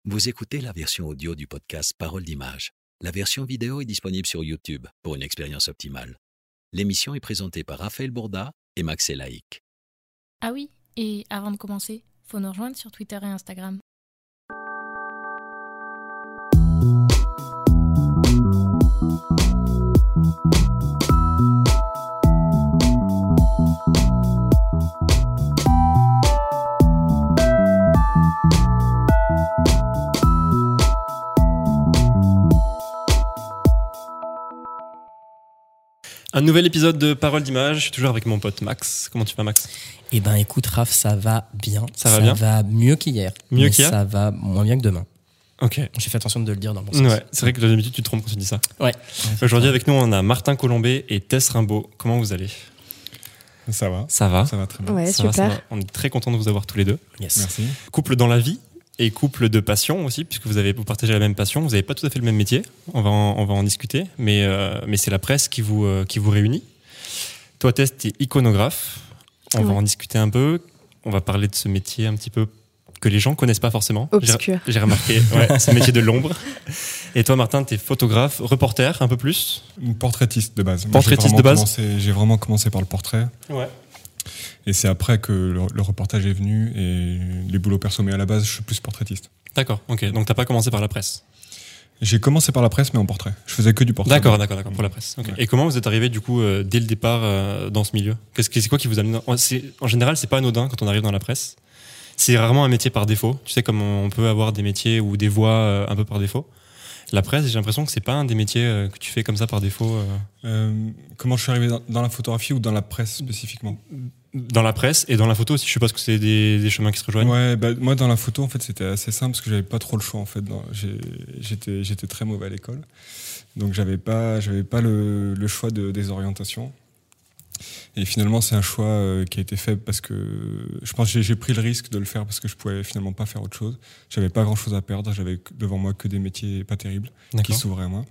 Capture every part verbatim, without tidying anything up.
Vous écoutez la version audio du podcast Parole d'Image. La version vidéo est disponible sur YouTube pour une expérience optimale. L'émission est présentée par Raphaël Bourda et Max Elaïc. Ah oui, et avant de commencer, faut nous rejoindre sur Twitter et Instagram. Un nouvel épisode de Parole d'Image, je suis toujours avec mon pote Max. Comment tu vas, Max ? Eh ben écoute Raph, ça va bien. Ça va bien ? Ça va mieux qu'hier. Mieux mais qu'hier ? Ça va moins bien que demain. Ok. J'ai fait attention de le dire dans mon sens. Ouais, c'est vrai que d'habitude tu te trompes quand tu dis ça. Ouais. Aujourd'hui avec nous on a Martin Colombet et Tess Rimbaud. Comment vous allez ? Ça va. Ça va. Ça va très bien. Ouais, Ça va, super. ça va. On est très content de vous avoir tous les deux. Yes. Merci. Couple dans la vie et couple de passion aussi, puisque vous avez vous partagez la même passion. Vous n'avez pas tout à fait le même métier. On va en, on va en discuter, mais euh, mais c'est la presse qui vous euh, qui vous réunit. Toi, Tess, tu es iconographe. On Ouais. va en discuter un peu. On va parler de ce métier un petit peu que les gens connaissent pas forcément. Obscur. J'ai, j'ai remarqué, ouais, ce métier de l'ombre. Et toi, Martin, tu es photographe, reporter, un peu plus. Portraitiste de base. Moi, Portraitiste j'ai de vraiment base. commencé- J'ai vraiment commencé par le portrait. Ouais. Et c'est après que le, le reportage est venu et les boulots perso. Mais à la base, je suis plus portraitiste. D'accord, ok. Donc, t'as pas commencé par la presse. J'ai commencé par la presse, mais en portrait. Je faisais que du portrait. D'accord, d'accord, d'accord, pour la presse. Ok. Ouais. Et comment vous êtes arrivé, du coup, euh, dès le départ euh, dans ce milieu ? Qu'est-ce que, c'est quoi qui vous a amené dans... c'est, En général, c'est pas anodin quand on arrive dans la presse. C'est rarement un métier par défaut. Tu sais, comme on peut avoir des métiers ou des voies euh, un peu par défaut. La presse, j'ai l'impression que c'est pas un des métiers euh, que tu fais comme ça par défaut. euh. Euh, comment je suis arrivé dans, dans la photographie ou dans la presse spécifiquement ? Dans la presse et dans la photo aussi, je suppose que c'est des, des chemins qui se rejoignent. Ouais, bah, moi dans la photo en fait c'était assez simple parce que j'avais pas trop le choix en fait. Dans- j'ai- j'étais j'étais très mauvais à l'école, donc j'avais pas j'avais pas le, le choix de, des orientations. Et finalement c'est un choix euh, qui a été fait parce que je pense que j'ai, j'ai pris le risque de le faire parce que je pouvais finalement pas faire autre chose. J'avais pas grand chose à perdre, j'avais que- devant moi que des métiers pas terribles qui D'accord. s'ouvraient à moi.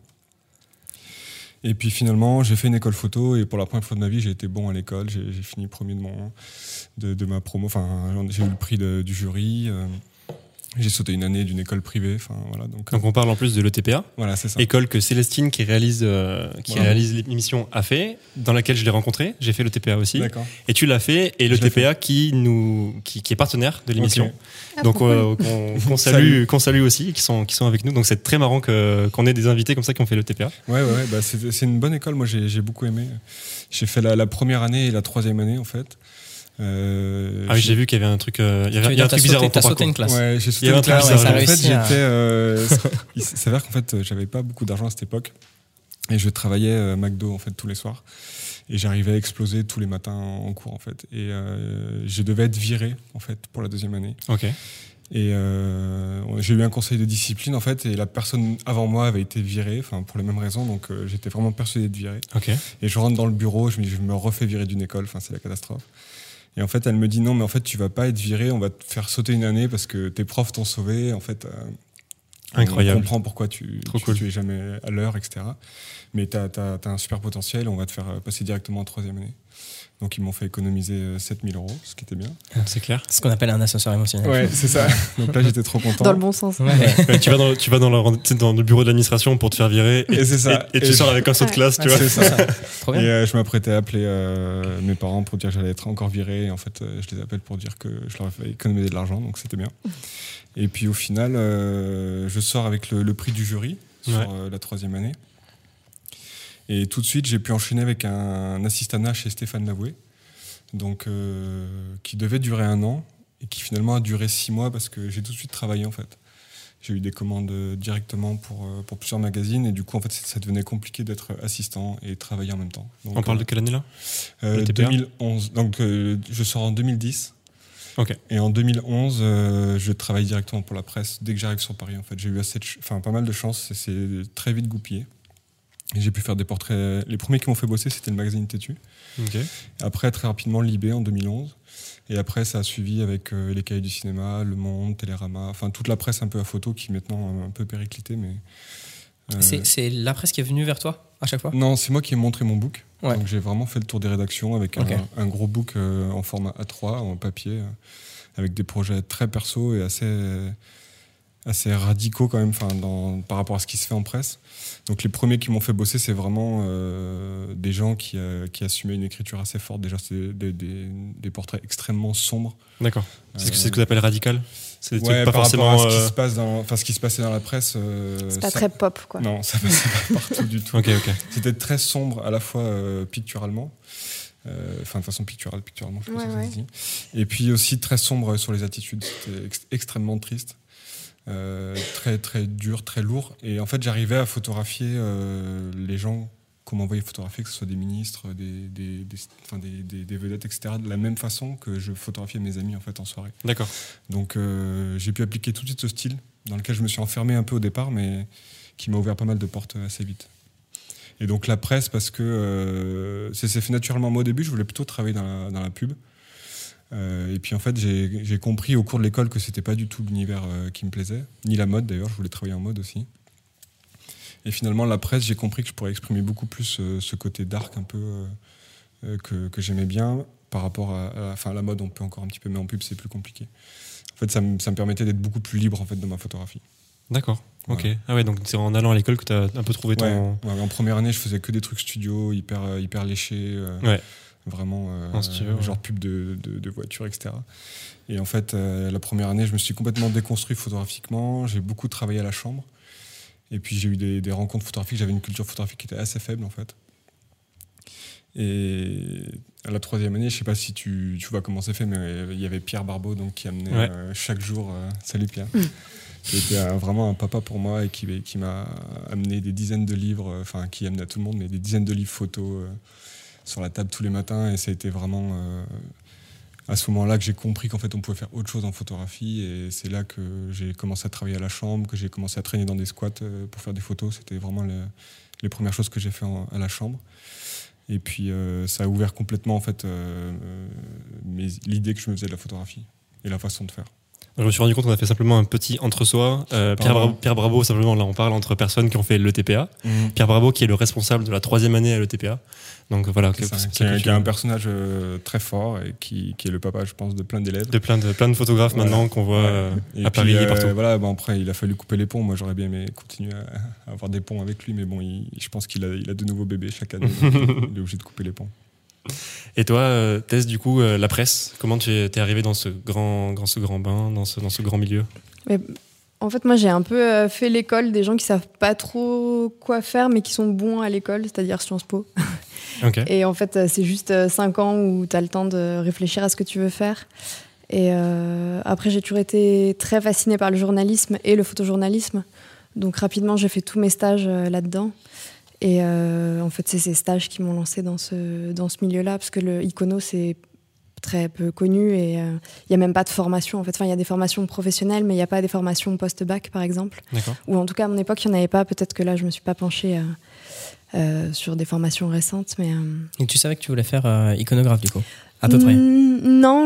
Et puis finalement, j'ai fait une école photo et pour la première fois de ma vie, j'ai été bon à l'école. J'ai, j'ai fini premier de, mon, de, de ma promo. Enfin, j'ai eu le prix de- du jury. euh, j'ai sauté une année d'une école privée. Enfin, voilà, donc, euh, Donc on parle en plus de l'E T P A, voilà, c'est ça. école que Célestine qui réalise, euh, qui Voilà. réalise l'émission a fait, dans laquelle je l'ai rencontré. J'ai fait l'E T P A aussi. D'accord. Et tu l'as fait, et Je l'E l'ai T P A qui, nous, qui, qui est partenaire de l'émission. Ok. Ah, Donc trop euh, qu'on, qu'on salue, Salut. qu'on salue aussi, qui sont, qui sont avec nous. Donc c'est très marrant que, qu'on ait des invités comme ça qui ont fait l'E T P A. Ouais, ouais, ouais, bah, c'est, c'est une bonne école. Moi, j'ai, j'ai beaucoup aimé. J'ai fait la, la première année et la troisième année, en fait. Euh, Ah oui, j'ai vu qu'il y avait un truc, euh, il y Tu avait, veux il y a un dire, t'as truc bizarre sauté, dans ton t'as sauté une parcours. classe. Ouais, j'ai Il sauté y avait un une truc classe. bizarre, En ouais, fait, réussi j'étais. à- euh, il s'avère qu'en fait, j'avais pas beaucoup d'argent à cette époque et je travaillais à McDo en fait tous les soirs et j'arrivais à exploser tous les matins en cours en fait et euh, je devais être viré en fait pour la deuxième année Ok. et euh, j'ai eu un conseil de discipline en fait et la personne avant moi avait été virée, enfin pour les mêmes raisons, donc euh, j'étais vraiment persuadé de virer. Ok. Et je rentre dans le bureau, je me dis, je me refais virer d'une école, enfin c'est la catastrophe. Et en fait, elle me dit non, mais en fait, tu vas pas être viré, on va te faire sauter une année parce que tes profs t'ont sauvé. En fait, euh, Incroyable. on comprend pourquoi tu, Trop tu, cool. tu es jamais à l'heure, et cetera. Mais t'as, t'as, t'as un super potentiel, on va te faire passer directement en troisième année. Donc, ils m'ont fait économiser euh, sept mille euros, ce qui était bien. C'est clair. Ce qu'on appelle un ascenseur émotionnel. Ouais, c'est ça. Donc là, j'étais trop content. Dans le bon sens. Ouais. Ouais, tu vas dans, tu vas dans, le, tu sais, dans le bureau de l'administration pour te faire virer. Et, Et c'est ça. Et, et tu Et sors je- avec un saut de Ouais. classe, tu Ouais, vois. c'est ça. Trop Et bien. euh, je m'apprêtais à appeler euh, mes parents pour dire que j'allais être encore viré. Et en fait, euh, je les appelle pour dire que je leur ai fait économiser de l'argent, donc c'était bien. Et puis au final, euh, je sors avec le, le prix du jury sur Ouais. euh, la troisième année. Et tout de suite, j'ai pu enchaîner avec un, un assistanat chez Stéphane Lavoué, donc euh, qui devait durer un an et qui finalement a duré six mois parce que j'ai tout de suite travaillé en fait. J'ai eu des commandes euh, directement pour, euh, pour plusieurs magazines et du coup en fait ça devenait compliqué d'être assistant et travailler en même temps. Donc, On parle de euh, quelle année là ? euh, le T P A? deux mille onze. Donc euh, je sors en deux mille dix. Ok. Et en deux mille onze, euh, je travaille directement pour la presse dès que j'arrive sur Paris. En fait, j'ai eu assez, de ch- enfin pas mal de chance. et C'est très vite goupillé. Et j'ai pu faire des portraits. Les premiers qui m'ont fait bosser, c'était le magazine Tétu. Ok. Après, très rapidement, Libé en deux mille onze. Et après, ça a suivi avec euh, les Cahiers du cinéma, Le Monde, Télérama, enfin toute la presse un peu à photo qui est maintenant un peu périclitée, mais. euh, C'est, c'est la presse qui est venue vers toi à chaque fois ? Non, c'est moi qui ai montré mon book. Ouais. Donc j'ai vraiment fait le tour des rédactions avec Ok. un, un gros book euh, en format A trois, en papier, euh, avec des projets très perso et assez, assez radicaux quand même, enfin, dans, par rapport à ce qui se fait en presse. Donc les premiers qui m'ont fait bosser, c'est vraiment euh, des gens qui, euh, qui assumaient une écriture assez forte. Déjà, c'est des, des, des portraits extrêmement sombres. D'accord. C'est ce que, Euh, c'est ce que tu appelles radical. C'est des Ouais, trucs pas par forcément. rapport à ce qui euh, se passe dans, enfin, ce qui se passait dans la presse. euh, C'est pas ça- très pop, quoi. Non, ça passait pas partout du tout. Ok, ok. C'était très sombre, à la fois euh, picturalement, euh, enfin de façon picturale, picturalement, je sais pas Ouais, si ça ouais. se dit. Et puis aussi très sombre sur les attitudes. C'était ex- extrêmement triste, euh, très très dur, très lourd. Et en fait, j'arrivais à photographier euh, les gens qu'on m'envoyait photographier, que ce soit des ministres, des, des, des, enfin, des, des, des vedettes, et cetera, de la même façon que je photographiais mes amis en fait en soirée. D'accord. Donc euh, j'ai pu appliquer tout de suite ce style, dans lequel je me suis enfermé un peu au départ, mais qui m'a ouvert pas mal de portes assez vite. Et donc la presse, parce que euh, c'est, c'est fait naturellement. Moi au début, je voulais plutôt travailler dans la, dans la pub. Euh, et puis en fait, j'ai, j'ai compris au cours de l'école que c'était pas du tout l'univers euh, qui me plaisait, ni la mode d'ailleurs, je voulais travailler en mode aussi. Et finalement, la presse, j'ai compris que je pourrais exprimer beaucoup plus euh, ce côté dark un peu euh, euh, que, que j'aimais bien par rapport à, à, enfin, à la mode. On peut encore un petit peu, mais en pub, c'est plus compliqué. En fait, ça me, ça me permettait d'être beaucoup plus libre en fait, dans ma photographie. D'accord. Ok. Voilà. Ah ouais, donc c'est en allant à l'école que tu as un peu trouvé ton. Ouais, ouais, en première année, je faisais que des trucs studio, hyper, euh, hyper léchés. euh, Ouais. Vraiment, euh, Un studio, genre ouais. pub de, de, de voitures, et cetera. Et en fait, euh, la première année, je me suis complètement déconstruit photographiquement. J'ai beaucoup travaillé à la chambre. Et puis, j'ai eu des, des rencontres photographiques. J'avais une culture photographique qui était assez faible, en fait. Et à la troisième année, je sais pas si tu, tu vois comment c'est fait, mais il y avait Pierre Barbeau donc, qui amenait Ouais. euh, chaque jour. euh, salut Pierre. Qui était euh, vraiment un papa pour moi et qui, qui m'a amené des dizaines de livres, enfin, qui amène à tout le monde, mais des dizaines de livres photos euh, sur la table tous les matins. Et ça a été vraiment euh, à ce moment-là que j'ai compris qu'en fait, on pouvait faire autre chose en photographie. Et c'est là que j'ai commencé à travailler à la chambre, que j'ai commencé à traîner dans des squats euh, pour faire des photos. C'était vraiment le, les premières choses que j'ai fait en, à la chambre. Et puis euh, ça a ouvert complètement en fait euh, euh, mes, l'idée que je me faisais de la photographie et la façon de faire. Je me suis rendu compte qu'on a fait simplement un petit entre-soi. Euh, Pierre, Pardon. Bra- Pierre Brabo, simplement, là, on parle entre personnes qui ont fait l'E T P A. Pierre Brabo, qui est le responsable de la troisième année à l'E T P A. Donc voilà, C'est que- ça, c'est qui, est, que qui tu- est un personnage euh, très fort et qui, qui est le papa, je pense, de plein d'élèves. de plein de, plein de photographes Voilà. maintenant qu'on voit Ouais. euh, Et à puis, Paris et euh, partout. Voilà, bon, après, il a fallu couper les ponts. Moi, j'aurais bien aimé continuer à, à avoir des ponts avec lui, mais bon, il, je pense qu'il a, il a de nouveaux bébés chaque année. Donc il est obligé de couper les ponts. Et toi, euh, Tess, du coup, euh, la presse, comment tu es, t'es arrivé dans ce grand, dans ce grand bain, dans ce, dans ce grand milieu? Mais, en fait, moi, j'ai un peu euh, fait l'école des gens qui savent pas trop quoi faire, mais qui sont bons à l'école, c'est-à-dire Sciences Po. Ok. Et en fait, euh, c'est juste cinq ans où tu as le temps de réfléchir à ce que tu veux faire. Et euh, après, j'ai toujours été très fascinée par le journalisme et le photojournalisme. Donc rapidement, j'ai fait tous mes stages euh, là-dedans. Et euh, en fait, c'est ces stages qui m'ont lancée dans ce, dans ce milieu-là, parce que le icono, c'est très peu connu et il euh, n'y a même pas de formation. En fait, il y a des formations professionnelles, mais il n'y a pas des formations post-bac, par exemple. D'accord. Ou en tout cas, à mon époque, il n'y en avait pas. Peut-être que là, je ne me suis pas penchée euh, euh, sur des formations récentes. Mais, euh... Et tu savais que tu voulais faire euh, iconographe, du coup? À peu près. Mm, non,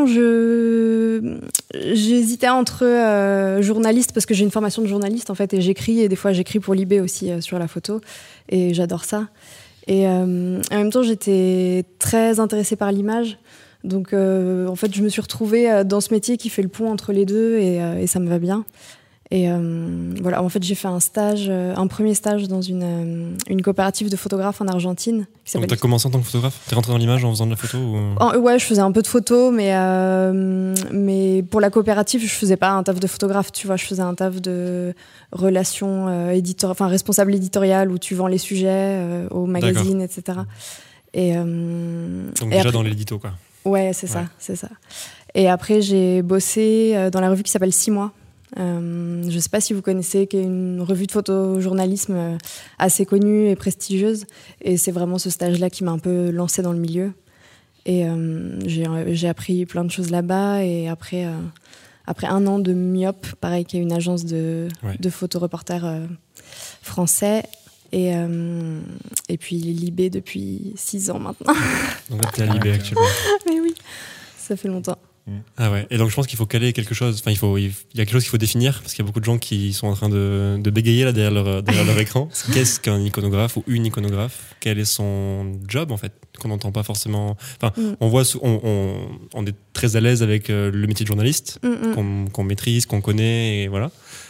je j'hésitais entre euh, journaliste, parce que j'ai une formation de journaliste en fait, et j'écris, et des fois j'écris pour Libé aussi euh, sur la photo, et j'adore ça. Et euh, en même temps, j'étais très intéressée par l'image, donc euh, en fait, je me suis retrouvée dans ce métier qui fait le pont entre les deux, et, euh, et ça me va bien. Et euh, voilà, en fait, j'ai fait un stage, euh, un premier stage dans une, euh, une coopérative de photographes en Argentine. Qui Donc s'appelle... t'as commencé en tant que photographe? T'es rentré dans l'image en faisant de la photo ou... Oh, ouais, je faisais un peu de photos, mais, euh, mais pour la coopérative, je faisais pas un taf de photographe, tu vois, je faisais un taf de relations euh, éditor... enfin, responsable éditorial, où tu vends les sujets euh, aux magazines, et cetera. Et, euh, Donc et déjà après... dans l'édito, quoi. Ouais, c'est ça, Ouais. c'est ça. Et après, j'ai bossé euh, dans la revue qui s'appelle Six mois. Euh, je ne sais pas si vous connaissez, qui est une revue de photojournalisme euh, assez connue et prestigieuse. Et c'est vraiment ce stage-là qui m'a un peu lancée dans le milieu. Et euh, j'ai, j'ai appris plein de choses là-bas. Et après, euh, après un an de Myop, pareil, qui est une agence de, Ouais. de photoreporters euh, français. Et, euh, et puis Libé depuis six ans maintenant. Donc là, t'es à Libé actuellement. Mais oui, ça fait longtemps. Ah ouais. Et donc je pense qu'il faut caler quelque chose. Enfin, il faut, il y a quelque chose qu'il faut définir parce qu'il y a beaucoup de gens qui sont en train de, de bégayer là derrière leur, derrière leur écran. Qu'est-ce qu'un iconographe ou une iconographe? Quel est son job en fait qu'on n'entend pas forcément. Enfin, Mm. on voit, sou- on, on, on est très à l'aise avec euh, le métier de journaliste Mm, mm. qu'on, qu'on maîtrise, qu'on connaît et voilà.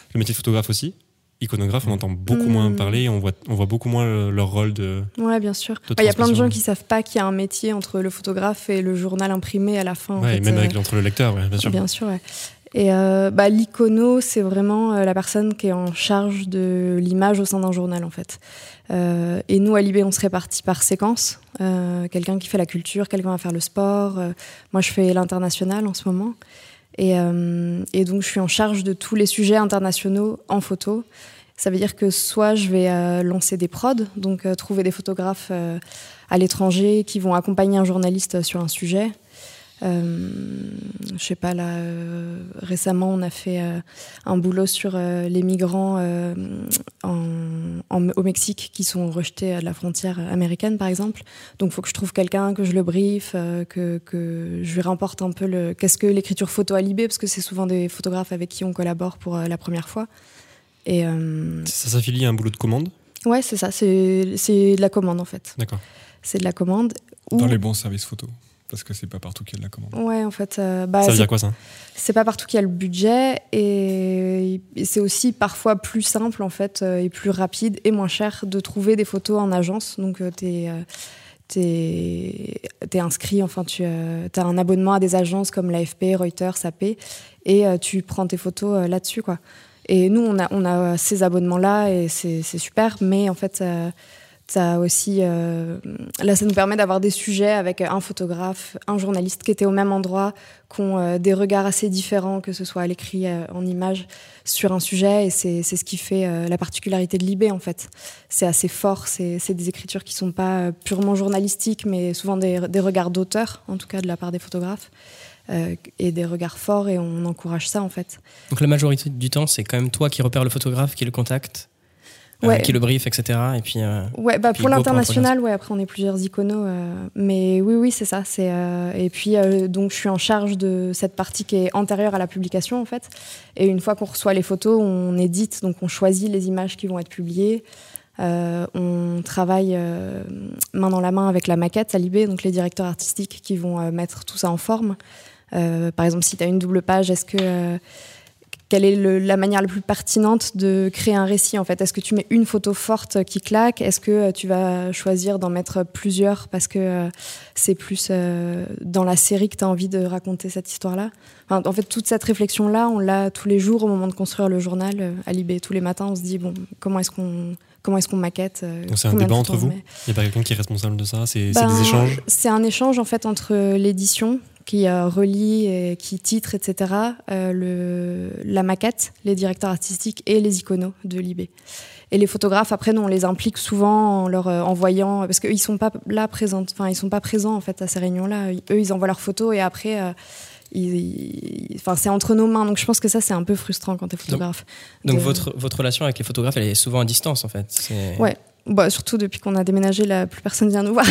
le métier de photographe aussi. Iconographe, on entend beaucoup Mmh. moins parler, on voit, on voit beaucoup moins le- leur rôle de. Ouais, bien sûr. de Il y a plein de transmission. gens qui savent pas qu'il y a un métier entre le photographe et le journal imprimé à la fin. en Ouais, fait, et même euh, avec entre le lecteur, ouais, bien sûr. Bien sûr, ouais. Et euh, bah, l'icono, c'est vraiment euh, la personne qui est en charge de l'image au sein d'un journal, en fait. Euh, et nous, à Libé, on se répartit par séquence. Euh, quelqu'un qui fait la culture, quelqu'un va faire le sport. Euh, moi, je fais l'international en ce moment. Et, euh, et donc, je suis en charge de tous les sujets internationaux en photo. Ça veut dire que soit je vais euh, lancer des prods, donc euh, trouver des photographes euh, à l'étranger qui vont accompagner un journaliste sur un sujet. Euh, je sais pas, là, euh, récemment, on a fait euh, un boulot sur euh, les migrants euh, en, en- au Mexique qui sont rejetés à la frontière américaine, par exemple. Donc, il faut que je trouve quelqu'un, que je le briefe, euh, que, que je lui rapporte un peu le... Qu'est-ce que l'écriture photo à Libé, parce que c'est souvent des photographes avec qui on collabore pour euh, la première fois. Et euh, Ça s'affilie à un boulot de commande. ouais, c'est ça, c'est c'est de la commande, en fait. D'accord. C'est de la commande. Dans Ou- les bons services photo. Parce que c'est pas partout qu'il y a de la commande. Ouais, en fait, euh, bah, Ça veut c'est dire quoi ça? c'est pas partout qu'il y a le budget et, et c'est aussi parfois plus simple en fait euh, et plus rapide et moins cher de trouver des photos en agence. Donc euh, t'es euh, t'es t'es inscrit, enfin tu euh, as un abonnement à des agences comme l'A F P, Reuters, A P et euh, tu prends tes photos euh, là-dessus quoi. Et nous on a on a ces abonnements là et c'est c'est super, mais en fait euh, t'as aussi euh, là ça nous permet d'avoir des sujets avec un photographe, un journaliste qui étaient au même endroit, qui ont euh, des regards assez différents, que ce soit à l'écrit, euh, en image, sur un sujet, et c'est c'est ce qui fait euh, la particularité de Libé en fait. C'est assez fort, c'est c'est des écritures qui sont pas euh, purement journalistiques, mais souvent des, des regards d'auteur, en tout cas de la part des photographes, euh, et des regards forts, et on encourage ça en fait. Donc la majorité du temps, c'est quand même toi qui repère le photographe, qui le contacte, euh, Ouais. qui le brief, et cetera. Et puis, euh, Ouais, bah Puis pour go pour un l'international, ouais, après on est plusieurs iconos, euh, mais oui, oui, c'est ça. C'est euh, et puis euh, donc je suis en charge de cette partie qui est antérieure à la publication en fait. Et une fois qu'on reçoit les photos, on édite, donc on choisit les images qui vont être publiées. Euh, on travaille euh, main dans la main avec la maquette à Libé, donc les directeurs artistiques qui vont euh, mettre tout ça en forme. Euh, par exemple, si tu as une double page, est-ce que euh, quelle est le, la manière la plus pertinente de créer un récit en fait? Est-ce que tu mets une photo forte qui claque? Est-ce que euh, tu vas choisir d'en mettre plusieurs parce que euh, c'est plus euh, dans la série que tu as envie de raconter cette histoire-là? Enfin, en fait, toute cette réflexion-là, on l'a tous les jours au moment de construire le journal euh, à Libé. Tous les matins, on se dit, bon, comment est-ce qu'on... Comment est-ce qu'on maquette euh, Donc c'est un combien de débat photos entre on vous? met? Il n'y a pas quelqu'un qui est responsable de ça? C'est Ben, c'est des échanges? C'est un échange en fait entre l'édition qui euh, relie, et qui titre, et cetera, euh, le, la maquette, les directeurs artistiques et les iconos de Libé. Et les photographes, après, nous, on les implique souvent en leur euh, envoyant, parce qu'eux, ils sont pas là présents, enfin, ils sont pas présents en fait à ces réunions-là. Eux, ils envoient leurs photos et après, euh, ils, ils- enfin, c'est entre nos mains. Donc, je pense que ça, c'est un peu frustrant quand t'es photographe. donc De- votre, votre relation avec les photographes, elle est souvent à distance en fait. C'est- Ouais. Bah, surtout depuis qu'on a déménagé, là, plus personne vient nous voir.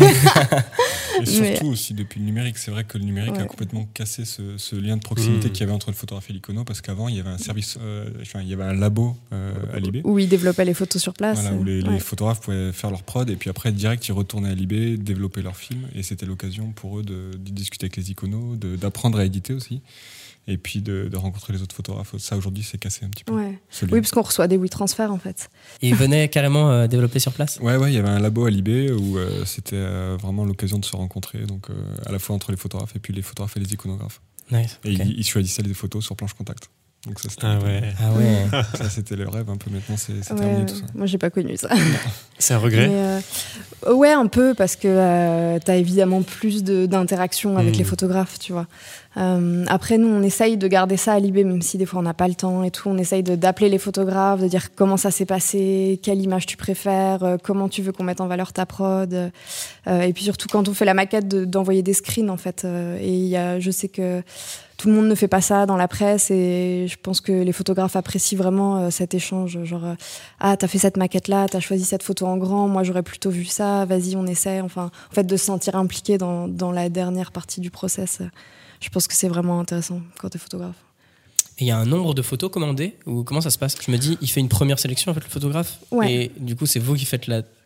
Et surtout Mais- aussi depuis le numérique. C'est vrai que le numérique a Ouais. complètement cassé ce, ce lien de proximité Mmh. qu'il y avait entre le photographe et l'icono, parce qu'avant, il y avait un service, euh, enfin, il y avait un labo euh, à Libé. Où ils développaient les photos sur place. Voilà, où les, les Ouais. photographes pouvaient faire leur prod et puis après direct ils retournaient à Libé, développer leur film, et c'était l'occasion pour eux de, de discuter avec les iconos, de- d'apprendre à éditer aussi, et puis de, de rencontrer les autres photographes. Ça aujourd'hui c'est cassé un petit peu. Ouais. ce lien. Oui, parce qu'on reçoit des WeTransfer en fait. Et ils venaient carrément euh, développer sur place. Ouais, ouais, il y avait un labo à Libé où euh, c'était euh, vraiment l'occasion de se rencontrer, donc euh, à la fois entre les photographes et puis les photographes et les iconographes. Nice. Et ok. ils, ils choisissaient les photos sur planche contact. Donc ça c'était, Ah un peu- ouais. Ah ouais. ça c'était le rêve un peu. Maintenant c'est, c'est Ouais, terminé ouais. tout ça. Moi, j'ai pas connu ça. C'est un regret? Mais, euh, ouais, un peu, parce que euh, t'as évidemment plus de, d'interaction avec Mmh. les photographes, tu vois. Euh, après, nous, on essaye de garder ça à Libé, même si des fois on n'a pas le temps et tout. On essaye de, d'appeler les photographes, de dire comment ça s'est passé, quelle image tu préfères, euh, comment tu veux qu'on mette en valeur ta prod. Euh, et puis surtout, quand on fait la maquette, de, d'envoyer des screens, en fait. Euh, et il y a, je sais que tout le monde ne fait pas ça dans la presse, et je pense que les photographes apprécient vraiment euh, cet échange. Genre, euh, ah, t'as fait cette maquette-là, t'as choisi cette photo en grand, moi j'aurais plutôt vu ça, vas-y, on essaie. Enfin, en fait, de se sentir impliqué dans, dans la dernière partie du process, euh, je pense que c'est vraiment intéressant quand t'es photographe. Et il y a un nombre de photos commandées ou comment ça se passe? Je me dis, il fait une première sélection en fait le photographe Ouais. et du coup c'est vous qui faites la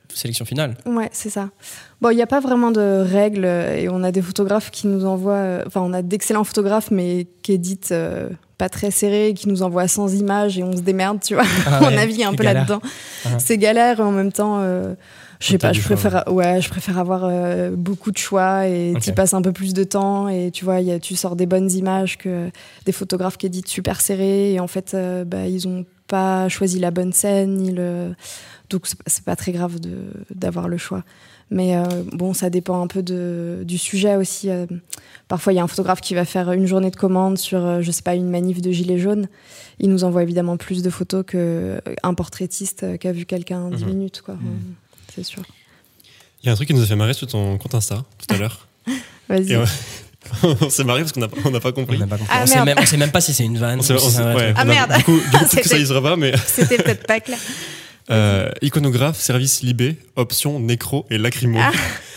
sélection finale. Ouais, c'est ça. Bon, il n'y a pas vraiment de règles et on a des photographes qui nous envoient... euh, Enfin, on a d'excellents photographes, mais qui éditent euh, pas très serré, qui nous envoient sans images et on se démerde, tu vois. Ah on ouais, navigue un c'est peu galère. là-dedans. Ah. C'est galère et en même temps... euh, je sais T'as pas, du je choix, préfère, ouais, je préfère avoir euh, beaucoup de choix et Ok. tu passes un peu plus de temps et tu vois, y a, tu sors des bonnes images que des photographes qui éditent super serré et en fait, euh, bah, ils ont pas choisi la bonne scène, ni le... donc c'est, c'est pas très grave de, d'avoir le choix. Mais euh, bon, ça dépend un peu de, du sujet aussi. Euh, parfois, il y a un photographe qui va faire une journée de commande sur, euh, je sais pas, une manif de gilets jaunes. Il nous envoie évidemment plus de photos qu'un portraitiste qui a vu quelqu'un dix Mhm. minutes, quoi. Mhm. Euh, C'est sûr. Il y a un truc qui nous a fait marrer sur ton compte Insta tout à l'heure. Vas-y. Et ouais, on s'est marré parce qu'on n'a on n'a pas On compris. n'a pas compris. Ah, on, sait merde. même, on sait même pas si c'est une vanne. On sait- ou on si c'est sait- un vrai ouais, truc. Ah, on a- merde. Du coup, du coup peut-être que ça C'était- y sera pas, mais C'était peut-être pas clair. euh, iconographe, service Libé, option nécro et lacrymo. Ah.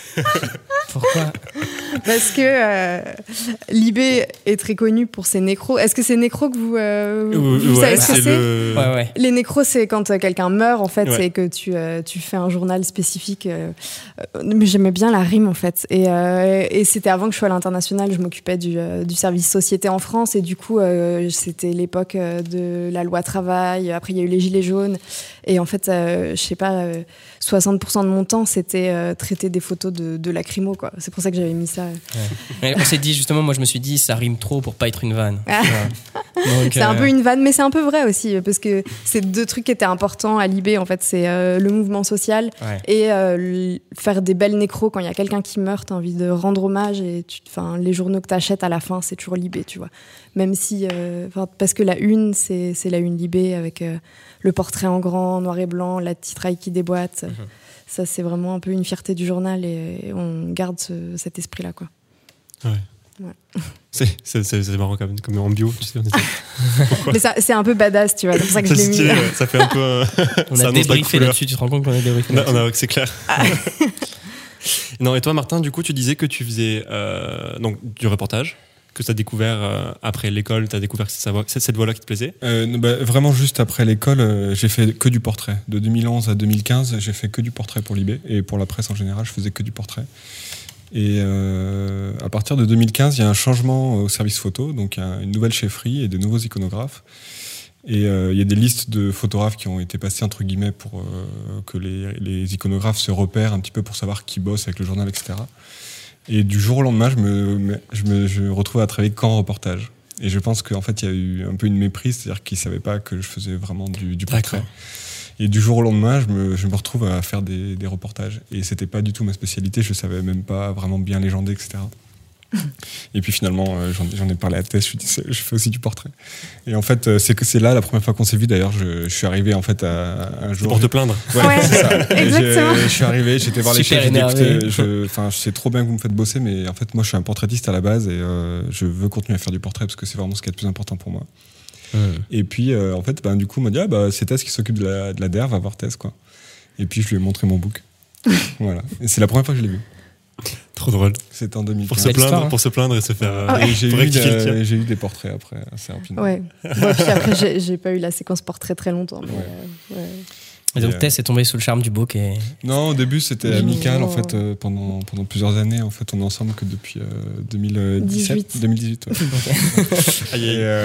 Pourquoi Parce que euh, Libé est très connu pour ses nécros. Est-ce que c'est nécro que vous, euh, vous Ouais, savez ce que c'est c'est le. Ouais, ouais. Les nécros, c'est quand euh, quelqu'un meurt, en fait, Ouais. c'est que tu, euh, tu fais un journal spécifique. euh, euh, mais j'aimais bien la rime, en fait. Et, euh, et c'était avant que je sois à l'international, je m'occupais du, euh, du service société en France. Et du coup, euh, c'était l'époque euh, de la loi travail. Après, il y a eu les gilets jaunes. Et en fait, euh, je sais pas, euh, soixante pour cent de mon temps, c'était euh, traiter des photos de, de lacrymo, quoi. C'est pour ça que j'avais mis ça. Mais on s'est dit, justement, moi je me suis dit, ça rime trop pour pas être une vanne. Ah. Tu vois. Donc, C'est un euh, peu une vanne, mais c'est un peu vrai aussi, parce que c'est deux trucs qui étaient importants à Libé, en fait. C'est euh, le mouvement social ouais. et euh, l- faire des belles nécros quand il y a quelqu'un qui meurt, t'as envie de rendre hommage. Et tu, 'fin, les journaux que t'achètes à la fin, c'est toujours Libé, tu vois. Même si... euh, 'fin, parce que la une, c'est, c'est la une Libé avec euh, le portrait en grand, noir et blanc, la titraille qui déboîte. Mhm. Ça, c'est vraiment un peu une fierté du journal et, et on garde ce- cet esprit-là, quoi. C'est, c'est, c'est, c'est marrant comme, comme en bio, tu sais. On était... Mais ça, c'est un peu badass, tu vois. C'est pour ça que je C'est l'ai mis. stylé, ouais, ça fait un peu. un- On ça a annonce la débriefé couleur. là-dessus, tu te rends compte qu'on a débriefé On a- là-dessus. on a- c'est clair. Ah. Non, et toi, Martin, du coup, tu disais que tu faisais euh, donc, du reportage, que tu as découvert euh, après l'école, tu as découvert que c'est sa voie- c'est cette voie-là qui te plaisait. Euh, non, bah, vraiment juste après l'école, euh, j'ai fait que du portrait. De deux mille onze à deux mille quinze, j'ai fait que du portrait pour Libé et pour la presse en général, je faisais que du portrait. Et euh, à partir de deux mille quinze, il y a un changement au service photo, donc il y a une nouvelle chefferie et de nouveaux iconographes. Et euh, il y a des listes de photographes qui ont été passées entre guillemets pour euh, que les, les iconographes se repèrent un petit peu pour savoir qui bosse avec le journal, et cetera. Et du jour au lendemain, je me, je me je me retrouve à travailler qu'en reportage. Et je pense qu'en fait, il y a eu un peu une méprise, c'est-à-dire qu'ils ne savaient pas que je faisais vraiment du, du portrait. D'accord. Et du jour au lendemain, je me, je me retrouve à faire des, des reportages. Et c'était pas du tout ma spécialité, je savais même pas vraiment bien légender, et cetera. Et puis finalement, euh, j'en, j'en ai parlé à Tess, je, lui dis, je fais aussi du portrait. Et en fait, euh, c'est que c'est là la première fois qu'on s'est vu. D'ailleurs, je, je suis arrivé en fait à, à un C'est jour. pour te plaindre. Ouais, Ouais, c'est ça. Et exactement. j'ai- Je suis arrivé, j'étais voir les Super chefs, j'ai dit, énervé. écoutez, je, enfin, je sais trop bien que vous me faites bosser, mais en fait, moi, je suis un portraitiste à la base et euh, je veux continuer à faire du portrait parce que c'est vraiment ce qui est le plus important pour moi. Et puis, euh, en fait, ben, du coup, on m'a dit, ah, bah, c'est Tess qui s'occupe de la, de la D E R, va voir Tess, quoi. Et puis, je lui ai montré mon book. Voilà. Et c'est la première fois que je l'ai vu. Trop drôle. C'était en deux mille Pour quinze. se Belle plaindre, histoire, hein. pour se plaindre et se faire. euh, Ah ouais. Et j'ai pour eu, rectifier le tir. de- j'ai eu des portraits après, assez rapidement. Ouais. Bon, puis après, j'ai, j'ai pas eu la séquence portrait très longtemps. Mais, Ouais. euh, ouais. Et donc Et, euh, Tess est tombée sous le charme du book et Non, au début, c'était Oui, amical, en ouais. fait, euh, pendant, pendant plusieurs années. En fait, on est ensemble que depuis euh, deux mille dix-sept. dix-huit. deux mille dix-huit, ouais. Aïe, Et, aïe. euh,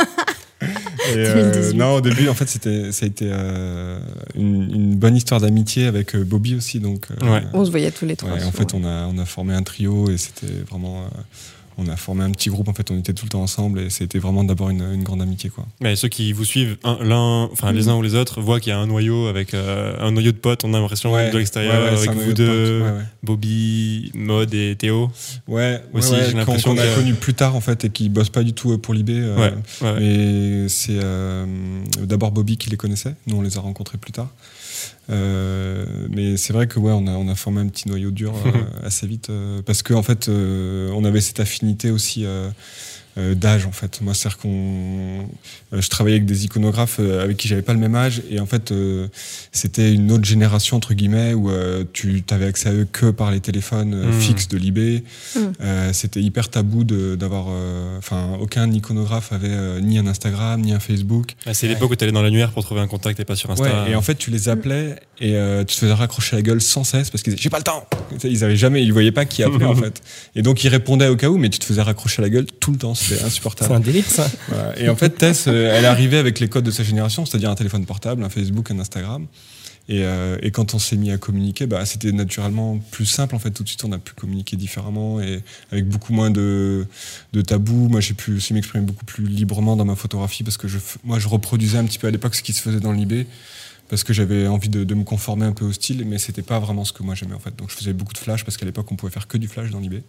et, euh, deux mille dix-huit. non, au début, en fait, c'était, ça a été euh, une, une bonne histoire d'amitié avec euh, Bobby aussi. Donc, euh, Ouais. On se voyait tous les trois. ouais, en souvent, fait, ouais. on a, on a formé un trio et c'était vraiment. euh, on a formé un petit groupe, en fait, on était tout le temps ensemble et c'était vraiment d'abord une, une grande amitié, quoi. Mais ceux qui vous suivent, un- l'un, enfin les Mhm. uns ou les autres, voient qu'il y a un noyau avec euh, un noyau de potes. On a l'impression Ouais, de l'extérieur ouais, ouais, c'est avec un vous noyau de deux, potes, ouais, ouais. Bobby, Maud et Théo. Ouais, Aussi, ouais, ouais, j'ai qu'on, l'impression qu'on a que- connu plus tard en fait et qui bossent pas du tout pour Libé. euh, Ouais, ouais. Mais c'est euh, d'abord Bobby qui les connaissait. Nous on les a rencontrés plus tard. Euh, mais c'est vrai que ouais, on a on a formé un petit noyau dur euh, assez vite euh, parce que en fait euh, on avait cette affinité aussi. Euh, euh, d'âge en fait. Moi, c'est-à-dire qu'on, euh, je travaillais avec des iconographes euh, avec qui j'avais pas le même âge et en fait, euh, c'était une autre génération entre guillemets où euh, tu avais accès à eux que par les téléphones euh, mmh. fixes de Libé. Mmh. Euh, c'était hyper tabou de, d'avoir, enfin, euh, aucun iconographe avait euh, ni un Instagram ni un Facebook. Ah, c'est l'époque où tu allais dans l'annuaire pour trouver un contact et pas sur Insta. Ouais, et en fait, tu les appelais et euh, tu te faisais raccrocher la gueule sans cesse parce qu'ils disaient j'ai pas le temps. Ils avaient jamais, ils voyaient pas qui appelait en fait. Et donc ils répondaient au cas où, mais tu te faisais raccrocher la gueule tout le temps. C'était insupportable. C'est un délire, ça. Voilà. Et en fait, Tess, euh, elle arrivait avec les codes de sa génération, c'est-à-dire un téléphone portable, un Facebook, un Instagram. Et, euh, et quand on s'est mis à communiquer, bah, c'était naturellement plus simple. En fait, tout de suite, on a pu communiquer différemment et avec beaucoup moins de, de tabous. Moi, j'ai pu aussi m'exprimer beaucoup plus librement dans ma photographie parce que je, moi, je reproduisais un petit peu à l'époque ce qui se faisait dans l'I B parce que j'avais envie de, de me conformer un peu au style, mais c'était pas vraiment ce que moi j'aimais en fait. Donc, je faisais beaucoup de flash parce qu'à l'époque, on pouvait faire que du flash dans l'I B.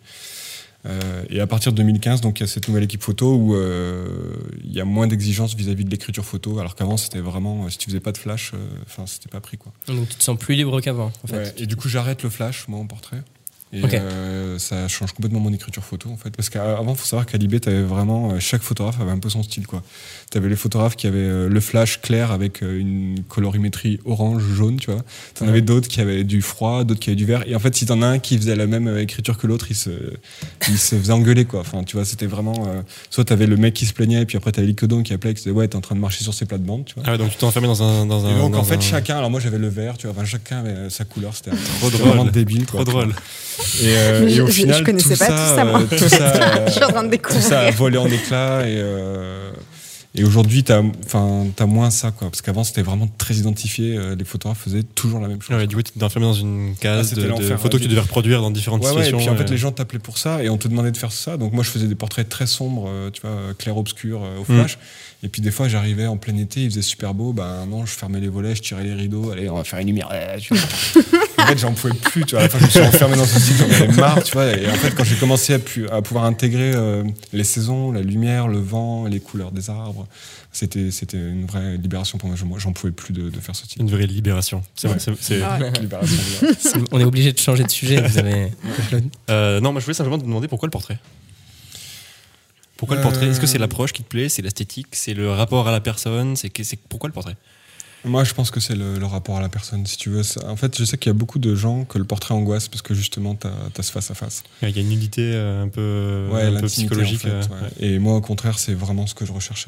Euh, et à partir de deux mille quinze, donc il y a cette nouvelle équipe photo où euh, il y a moins d'exigences vis-à-vis de l'écriture photo, alors qu'avant c'était vraiment, si tu faisais pas de flash, enfin euh, c'était pas pris quoi. Donc tu te sens plus libre qu'avant en fait. Ouais, et du coup j'arrête le flash moi en portrait. Et okay. euh, ça change complètement mon écriture photo en fait, parce qu'avant il faut savoir qu'à l'I B t'avais vraiment, chaque photographe avait un peu son style quoi. T'avais les photographes qui avaient euh, le flash clair avec euh, une colorimétrie orange, jaune, tu vois. T'en ouais. avais d'autres qui avaient du froid, d'autres qui avaient du vert. Et en fait si t'en as un qui faisait la même euh, écriture que l'autre, il se, il se faisait engueuler quoi. Enfin tu vois, c'était vraiment, euh, soit t'avais le mec qui se plaignait et puis après t'avais l'icodome qui appelait et qui disait ouais t'es en train de marcher sur ses plates-bandes, tu vois. Ah ouais, donc tu t'es enfermé dans un, dans un. Et donc dans en fait un... chacun, alors moi j'avais le vert, tu vois, enfin, chacun avait sa couleur, c'était trop drôle, vraiment débile quoi. Trop drôle. Et, euh, et au je, final, je connaissais tout pas ça, tout ça, moi. Euh, tout ça, je suis en train de découvrir. Tout ça a volé en éclats et, euh, et aujourd'hui, t'as, enfin, t'as moins ça, quoi. Parce qu'avant, c'était vraiment très identifié. Euh, les photographes faisaient toujours la même chose. Ouais, du coup, tu t'es enfermé dans une case ah, de, de photos que tu devais reproduire dans différentes ouais, situations. Ouais, et puis en et... fait, les gens t'appelaient pour ça et on te demandait de faire ça. Donc moi, je faisais des portraits très sombres, euh, tu vois, clair-obscur euh, au flash. Mmh. Et puis des fois, j'arrivais en plein été, il faisait super beau. Ben non, je fermais les volets, je tirais les rideaux. Allez, on va faire une lumière. Tu vois. En fait, j'en pouvais plus. Tu vois, à la fin, je me suis enfermé dans ce style, j'en avais marre. Tu vois. Et en fait, quand j'ai commencé à, pu, à pouvoir intégrer euh, les saisons, la lumière, le vent, les couleurs des arbres, c'était, c'était une vraie libération pour moi. J'en pouvais plus de, de faire ce type. Une vraie libération. C'est, ouais. c'est, c'est... Ah ouais. libération. On est obligé de changer de sujet. Vous avez... euh, non, moi, je voulais simplement te demander pourquoi le portrait. Pourquoi euh... le portrait ? Est-ce que c'est l'approche qui te plaît ? C'est l'esthétique ? C'est le rapport à la personne ? C'est, c'est... Pourquoi le portrait ? Moi, je pense que c'est le, le rapport à la personne, si tu veux. En fait, je sais qu'il y a beaucoup de gens que le portrait angoisse parce que justement, t'as, t'as ce face-à-face. Il y a une nudité un peu, ouais, un peu psychologique. En fait, ouais. Et moi, au contraire, c'est vraiment ce que je recherchais.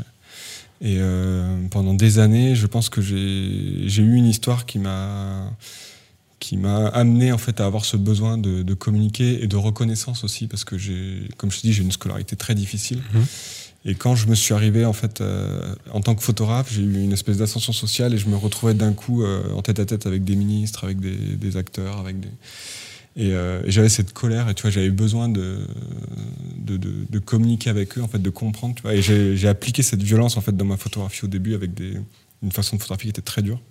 Et euh, pendant des années, je pense que j'ai, j'ai eu une histoire qui m'a... qui m'a amené en fait à avoir ce besoin de, de communiquer et de reconnaissance aussi parce que j'ai, comme je te dis, j'ai une scolarité très difficile. Mmh. Et quand je me suis arrivé en fait euh, en tant que photographe, j'ai eu une espèce d'ascension sociale et je me retrouvais d'un coup euh, en tête à tête avec des ministres, avec des, des acteurs, avec des et, euh, et j'avais cette colère et tu vois j'avais besoin de de, de de communiquer avec eux en fait, de comprendre, tu vois. Et j'ai, j'ai appliqué cette violence en fait dans ma photographie au début avec des une façon de photographier qui était très dure.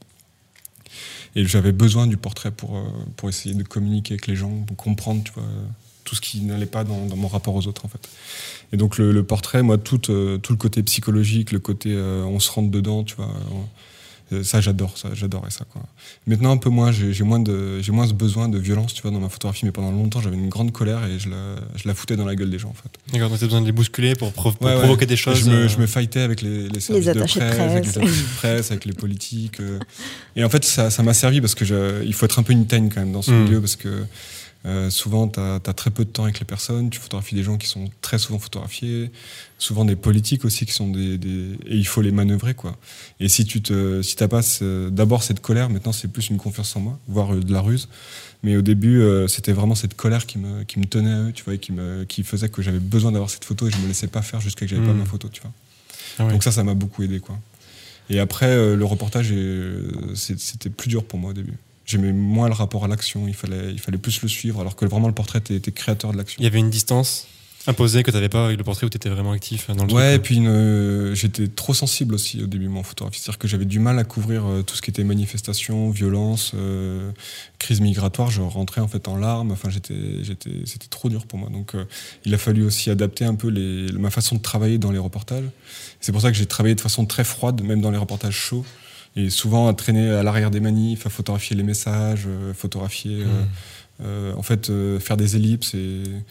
Et j'avais besoin du portrait pour, pour essayer de communiquer avec les gens, pour comprendre, tu vois, tout ce qui n'allait pas dans, dans mon rapport aux autres, en fait. Et donc, le, le portrait, moi, tout, euh, tout le côté psychologique, le côté euh, on se rentre dedans, tu vois, euh, ça, j'adore, ça, j'adorais ça, quoi. Maintenant, un peu moins, j'ai, j'ai, moins de, j'ai moins ce besoin de violence, tu vois, dans ma photographie, mais pendant longtemps, j'avais une grande colère et je la, je la foutais dans la gueule des gens, en fait. D'accord, donc t'as besoin de les bousculer pour, pro- pour ouais, provoquer ouais. des choses. Je me, euh... je me fightais avec les, les services les de presse, de presse, avec les attachés de presse, avec les politiques. Euh. Et en fait, ça, ça m'a servi parce que je, il faut être un peu une teigne quand même dans ce mmh. milieu parce que euh, souvent, t'as, t'as très peu de temps avec les personnes. Tu photographies des gens qui sont très souvent photographiés, souvent des politiques aussi qui sont des, des et il faut les manœuvrer, quoi. Et si tu te, si t'as pas ce, d'abord cette colère, maintenant c'est plus une confiance en moi, voire de la ruse. Mais au début, euh, c'était vraiment cette colère qui me, qui me tenait à eux, tu vois, et qui me, qui faisait que j'avais besoin d'avoir cette photo et je me laissais pas faire jusqu'à ce que j'avais mmh. pas ma photo, tu vois. Ah ouais. Donc ça, ça m'a beaucoup aidé, quoi. Et après, euh, le reportage, est, c'était plus dur pour moi au début. J'aimais moins le rapport à l'action, il fallait, il fallait plus le suivre, alors que vraiment le portrait était créateur de l'action. Il y avait une distance imposée que tu n'avais pas avec le portrait où tu étais vraiment actif dans le truc. Ouais, et puis une, euh, j'étais trop sensible aussi au début, moi, en photographie. C'est-à-dire que j'avais du mal à couvrir euh, tout ce qui était manifestation, violence, euh, crise migratoire. Je rentrais en fait en larmes. Enfin, j'étais, j'étais, c'était trop dur pour moi. Donc, euh, il a fallu aussi adapter un peu les, ma façon de travailler dans les reportages. C'est pour ça que j'ai travaillé de façon très froide, même dans les reportages chauds. Et souvent à traîner à l'arrière des manifs, à photographier les messages, euh, photographier, mmh. euh, euh, en fait, euh, faire des ellipses et,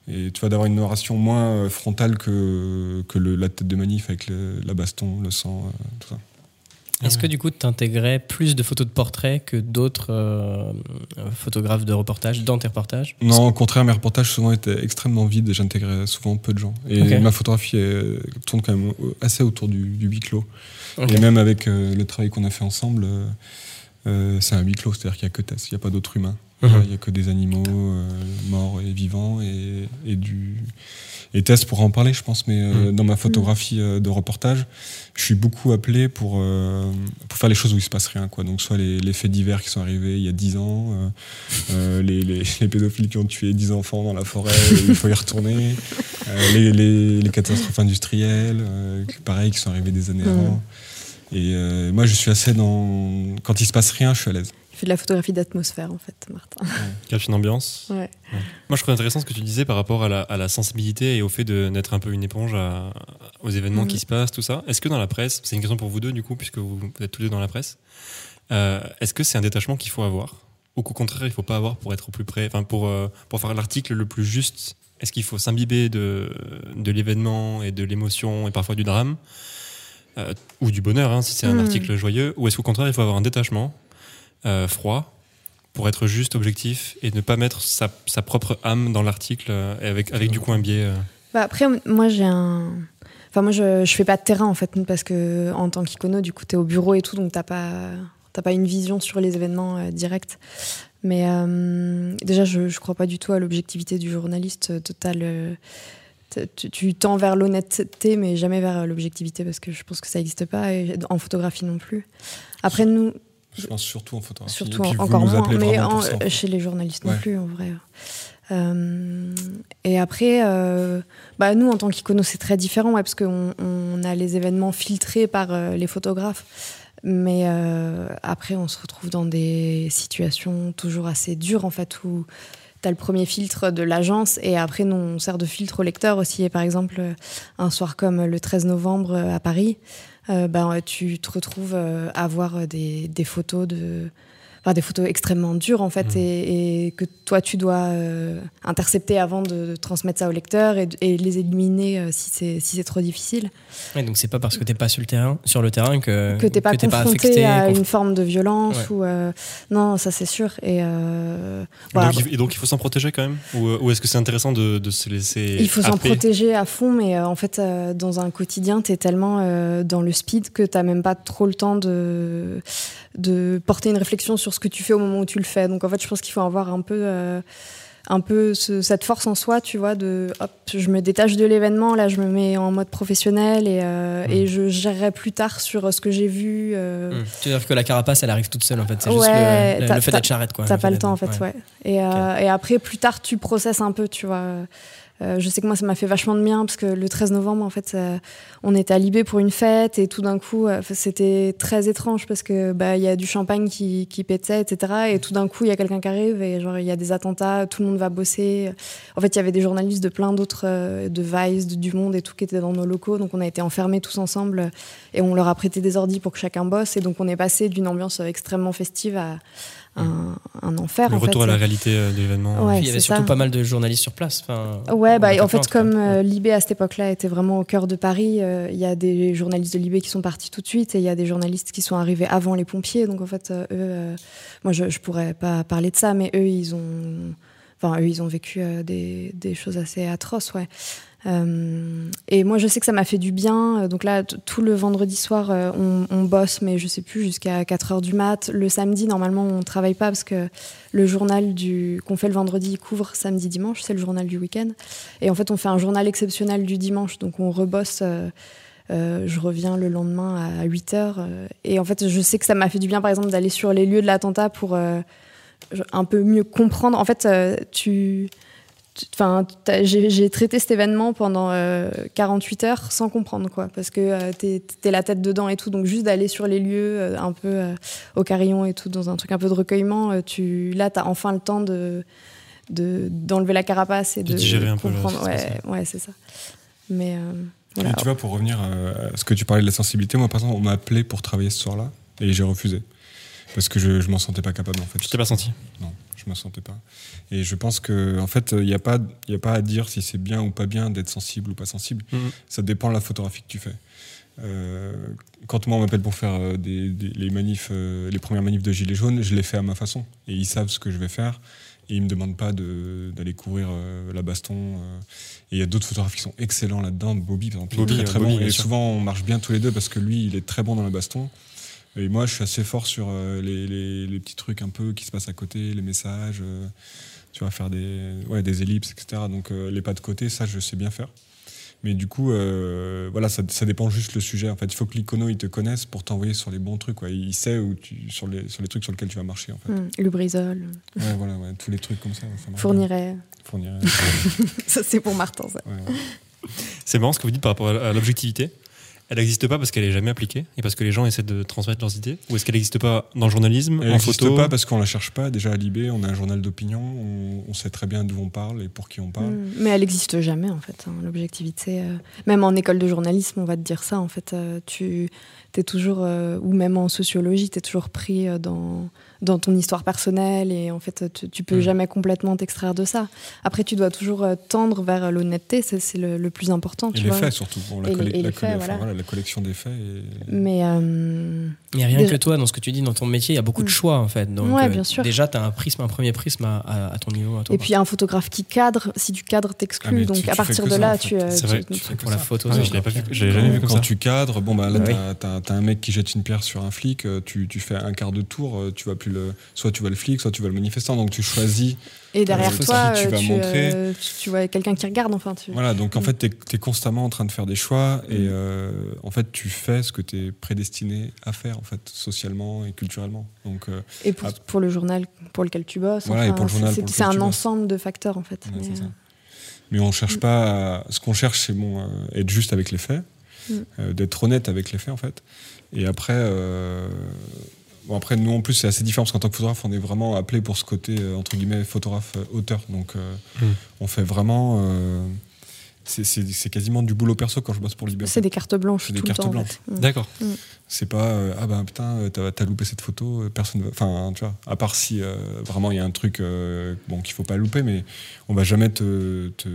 Et tu vois, d'avoir une narration moins frontale que, que le, la tête de manif avec le, la baston, le sang, euh, tout ça. Est-ce que du coup, tu intégrais plus de photos de portraits que d'autres euh, photographes de reportage dans tes reportages ? Non, au contraire, mes reportages souvent étaient extrêmement vides et j'intégrais souvent peu de gens. Et Okay. ma photographie elle, tourne quand même assez autour du, du huis clos. Okay. Et même avec euh, le travail qu'on a fait ensemble, euh, euh, c'est un huis clos, c'est-à-dire qu'il n'y a que Tess, il n'y a pas d'autres humains. Il Mhm. n'y a que des animaux euh, morts et vivants et, et du... Et Tess pourra en parler, je pense, mais euh, Mm. dans ma photographie euh, de reportage, je suis beaucoup appelé pour, euh, pour faire les choses où il se passe rien, quoi. Donc, soit les, les faits divers qui sont arrivés il y a dix ans, euh, euh, les, les, les pédophiles qui ont tué dix enfants dans la forêt, et il faut y retourner, euh, les, les, les catastrophes industrielles, euh, pareil, qui sont arrivées des années Mm. avant. Et euh, moi, je suis assez dans... Quand il se passe rien, je suis à l'aise. Il fait de la photographie d'atmosphère, en fait, Martin. Cache une ambiance. Ouais. Moi, je trouve intéressant ce que tu disais par rapport à la, à la sensibilité et au fait de n'être un peu une éponge à- aux événements Mhm. qui se passent, tout ça. Est-ce que dans la presse, c'est une question pour vous deux, du coup, puisque vous, vous êtes tous les deux dans la presse, euh, est-ce que c'est un détachement qu'il faut avoir ? Ou qu'au contraire, il ne faut pas avoir pour être au plus près, enfin, pour, euh, pour faire l'article le plus juste ? Est-ce qu'il faut s'imbiber de, de l'événement et de l'émotion et parfois du drame ? Euh, ou du bonheur, hein, si c'est un Mhm. article joyeux ? Ou est-ce qu'au contraire, il faut avoir un détachement euh, froid pour être juste objectif et ne pas mettre sa, sa propre âme dans l'article euh, et avec, avec du coup un biais euh. Bah après, moi, j'ai un... Enfin, moi, je, je fais pas de terrain, en fait, parce que en tant qu'icono, du coup, t'es au bureau et tout, donc t'as pas, t'as pas une vision sur les événements euh, directs. Mais euh, déjà, je, je crois pas du tout à l'objectivité du journaliste euh, total. euh, t- tu, tu tends vers l'honnêteté, mais jamais vers l'objectivité, parce que je pense que ça n'existe pas, et en photographie non plus. Après, nous, Je pense surtout en photographie. surtout Et puis en- vous encore nous moins, appelez mais vraiment en- pour ça, en fait. chez les journalistes non Ouais. plus, en vrai. Euh, et après, euh, bah nous, en tant qu'iconos, c'est très différent, ouais, parce qu'on on a les événements filtrés par euh, les photographes. Mais euh, après, on se retrouve dans des situations toujours assez dures, en fait, où tu as le premier filtre de l'agence et après, nous, on sert de filtre au lecteur aussi. Et par exemple, un soir comme le treize novembre à Paris, euh, ben, tu te retrouves euh, à avoir des, des photos de... Enfin, des photos extrêmement dures, en fait, Mmh. et, et que toi, tu dois euh, intercepter avant de, de transmettre ça au lecteur et, et les éliminer euh, si c'est si c'est trop difficile. Ouais, donc c'est pas parce que t'es pas sur le terrain, sur le terrain que Que t'es pas que confronté affecté, à conf- une forme de violence Ouais. ou... euh, non, ça, c'est sûr. Et, euh, voilà. donc, il- et donc il faut s'en protéger quand même ? Ou, euh, ou est-ce que c'est intéressant de, de se laisser Il faut s'en happer ? protéger à fond, mais euh, en fait, euh, dans un quotidien, t'es tellement euh, dans le speed que t'as même pas trop le temps de, de porter une réflexion sur ce que tu fais au moment où tu le fais. Donc en fait, je pense qu'il faut avoir un peu, euh, un peu ce- cette force en soi, tu vois, de hop, je me détache de l'événement, là, je me mets en mode professionnel et, euh, Mmh. et je gérerai plus tard sur ce que j'ai vu. euh, Hum. Tu veux dire que la carapace, elle arrive toute seule, en fait. C'est Ouais, juste le, le- t'as- le fait t'as- d'être charrette, quoi. T'as Le pas fait le temps, en d'être- fait, ouais. ouais. Et, euh, et après, plus tard, tu processes un peu, tu vois. Euh, je sais que moi, ça m'a fait vachement de bien parce que le treize novembre, en fait, ça- on était à Libé pour une fête et tout d'un coup, euh, c'était très étrange parce que bah, y a du champagne qui, qui pétait, et cetera. Et tout d'un coup, il y a quelqu'un qui arrive et genre il y a des attentats, tout le monde va bosser. En fait, il y avait des journalistes de plein d'autres, euh, de Vice, de, du Monde et tout qui étaient dans nos locaux. Donc on a été enfermés tous ensemble et on leur a prêté des ordis pour que chacun bosse. Et donc on est passé d'une ambiance extrêmement festive à un, un enfer. Le en retour fait. à la réalité euh, de l'événement. Ouais. Puis il y avait c'est surtout ça. pas mal de journalistes sur place. Enfin, Ouais, bah, on en fait, tout cas. comme Ouais. euh, Libé à cette époque-là était vraiment au cœur de Paris, euh, il y a des journalistes de Libé qui sont partis tout de suite et il y a des journalistes qui sont arrivés avant les pompiers. Donc en fait, euh, eux, euh, moi je, je pourrais pas parler de ça, mais eux, ils ont, enfin, eux, ils ont vécu euh, des, des choses assez atroces, ouais. Euh, et moi, je sais que ça m'a fait du bien. Donc là, t- tout le vendredi soir, euh, on, on bosse, mais je sais plus, jusqu'à quatre heures du mat. Le samedi, normalement, on travaille pas parce que le journal du, qu'on fait le vendredi, il couvre samedi-dimanche. C'est le journal du week-end. Et en fait, on fait un journal exceptionnel du dimanche. Donc on rebosse. Euh, euh, je reviens le lendemain à huit heures. Euh, et en fait, je sais que ça m'a fait du bien, par exemple, d'aller sur les lieux de l'attentat pour euh, un peu mieux comprendre. En fait, euh, tu... Enfin, j'ai, j'ai traité cet événement pendant euh, quarante-huit heures sans comprendre, quoi, parce que euh, t'es, t'es la tête dedans et tout, donc juste d'aller sur les lieux, euh, un peu euh, au carillon et tout, dans un truc un peu de recueillement, euh, tu, là, t'as enfin le temps de, de, d'enlever la carapace et De de, digérer un peu le- comprendre. ce qui se Ouais, passe. ouais, c'est ça. Mais euh, voilà. Mais tu vois, pour revenir à ce que tu parlais de la sensibilité, moi, par exemple, on m'a appelé pour travailler ce soir-là et j'ai refusé. Parce que je, je m'en sentais pas capable, en fait. Je t'ai pas senti. Non, je je me sentais pas. Et je pense que en fait, il n'y a pas, il y a pas à dire si c'est bien ou pas bien d'être sensible ou pas sensible. Mhm. Ça dépend de la photographie que tu fais. Euh, quand moi on m'appelle pour faire des, des, les manifs, euh, les premières manifs de Gilets jaunes, je les fais à ma façon. Et ils savent ce que je vais faire. Et ils me demandent pas de, d'aller couvrir euh, la baston. Euh. Et il y a d'autres photographes qui sont excellents là-dedans. Bobby, par exemple, Bobby, il est très, très Bobby, bon. bien Et sûr. souvent, on marche bien tous les deux parce que lui, il est très bon dans la baston. Et moi, je suis assez fort sur euh, les, les, les petits trucs un peu qui se passent à côté, les messages, euh, tu vois, faire des, ouais, des ellipses, et cetera. Donc, euh, les pas de côté, ça, je sais bien faire. Mais du coup, euh, voilà, ça, ça dépend juste le sujet. En fait, il faut que l'icono, il te connaisse pour t'envoyer sur les bons trucs. Quoi. Il sait où tu, sur, les, sur les trucs sur lesquels tu vas marcher. En fait. Mmh, Lubrizol, Ouais, voilà, ouais, tous les trucs comme ça. ça marche Fourniret. bien. Fourniret. Ça, c'est pour Martin, ça. Ouais, ouais. C'est marrant ce que vous dites par rapport à l'objectivité. Elle n'existe pas parce qu'elle n'est jamais appliquée et parce que les gens essaient de transmettre leurs idées? Ou est-ce qu'elle n'existe pas dans le journalisme, Elle en n'existe photo? pas parce qu'on la cherche pas. Déjà à Libé, on a un journal d'opinion, on, on sait très bien d'où on parle et pour qui on parle. Mmh, mais elle n'existe jamais, en fait, hein, l'objectivité. Euh, même en école de journalisme, on va te dire ça, en fait. Euh, tu es toujours, euh, ou même en sociologie, tu es toujours pris euh, dans, dans ton histoire personnelle et en fait, tu, tu peux Mmh. jamais complètement t'extraire de ça. Après, tu dois toujours euh, tendre vers l'honnêteté, c'est, c'est le, le plus important, Et tu les vois. faits surtout. Bon, la, Et colle- les- et la les colle- faits, enfin, voilà. voilà, la collection des faits. Et... Mais euh, Il n'y a rien Déjà- que toi dans ce que tu dis dans ton métier, il y a beaucoup de Mm. choix en fait. Donc, Ouais, euh, bien sûr. déjà, tu as un prisme, un premier prisme à, à- à ton niveau. À toi. et puis un photographe qui cadre, si tu cadres, Ah, t'exclus. mais donc tu- à tu partir fais que de ça, là, en fait. tu, euh, C'est tu- vrai, tu- tu fais pour la photo, Ah, c'est je l'avais pas encore vu, pire. j'avais jamais vu comme Quand ça. tu cadres, bon bah là Bah oui. t'as, t'as, t'as un mec qui jette une pierre sur un flic, euh, tu, tu fais un quart de tour, euh, tu vas plus le, soit tu vois le flic, soit tu vois le manifestant, donc tu choisis. Et derrière Euh, toi, qui tu euh, vas tu, montrer. euh, tu, tu vois quelqu'un qui regarde. Enfin, tu... Voilà, donc en Mm. fait t'es, t'es constamment en train de faire des choix et Mm. euh, en fait tu fais ce que t'es prédestiné à faire en fait socialement et culturellement. Donc euh, Et pour, Ah. pour le journal pour lequel tu bosses. Voilà, et enfin, pour le journal c'est, pour c'est lequel un tu bosses. ensemble de facteurs en fait. ouais, Mais, c'est ça. euh, Mais on cherche Mm. pas. À... Ce qu'on cherche, c'est bon, euh, être juste avec les faits, Mm. euh, d'être honnête avec les faits en fait. Et après, euh, bon après nous en plus c'est assez différent parce qu'en tant que photographe, on est vraiment appelé pour ce côté euh, entre guillemets photographe euh, auteur. Donc euh, Mm. on fait vraiment. Euh, c'est, c'est, c'est quasiment du boulot perso quand je bosse pour Libé. en c'est fait. des cartes blanches C'est des tout cartes le temps. blanches. En fait. Mm. D'accord. C'est pas euh, ah bah putain euh, t'as, t'as loupé cette photo, euh, personne va- enfin tu vois, à part si euh, vraiment il y a un truc euh, bon qu'il faut pas louper, mais on va jamais te, te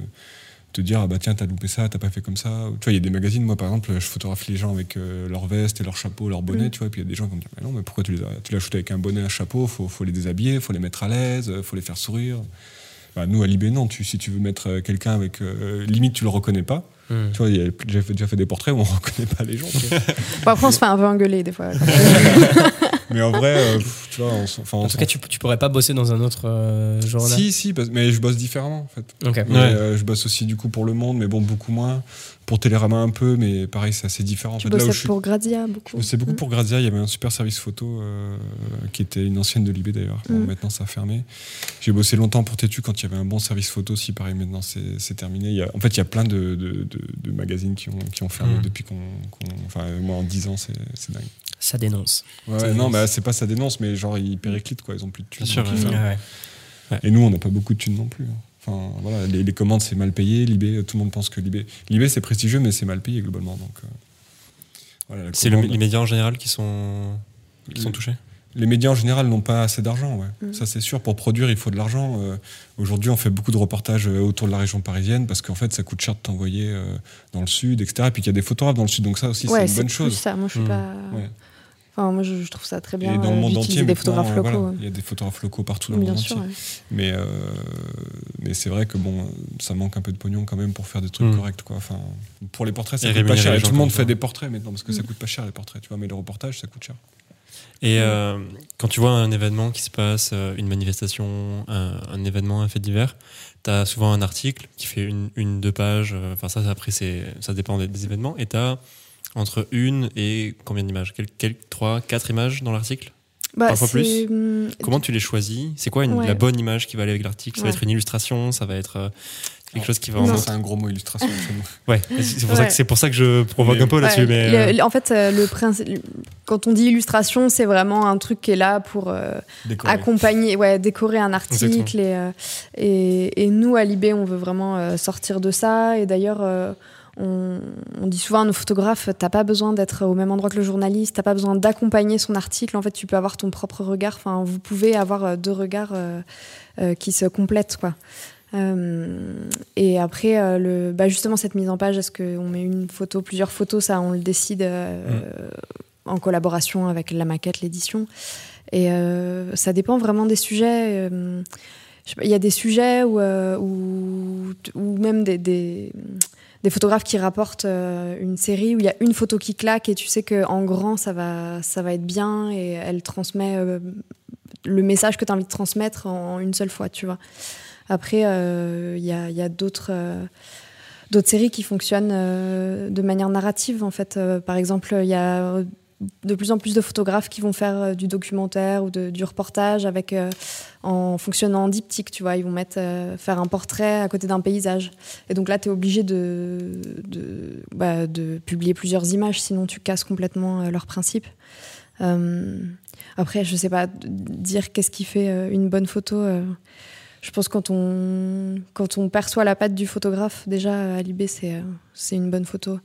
te dire ah bah tiens t'as loupé ça, t'as pas fait comme ça. Tu vois, il y a des magazines, moi par exemple je photographie les gens avec euh, leur veste et leur chapeau, leur bonnet, Mm. tu vois, et puis il y a des gens qui vont me dire mais non mais pourquoi tu les as, tu l'as shooté avec un bonnet, un chapeau, faut faut les déshabiller, faut les mettre à l'aise, faut les faire sourire. Bah, nous à Libé non, tu, si tu veux mettre euh, quelqu'un avec euh, limite tu le reconnais pas. Hmm. Tu vois, il y a- j'ai fait- déjà fait des portraits où on reconnaît pas les gens. tu vois. Bon, après, on se fait un peu engueuler des fois. Mais en vrai, euh, pff, tu vois, on, s'en- enfin, on En tout s'en cas, tu, tu pourrais pas bosser dans un autre euh, journal. Si, si, parce- mais je bosse différemment en fait. Ok. Mais, Ouais. euh, je bosse aussi du coup pour Le Monde, mais bon, beaucoup moins. Pour Télérama un peu, mais pareil, c'est assez différent. En Tu fait, là où bossais je suis- pour Grazia beaucoup. c'est beaucoup Mm. pour Grazia, il y avait un super service photo euh, qui était une ancienne de Libé d'ailleurs. Bon, Mm. maintenant ça a fermé. J'ai bossé longtemps pour Tétu quand il y avait un bon service photo aussi, pareil maintenant c'est, c'est terminé. Il y a, en fait il y a plein de, de, de, de magazines qui ont, qui ont fermé Mm. depuis qu'on, qu'on... Enfin moi en dix ans c'est, c'est dingue. Ça dénonce. Ouais, Ça ouais, non dénonce. bah, c'est pas ça dénonce, mais genre ils périclitent quoi, ils ont plus de thunes. Bien sûr, donc ouais. ils ferment. Ouais, ouais. Et nous, on n'a pas beaucoup de thunes non plus. hein. Enfin, voilà, les, les commandes, c'est mal payé. Libé, tout le monde pense que Libé... Libé, c'est prestigieux, mais c'est mal payé globalement. Donc, euh, voilà, la C'est le- commande- les médias en général qui sont, qui sont touchés. Les médias, en général, n'ont pas assez d'argent. Ouais. Mm. Ça, c'est sûr. Pour produire, il faut de l'argent. Euh, aujourd'hui, on fait beaucoup de reportages euh, autour de la région parisienne parce qu'en fait, ça coûte cher de t'envoyer euh, dans le sud, et cetera. Et puis qu'il y a des photographes dans le sud. Donc ça aussi, Ouais, c'est une bonne plus chose. ça. Moi, je suis Mm. pas. Ouais. Enfin, moi, je, je trouve ça très bien. Et dans le euh, monde d'utiliser entier, des maintenant, photographes euh, locaux. voilà, ouais. il y a des photographes locaux partout dans le Bien monde sûr. entier. ouais. Mais, euh, mais c'est vrai que bon, ça manque un peu de pognon quand même pour faire des trucs Mm. corrects. Quoi. Enfin, pour les portraits, ça Et coûte pas rémunérer cher. les Et gens tout le monde comme fait ça. des portraits maintenant parce que ça Mm. coûte pas cher les portraits. Tu vois, mais le reportage, ça coûte cher. Et euh, quand tu vois un événement qui se passe, euh, une manifestation, un, un événement, un fait divers, tu as souvent un article qui fait une, une deux pages. euh, Enfin, ça, après, c'est, ça dépend des, des événements. Et tu as entre une et combien d'images Quel- quel- Trois, quatre images dans l'article Bah, Parfois c'est, hum, Comment tu les choisis C'est quoi une, Ouais. la bonne image qui va aller avec l'article Ça va Ouais. être une illustration Ça va être euh, quelque chose qui va en Non. Ça, montre c'est un gros mot illustration chez nous. Ouais, c'est pour, ça Ouais. que, c'est pour ça que je provoque Mais- un peu là-dessus. ouais, mais, le- euh, le- en fait, euh, le principe, quand on dit illustration, c'est vraiment un truc qui est là pour euh, Décoré. accompagner, ouais, décorer un article. Exactement. Et, euh, et, et nous, à Libé, on veut vraiment euh, sortir de ça. Et d'ailleurs, euh, on, on dit souvent à nos photographes, t'as pas besoin d'être au même endroit que le journaliste, t'as pas besoin d'accompagner son article. En fait, tu peux avoir ton propre regard. Enfin, vous pouvez avoir deux regards euh, euh, qui se complètent, quoi. Euh, et après, euh, le, bah justement, cette mise en page, est-ce qu'on met une photo, plusieurs photos, ça, on le décide euh, mmh. en collaboration avec la maquette, l'édition. Et euh, ça dépend vraiment des sujets. Euh, il y a des sujets où, euh, où, où même des, des, des photographes qui rapportent euh, une série où il y a une photo qui claque et tu sais qu'en grand, ça va, ça va être bien et elle transmet euh, le message que tu as envie de transmettre en une seule fois, tu vois. Après, il euh, y a, y a d'autres, euh, d'autres séries qui fonctionnent euh, de manière narrative, en fait. Euh, par exemple, il y a de plus en plus de photographes qui vont faire euh, du documentaire ou de, du reportage avec, euh, en fonctionnant en diptyque, tu vois. Ils vont mettre, euh, faire un portrait à côté d'un paysage. Et donc là, tu es obligé de, de, bah, de publier plusieurs images, sinon tu casses complètement euh, leur principe. Euh, après, je sais pas, dire qu'est-ce qui fait euh, une bonne photo... Euh, Je pense que quand on, quand on perçoit la patte du photographe, déjà, à Libé, c'est, c'est une bonne photo.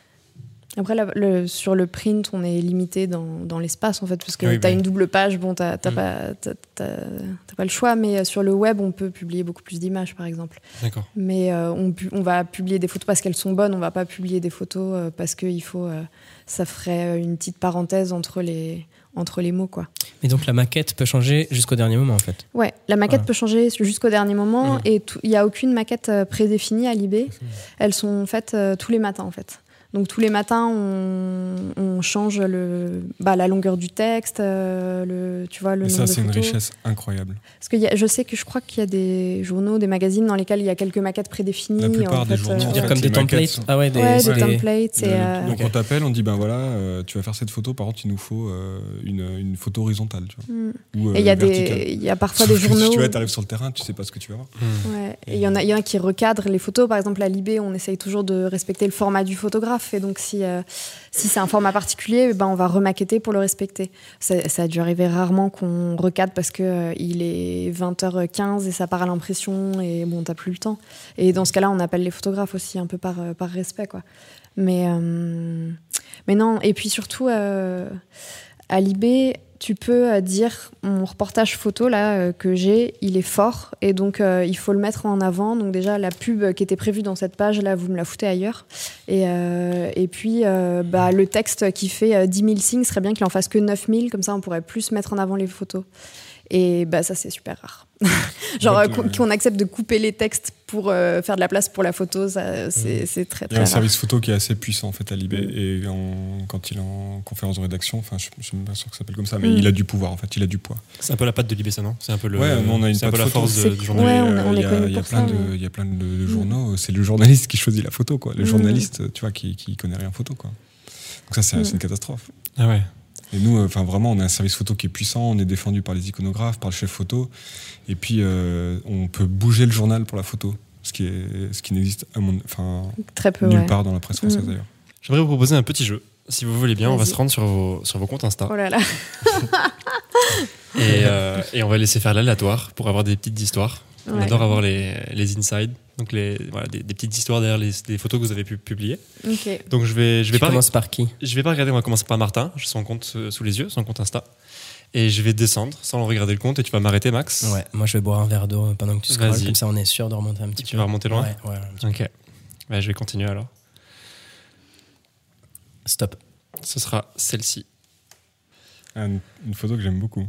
Après, la, le, sur le print, on est limité dans, dans l'espace, en fait, parce que oui, tu as oui. une double page, bon, tu n'as mmh. pas, t'as, t'as, t'as pas le choix, mais sur le web, on peut publier beaucoup plus d'images, par exemple. D'accord. Mais euh, on, on va publier des photos parce qu'elles sont bonnes, on ne va pas publier des photos euh, parce que il faut, euh, ça ferait une petite parenthèse entre les... entre les mots, quoi. Mais donc la maquette peut changer jusqu'au dernier moment, en fait. Ouais, la maquette voilà. peut changer jusqu'au dernier moment mmh. et il n'y a aucune maquette prédéfinie à Libé. Elles sont faites euh, tous les matins, en fait. Donc tous les matins, on, on change le, bah, la longueur du texte, euh, le, tu vois, le et nombre ça, c'est de photos. Une richesse incroyable. Parce que y a, je sais que je crois qu'il y a des journaux, des magazines dans lesquels il y a quelques maquettes prédéfinies. La plupart en des fait, journaux, euh, en fait, comme des templates. Sont... Ah ouais, des, ouais, des des templates. Le, euh... Donc okay. on t'appelle, on dit ben voilà, euh, tu vas faire cette photo. Par contre, il nous faut euh, une, une photo horizontale, tu vois. Mm. Ou, euh, et il y a des, il y a parfois des journaux. Si tu vois, t'arrives sur le terrain, tu sais pas ce que tu vas voir. Mm. Ouais. Et il y en a, il y en a qui recadrent les photos. Par exemple, à Libé, on essaye toujours de respecter le format du photographe. Et donc si euh, si c'est un format particulier, ben on va remaqueter pour le respecter. Ça, ça a dû arriver rarement qu'on recadre parce que euh, il est vingt heures quinze et ça part à l'impression et bon, t'as plus le temps. Et dans ce cas-là, on appelle les photographes aussi un peu par euh, par respect, quoi. Mais euh, mais non. Et puis surtout euh, à Libé, tu peux dire mon reportage photo là euh, que j'ai, il est fort et donc euh, il faut le mettre en avant. Donc déjà la pub qui était prévue dans cette page là, vous me la foutez ailleurs. Et euh, et puis euh, bah le texte qui fait euh, dix mille signes serait bien qu'il en fasse que neuf mille, comme ça on pourrait plus mettre en avant les photos. Et bah ça c'est super rare. Genre euh, qu'on accepte de couper les textes pour euh, faire de la place pour la photo, ça, c'est, mmh. c'est très très rare. Il y a un rare. Service photo qui est assez puissant en fait à Libé, mmh. et en, quand il est en conférence de rédaction, enfin je, je suis même pas sûr que ça s'appelle comme ça, mais mmh. il a du pouvoir en fait, il a du poids. C'est un peu la patte de Libé, ça, non? C'est un peu le. Ouais, nous, on a une c'est un peu la force de, du journal. Ouais, on, on il est y a, connu il y a pour plein ça, de, mais... il y a plein de, de journaux. Mmh. C'est le journaliste qui choisit la photo, quoi. Le mmh. journaliste, tu vois, qui qui connaît rien photo, quoi. Donc ça, c'est, mmh. c'est une catastrophe. Ah ouais. Et nous, enfin euh, vraiment, on a un service photo qui est puissant, on est défendu par les iconographes, par le chef photo, et puis euh, on peut bouger le journal pour la photo, ce qui est, ce qui n'existe à mon, enfin très peu, nulle ouais. part dans la presse française mmh. d'ailleurs. J'aimerais vous proposer un petit jeu, si vous voulez bien. Vas-y. On va se rendre sur vos sur vos comptes Insta. Oh là là. et euh, et on va laisser faire l'aléatoire pour avoir des petites histoires. On ouais. adore avoir les les insides. Donc les, voilà, des, des petites histoires derrière les, les photos que vous avez pu publier. Okay. Donc je vais, je vais tu pas. commences par qui? Je vais pas regarder. On va commencer par Martin. J'ai son compte sous les yeux, son compte Insta. Et je vais descendre sans regarder le compte et tu vas m'arrêter, Max. Ouais. Moi je vais boire un verre d'eau pendant que tu scrolles. Comme ça on est sûr de remonter un petit tu peu. Tu vas remonter loin. Ouais. ouais un ok. Ouais, je vais continuer alors. Stop. Ce sera celle-ci. Ah, une, une photo que j'aime beaucoup.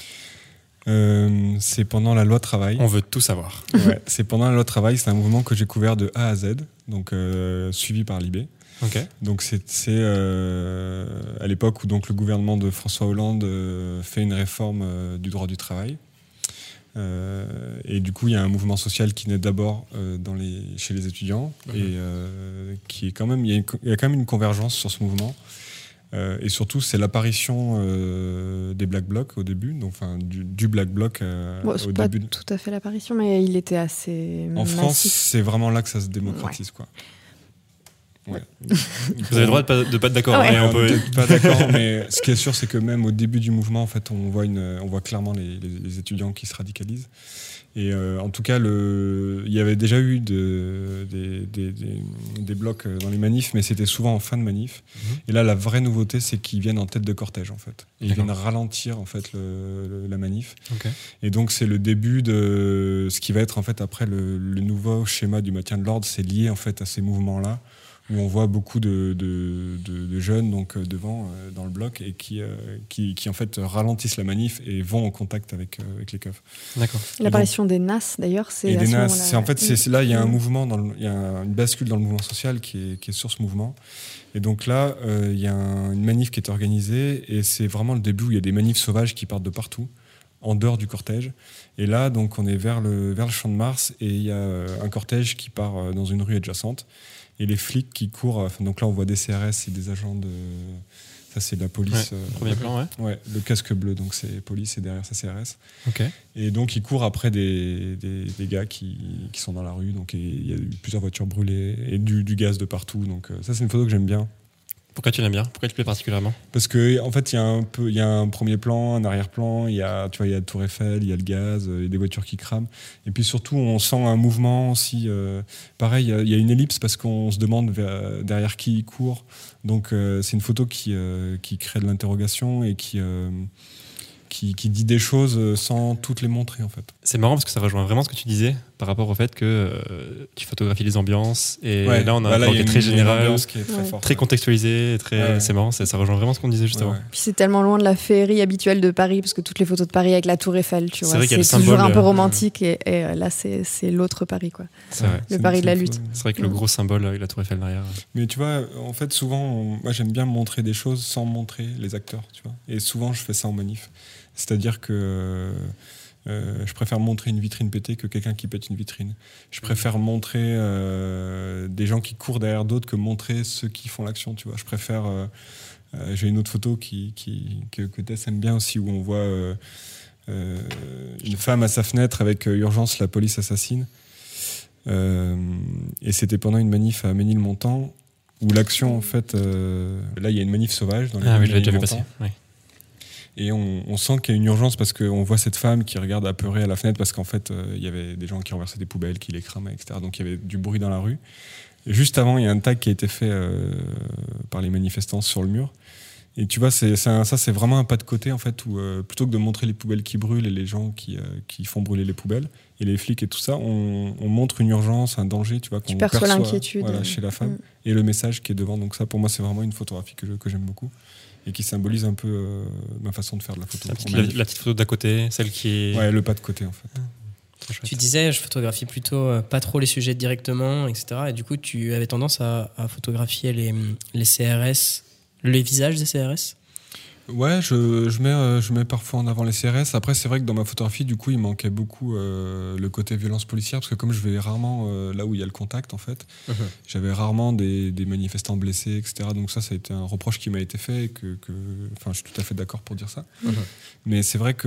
Euh, c'est pendant la loi travail. On veut tout savoir. Ouais, c'est pendant la loi travail. C'est un mouvement que j'ai couvert de A à Z, donc euh, suivi par Libé. Okay. Donc c'est, c'est euh, à l'époque où donc le gouvernement de François Hollande euh, fait une réforme euh, du droit du travail. Euh, et du coup, il y a un mouvement social qui naît d'abord euh, dans les, chez les étudiants mmh. et euh, qui est quand même, il y, a une, il y a quand même une convergence sur ce mouvement. Euh, et surtout, c'est l'apparition euh, des Black Blocs au début, donc enfin du, du Black Bloc euh, bon, c'est au pas début. Tout à fait l'apparition, mais il était assez. En massif. France, c'est vraiment là que ça se démocratise, ouais. quoi. Ouais. Vous avez le droit de pas, de pas être d'accord. Ah ouais. hein, on peut... peut-être pas d'accord, mais ce qui est sûr, c'est que même au début du mouvement, en fait, on voit, une, on voit clairement les, les, les étudiants qui se radicalisent. Et euh, en tout cas, le, il y avait déjà eu de, des, des, des, des blocs dans les manifs, mais c'était souvent en fin de manif. Mmh. Et là, la vraie nouveauté, c'est qu'ils viennent en tête de cortège, en fait. Et ils viennent ralentir en fait le, le, la manif. Okay. Et donc, c'est le début de ce qui va être en fait après le, le nouveau schéma du maintien de l'ordre. C'est lié en fait à ces mouvements-là, où on voit beaucoup de, de, de, de jeunes donc devant euh, dans le bloc et qui, euh, qui, qui en fait ralentissent la manif et vont en contact avec, euh, avec les keufs. D'accord. L'apparition donc, des N A S d'ailleurs, c'est et à des ce N A S, c'est en fait mmh. c'est là il y a un mouvement, dans le, il y a une bascule dans le mouvement social qui est, qui est sur ce mouvement. Et donc là euh, il y a un, une manif qui est organisée et c'est vraiment le début où il y a des manifs sauvages qui partent de partout, en dehors du cortège. Et là donc on est vers le vers le Champ de Mars et il y a un cortège qui part dans une rue adjacente. Et les flics qui courent, donc là on voit des C R S et des agents de... Ça c'est de la police. Ouais, premier euh, plan, ouais. Ouais, le casque bleu, donc c'est police et derrière ça C R S. Okay. Et donc ils courent après des, des, des gars qui, qui sont dans la rue, donc il y a eu plusieurs voitures brûlées et du, du gaz de partout. Donc ça c'est une photo que j'aime bien. Pourquoi tu l'aimes bien ? Pourquoi tu plais particulièrement ? Parce que en fait il y a un peu, il y a un premier plan, un arrière-plan, il y a, tu vois, il y a la Tour Eiffel, il y a le gaz, il y a des voitures qui crament. Et puis surtout on sent un mouvement aussi. Euh, pareil, il y a une ellipse parce qu'on se demande vers, derrière qui il court. Donc euh, c'est une photo qui euh, qui crée de l'interrogation et qui euh, Qui, qui dit des choses sans toutes les montrer en fait. C'est marrant parce que ça rejoint vraiment ce que tu disais par rapport au fait que euh, tu photographies les ambiances et ouais, là on a bah un plan qui est très général, qui est très, ouais. forte, très ouais. contextualisé, très, ouais. c'est marrant, ça, ça rejoint vraiment ce qu'on disait juste ouais, avant. ouais. Puis c'est tellement loin de la féerie habituelle de Paris parce que toutes les photos de Paris avec la Tour Eiffel, tu c'est vois, vrai c'est toujours toujours un peu euh, romantique et, et là c'est, c'est l'autre Paris quoi. C'est vrai. Le c'est Paris une, de la une lutte. photo. C'est vrai que le gros symbole avec la Tour Eiffel derrière. Mais tu vois, en fait souvent, on, moi j'aime bien montrer des choses sans montrer les acteurs, tu vois. Et souvent je fais ça en manif. C'est-à-dire que euh, je préfère montrer une vitrine pétée que quelqu'un qui pète une vitrine. Je préfère montrer euh, des gens qui courent derrière d'autres que montrer ceux qui font l'action, tu vois. Je préfère... Euh, euh, j'ai une autre photo qui, qui, que, que Tess aime bien aussi, où on voit euh, euh, une femme à sa fenêtre avec euh, urgence, la police assassine. Euh, et c'était pendant une manif à Ménilmontant, où l'action, en fait... Euh, là, il y a une manif sauvage dans les Ah oui, je l'ai déjà vu passer. Oui. Et on, on sent qu'il y a une urgence parce qu'on voit cette femme qui regarde apeurée à la fenêtre parce qu'en fait, euh, il y avait des gens qui renversaient des poubelles, qui les cramaient, et cetera. Donc il y avait du bruit dans la rue. Et juste avant, il y a un tag qui a été fait euh, par les manifestants sur le mur. Et tu vois, c'est, c'est un, ça, c'est vraiment un pas de côté, en fait, où euh, plutôt que de montrer les poubelles qui brûlent et les gens qui, euh, qui font brûler les poubelles, et les flics et tout ça, on, on montre une urgence, un danger, tu vois, qu'on tu perçois, perçoit l'inquiétude voilà, chez la femme, mmh. et le message qui est devant. Donc ça, pour moi, c'est vraiment une photographie que, je, que j'aime beaucoup. Et qui symbolise un peu euh, ma façon de faire de la photo. La petite, la, la petite photo d'à côté, celle qui est... Ouais, le pas de côté en fait. Tu disais, je photographie plutôt euh, pas trop les sujets directement, et cetera. Et du coup, tu avais tendance à, à photographier les, les C R S, les visages des C R S ? Ouais, je, je, mets, euh, je mets parfois en avant les C R S. Après, c'est vrai que dans ma photographie, du coup, il manquait beaucoup euh, le côté violence policière, parce que comme je vais rarement euh, là où il y a le contact, en fait, uh-huh. j'avais rarement des, des manifestants blessés, et cetera. Donc ça, ça a été un reproche qui m'a été fait, et que, que, enfin, je suis tout à fait d'accord pour dire ça. Uh-huh. Mais c'est vrai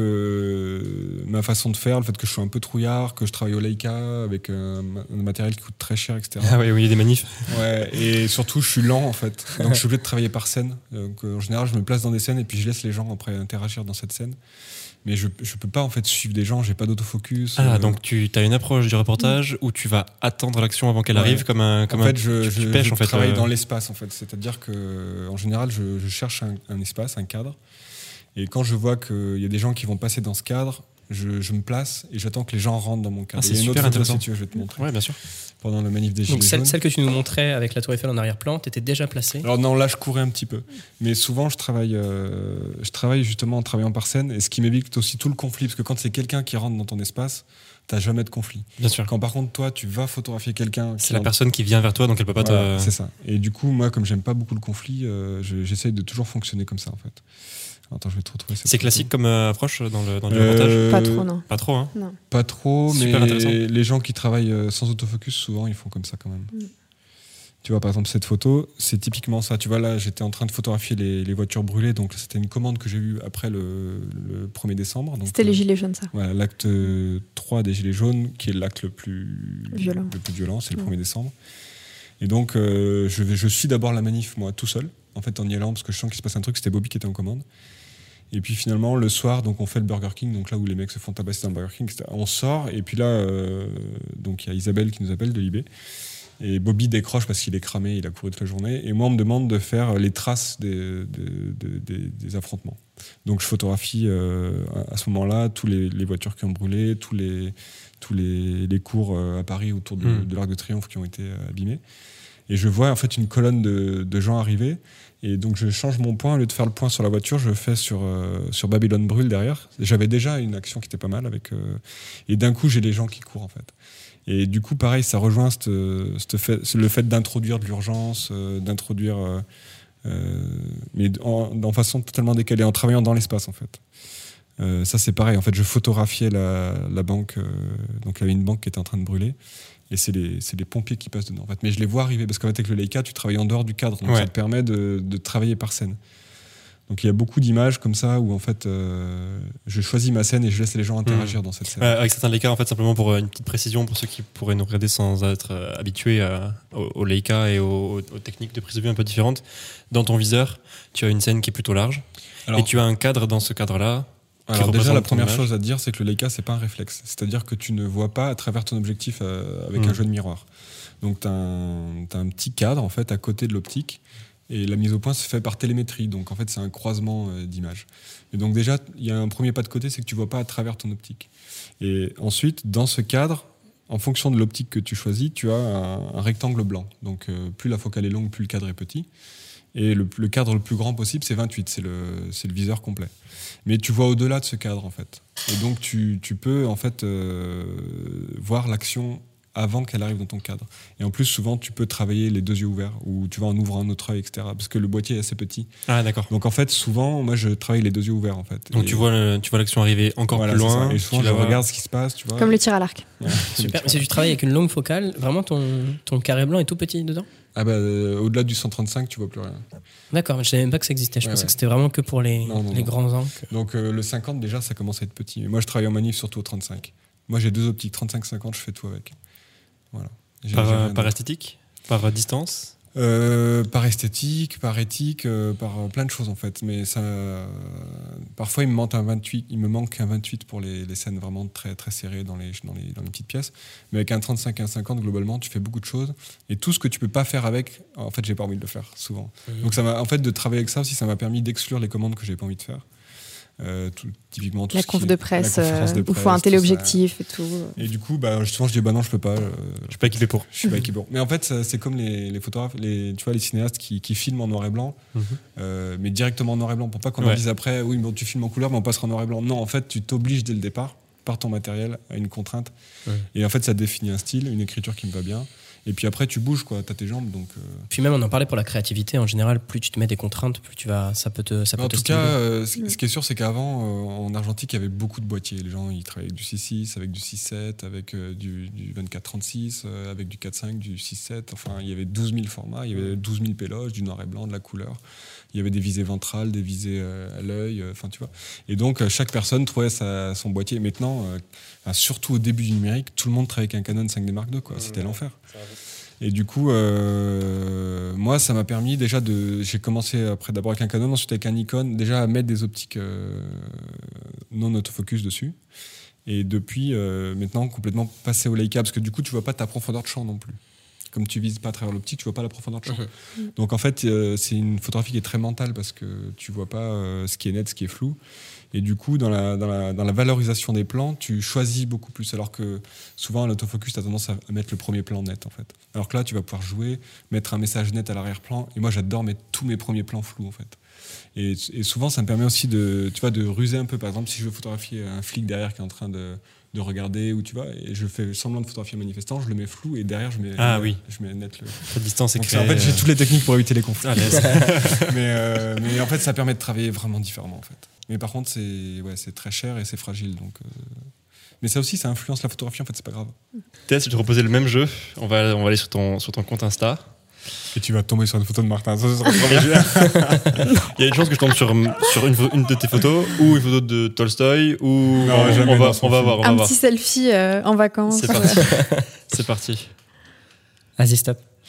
que ma façon de faire, le fait que je sois un peu trouillard, que je travaille au Leica, avec un, un matériel qui coûte très cher, et cetera. Ah oui, oui, il y a des manifs. Ouais, et surtout, je suis lent, en fait. Donc je suis obligé de travailler par scène. Donc, en général, je me place dans des scènes, et puis je laisse les gens après interagir dans cette scène, mais je je peux pas en fait suivre des gens, j'ai pas d'autofocus. Ah euh... donc tu as une approche du reportage mmh. où tu vas attendre l'action avant qu'elle ouais. arrive comme un comme en fait un, je, tu, je, tu pêches je en fait travaille euh... dans l'espace en fait, c'est-à-dire que en général je, je cherche un, un espace, un cadre, et quand je vois qu'il y a des gens qui vont passer dans ce cadre, je, je me place et j'attends que les gens rentrent dans mon cadre. Ah, c'est il y a une super autre intéressant. photo, si tu veux, je vais te montrer. Ouais, bien sûr. Pendant le manif des Gilets Donc celle, jaunes. celle que tu nous montrais avec la Tour Eiffel en arrière-plan, t'étais déjà placé ? Alors non, là je courais un petit peu, mais souvent je travaille, euh, je travaille justement en travaillant par scène, et ce qui m'évite aussi tout le conflit, parce que quand c'est quelqu'un qui rentre dans ton espace, t'as jamais de conflit. Bien sûr. Quand par contre toi tu vas photographier quelqu'un, c'est la rentre... personne qui vient vers toi, donc elle peut pas voilà, te. C'est ça. Et du coup moi comme j'aime pas beaucoup le conflit, euh, je, j'essaye de toujours fonctionner comme ça en fait. Attends, je vais te retrouver. C'est classique comme euh, approche dans le, dans le euh, reportage ? Pas trop, non. Pas trop, hein ? Non. Pas trop, super mais intéressant. Les gens qui travaillent sans autofocus, souvent, ils font comme ça quand même. Mm. Tu vois, par exemple, cette photo, c'est typiquement ça. Tu vois, là, j'étais en train de photographier les, les voitures brûlées, donc c'était une commande que j'ai eue après le, le premier décembre. Donc, c'était euh, les Gilets jaunes, ça. Voilà, l'acte trois des Gilets jaunes, qui est l'acte le plus violent. Le plus violent, c'est le mm. premier décembre. Et donc, euh, je, vais, je suis d'abord la manif, moi, tout seul, en fait, en y allant, parce que je sens qu'il se passe un truc. C'était Bobby qui était en commande. Et puis finalement, le soir, donc on fait le Burger King, donc là où les mecs se font tabasser dans le Burger King, et cetera. On sort, et puis là, euh, donc il y a Isabelle qui nous appelle de Libé. Et Bobby décroche parce qu'il est cramé, il a couru toute la journée. Et moi, on me demande de faire les traces des, de, de, des, des affrontements. Donc je photographie euh, à ce moment-là tous les, les voitures qui ont brûlé, tous les, tous les, les cours à Paris autour de, mmh. de l'Arc de Triomphe qui ont été abîmés. Et je vois en fait une colonne de, de gens arriver. Et donc je change mon point, au lieu de faire le point sur la voiture, je le fais sur, euh, sur Babylone brûle derrière. J'avais déjà une action qui était pas mal. Avec, euh, et d'un coup, j'ai les gens qui courent en fait. Et du coup, pareil, ça rejoint cette, cette fait, le fait d'introduire de l'urgence, euh, d'introduire, euh, euh, mais en, en façon totalement décalée, en travaillant dans l'espace en fait. Euh, ça c'est pareil, en fait, je photographiais la, la banque, euh, donc il y avait une banque qui était en train de brûler, et c'est les, c'est les pompiers qui passent dedans en fait. Mais je les vois arriver, parce qu'en fait avec le Leica, tu travailles en dehors du cadre, donc ouais. ça te permet de, de travailler par scène. Donc il y a beaucoup d'images comme ça où en fait euh, je choisis ma scène et je laisse les gens interagir mmh. dans cette scène. Euh, avec certains Leica, en fait, simplement pour une petite précision pour ceux qui pourraient nous regarder sans être euh, habitués à, au, au Leica et aux, aux techniques de prise de vue un peu différentes, dans ton viseur, tu as une scène qui est plutôt large. Alors, et tu as un cadre dans ce cadre-là. Alors déjà la première chose à dire, c'est que le Leica c'est pas un réflexe, c'est-à-dire que tu ne vois pas à travers ton objectif euh, avec mmh. un jeu de miroir. Donc tu as un, t'as un petit cadre en fait à côté de l'optique. Et la mise au point se fait par télémétrie, donc en fait c'est un croisement euh, d'images. Et donc déjà, il y a un premier pas de côté, c'est que tu vois pas à travers ton optique. Et ensuite, dans ce cadre, en fonction de l'optique que tu choisis, tu as un, un rectangle blanc. Donc euh, plus la focale est longue, plus le cadre est petit. Et le, le cadre le plus grand possible, c'est vingt-huit, c'est le, c'est le viseur complet. Mais tu vois au-delà de ce cadre en fait. Et donc tu, tu peux en fait euh, voir l'action avant qu'elle arrive dans ton cadre. Et en plus, souvent, tu peux travailler les deux yeux ouverts, ou tu vas en ouvrant un autre œil, et cetera. Parce que le boîtier est assez petit. Ah, d'accord. Donc, en fait, souvent, moi, je travaille les deux yeux ouverts, en fait. Donc, et tu vois, le, tu vois l'action arriver encore voilà, plus loin. Et souvent, tu je vois... regarde ce qui se passe, tu vois. Comme le tir à l'arc. Ouais, super. Si tu travailles avec une longue focale, vraiment, ton, ton carré blanc est tout petit dedans ? Ah bah, euh, au-delà du cent trente-cinq, tu vois plus rien. D'accord, mais je savais même pas que ça existait. Je ouais, pensais ouais. que c'était vraiment que pour les, non, non, les non. grands angles. Donc, euh, le cinquante, déjà, ça commence à être petit. Mais moi, je travaille en manif surtout au trente-cinq. Moi, j'ai deux optiques, trente-cinq cinquante, je fais tout avec. Voilà. J'ai, par, j'ai par esthétique ? Par distance ? euh, Par esthétique, par éthique, euh, par euh, plein de choses en fait. Mais ça, euh, parfois il me manque un vingt-huit, il me manque un vingt-huit pour les, les scènes vraiment très très serrées dans les dans les dans les petites pièces. Mais avec un trente-cinq et un cinquante, globalement, tu fais beaucoup de choses. Et tout ce que tu peux pas faire avec, en fait, j'ai pas envie de le faire souvent. Mmh. Donc ça m'a, en fait, de travailler avec ça aussi, ça m'a permis d'exclure les commandes que j'ai pas envie de faire. Euh, tout, typiquement tout la ce conf qui de est, presse, euh, où il faut un téléobjectif et tout. Et du coup, bah, justement, je dis bah non, je peux pas. Euh, je suis pas équipé pour. Je suis pas équipé pour. Mais en fait, ça, c'est comme les, les photographes, les, tu vois, les cinéastes qui, qui filment en noir et blanc, mm-hmm. euh, mais directement en noir et blanc, pour pas qu'on ouais. leur dise après, oui, mais tu filmes en couleur, mais on passera en noir et blanc. Non, en fait, tu t'obliges dès le départ par ton matériel à une contrainte. Ouais. Et en fait, ça définit un style, une écriture qui me va bien. Et puis après, tu bouges, quoi. T'as tes jambes, donc. Euh... Puis même, on en parlait pour la créativité. En général, plus tu te mets des contraintes, plus tu vas, ça peut te, ça peut en te tout stimuler. cas, euh, ce, ce qui est sûr, c'est qu'avant, euh, en argentique, il y avait beaucoup de boîtiers. Les gens, ils travaillaient avec du six six, avec du six sept, avec euh, du, du vingt-quatre trente-six, euh, avec du quatre cinq, du six sept. Enfin, il y avait douze mille formats, il y avait douze mille péloges, du noir et blanc, de la couleur. Il y avait des visées ventrales, des visées euh, à l'œil, enfin, euh, tu vois. Et donc, euh, chaque personne trouvait sa, son boîtier. Et maintenant, euh, enfin, surtout au début du numérique, tout le monde travaillait avec un Canon cinq D Mark deux, quoi. Mmh, C'était ouais, l'enfer. Et du coup, euh, moi, ça m'a permis déjà de. J'ai commencé après d'abord avec un Canon, ensuite avec un Nikon, déjà à mettre des optiques euh, non autofocus dessus. Et depuis, euh, maintenant, complètement passé au Leica, parce que du coup, tu vois pas ta profondeur de champ non plus. Comme tu vises pas à travers l'optique, tu vois pas la profondeur de champ. Mmh. Donc en fait, euh, c'est une photographie qui est très mentale parce que tu vois pas euh, ce qui est net, ce qui est flou. Et du coup, dans la, dans, la, dans la valorisation des plans, tu choisis beaucoup plus. Alors que souvent, à l'autofocus, tu as tendance à mettre le premier plan net, en fait. Alors que là, tu vas pouvoir jouer, mettre un message net à l'arrière-plan. Et moi, j'adore mettre tous mes premiers plans flous, en fait. Et, et souvent, ça me permet aussi de, tu vois, de ruser un peu. Par exemple, si je veux photographier un flic derrière qui est en train de, de regarder, ou tu vois, et je fais semblant de photographier un manifestant, je le mets flou et derrière, je mets, ah, je, oui. je mets net le. La distance est Donc, créée. En fait, j'ai toutes les techniques pour éviter les conflits. Ah, mais, euh, mais en fait, ça permet de travailler vraiment différemment, en fait. Mais par contre, c'est, ouais, c'est très cher et c'est fragile. Donc, euh... Mais ça aussi, ça influence la photographie, en fait, c'est pas grave. Tess, je te proposais le même jeu. On va, on va aller sur ton, sur ton compte Insta. Et tu vas tomber sur une photo de Martin. Ça, ça sera trop bien. Il y a une chance que je tombe sur, sur une, une de tes photos ou une photo de Tolstoï ou non, on, jamais on, va, on va voir. On un va petit voir. selfie euh, en vacances. C'est parti. C'est parti. Vas-y, stop.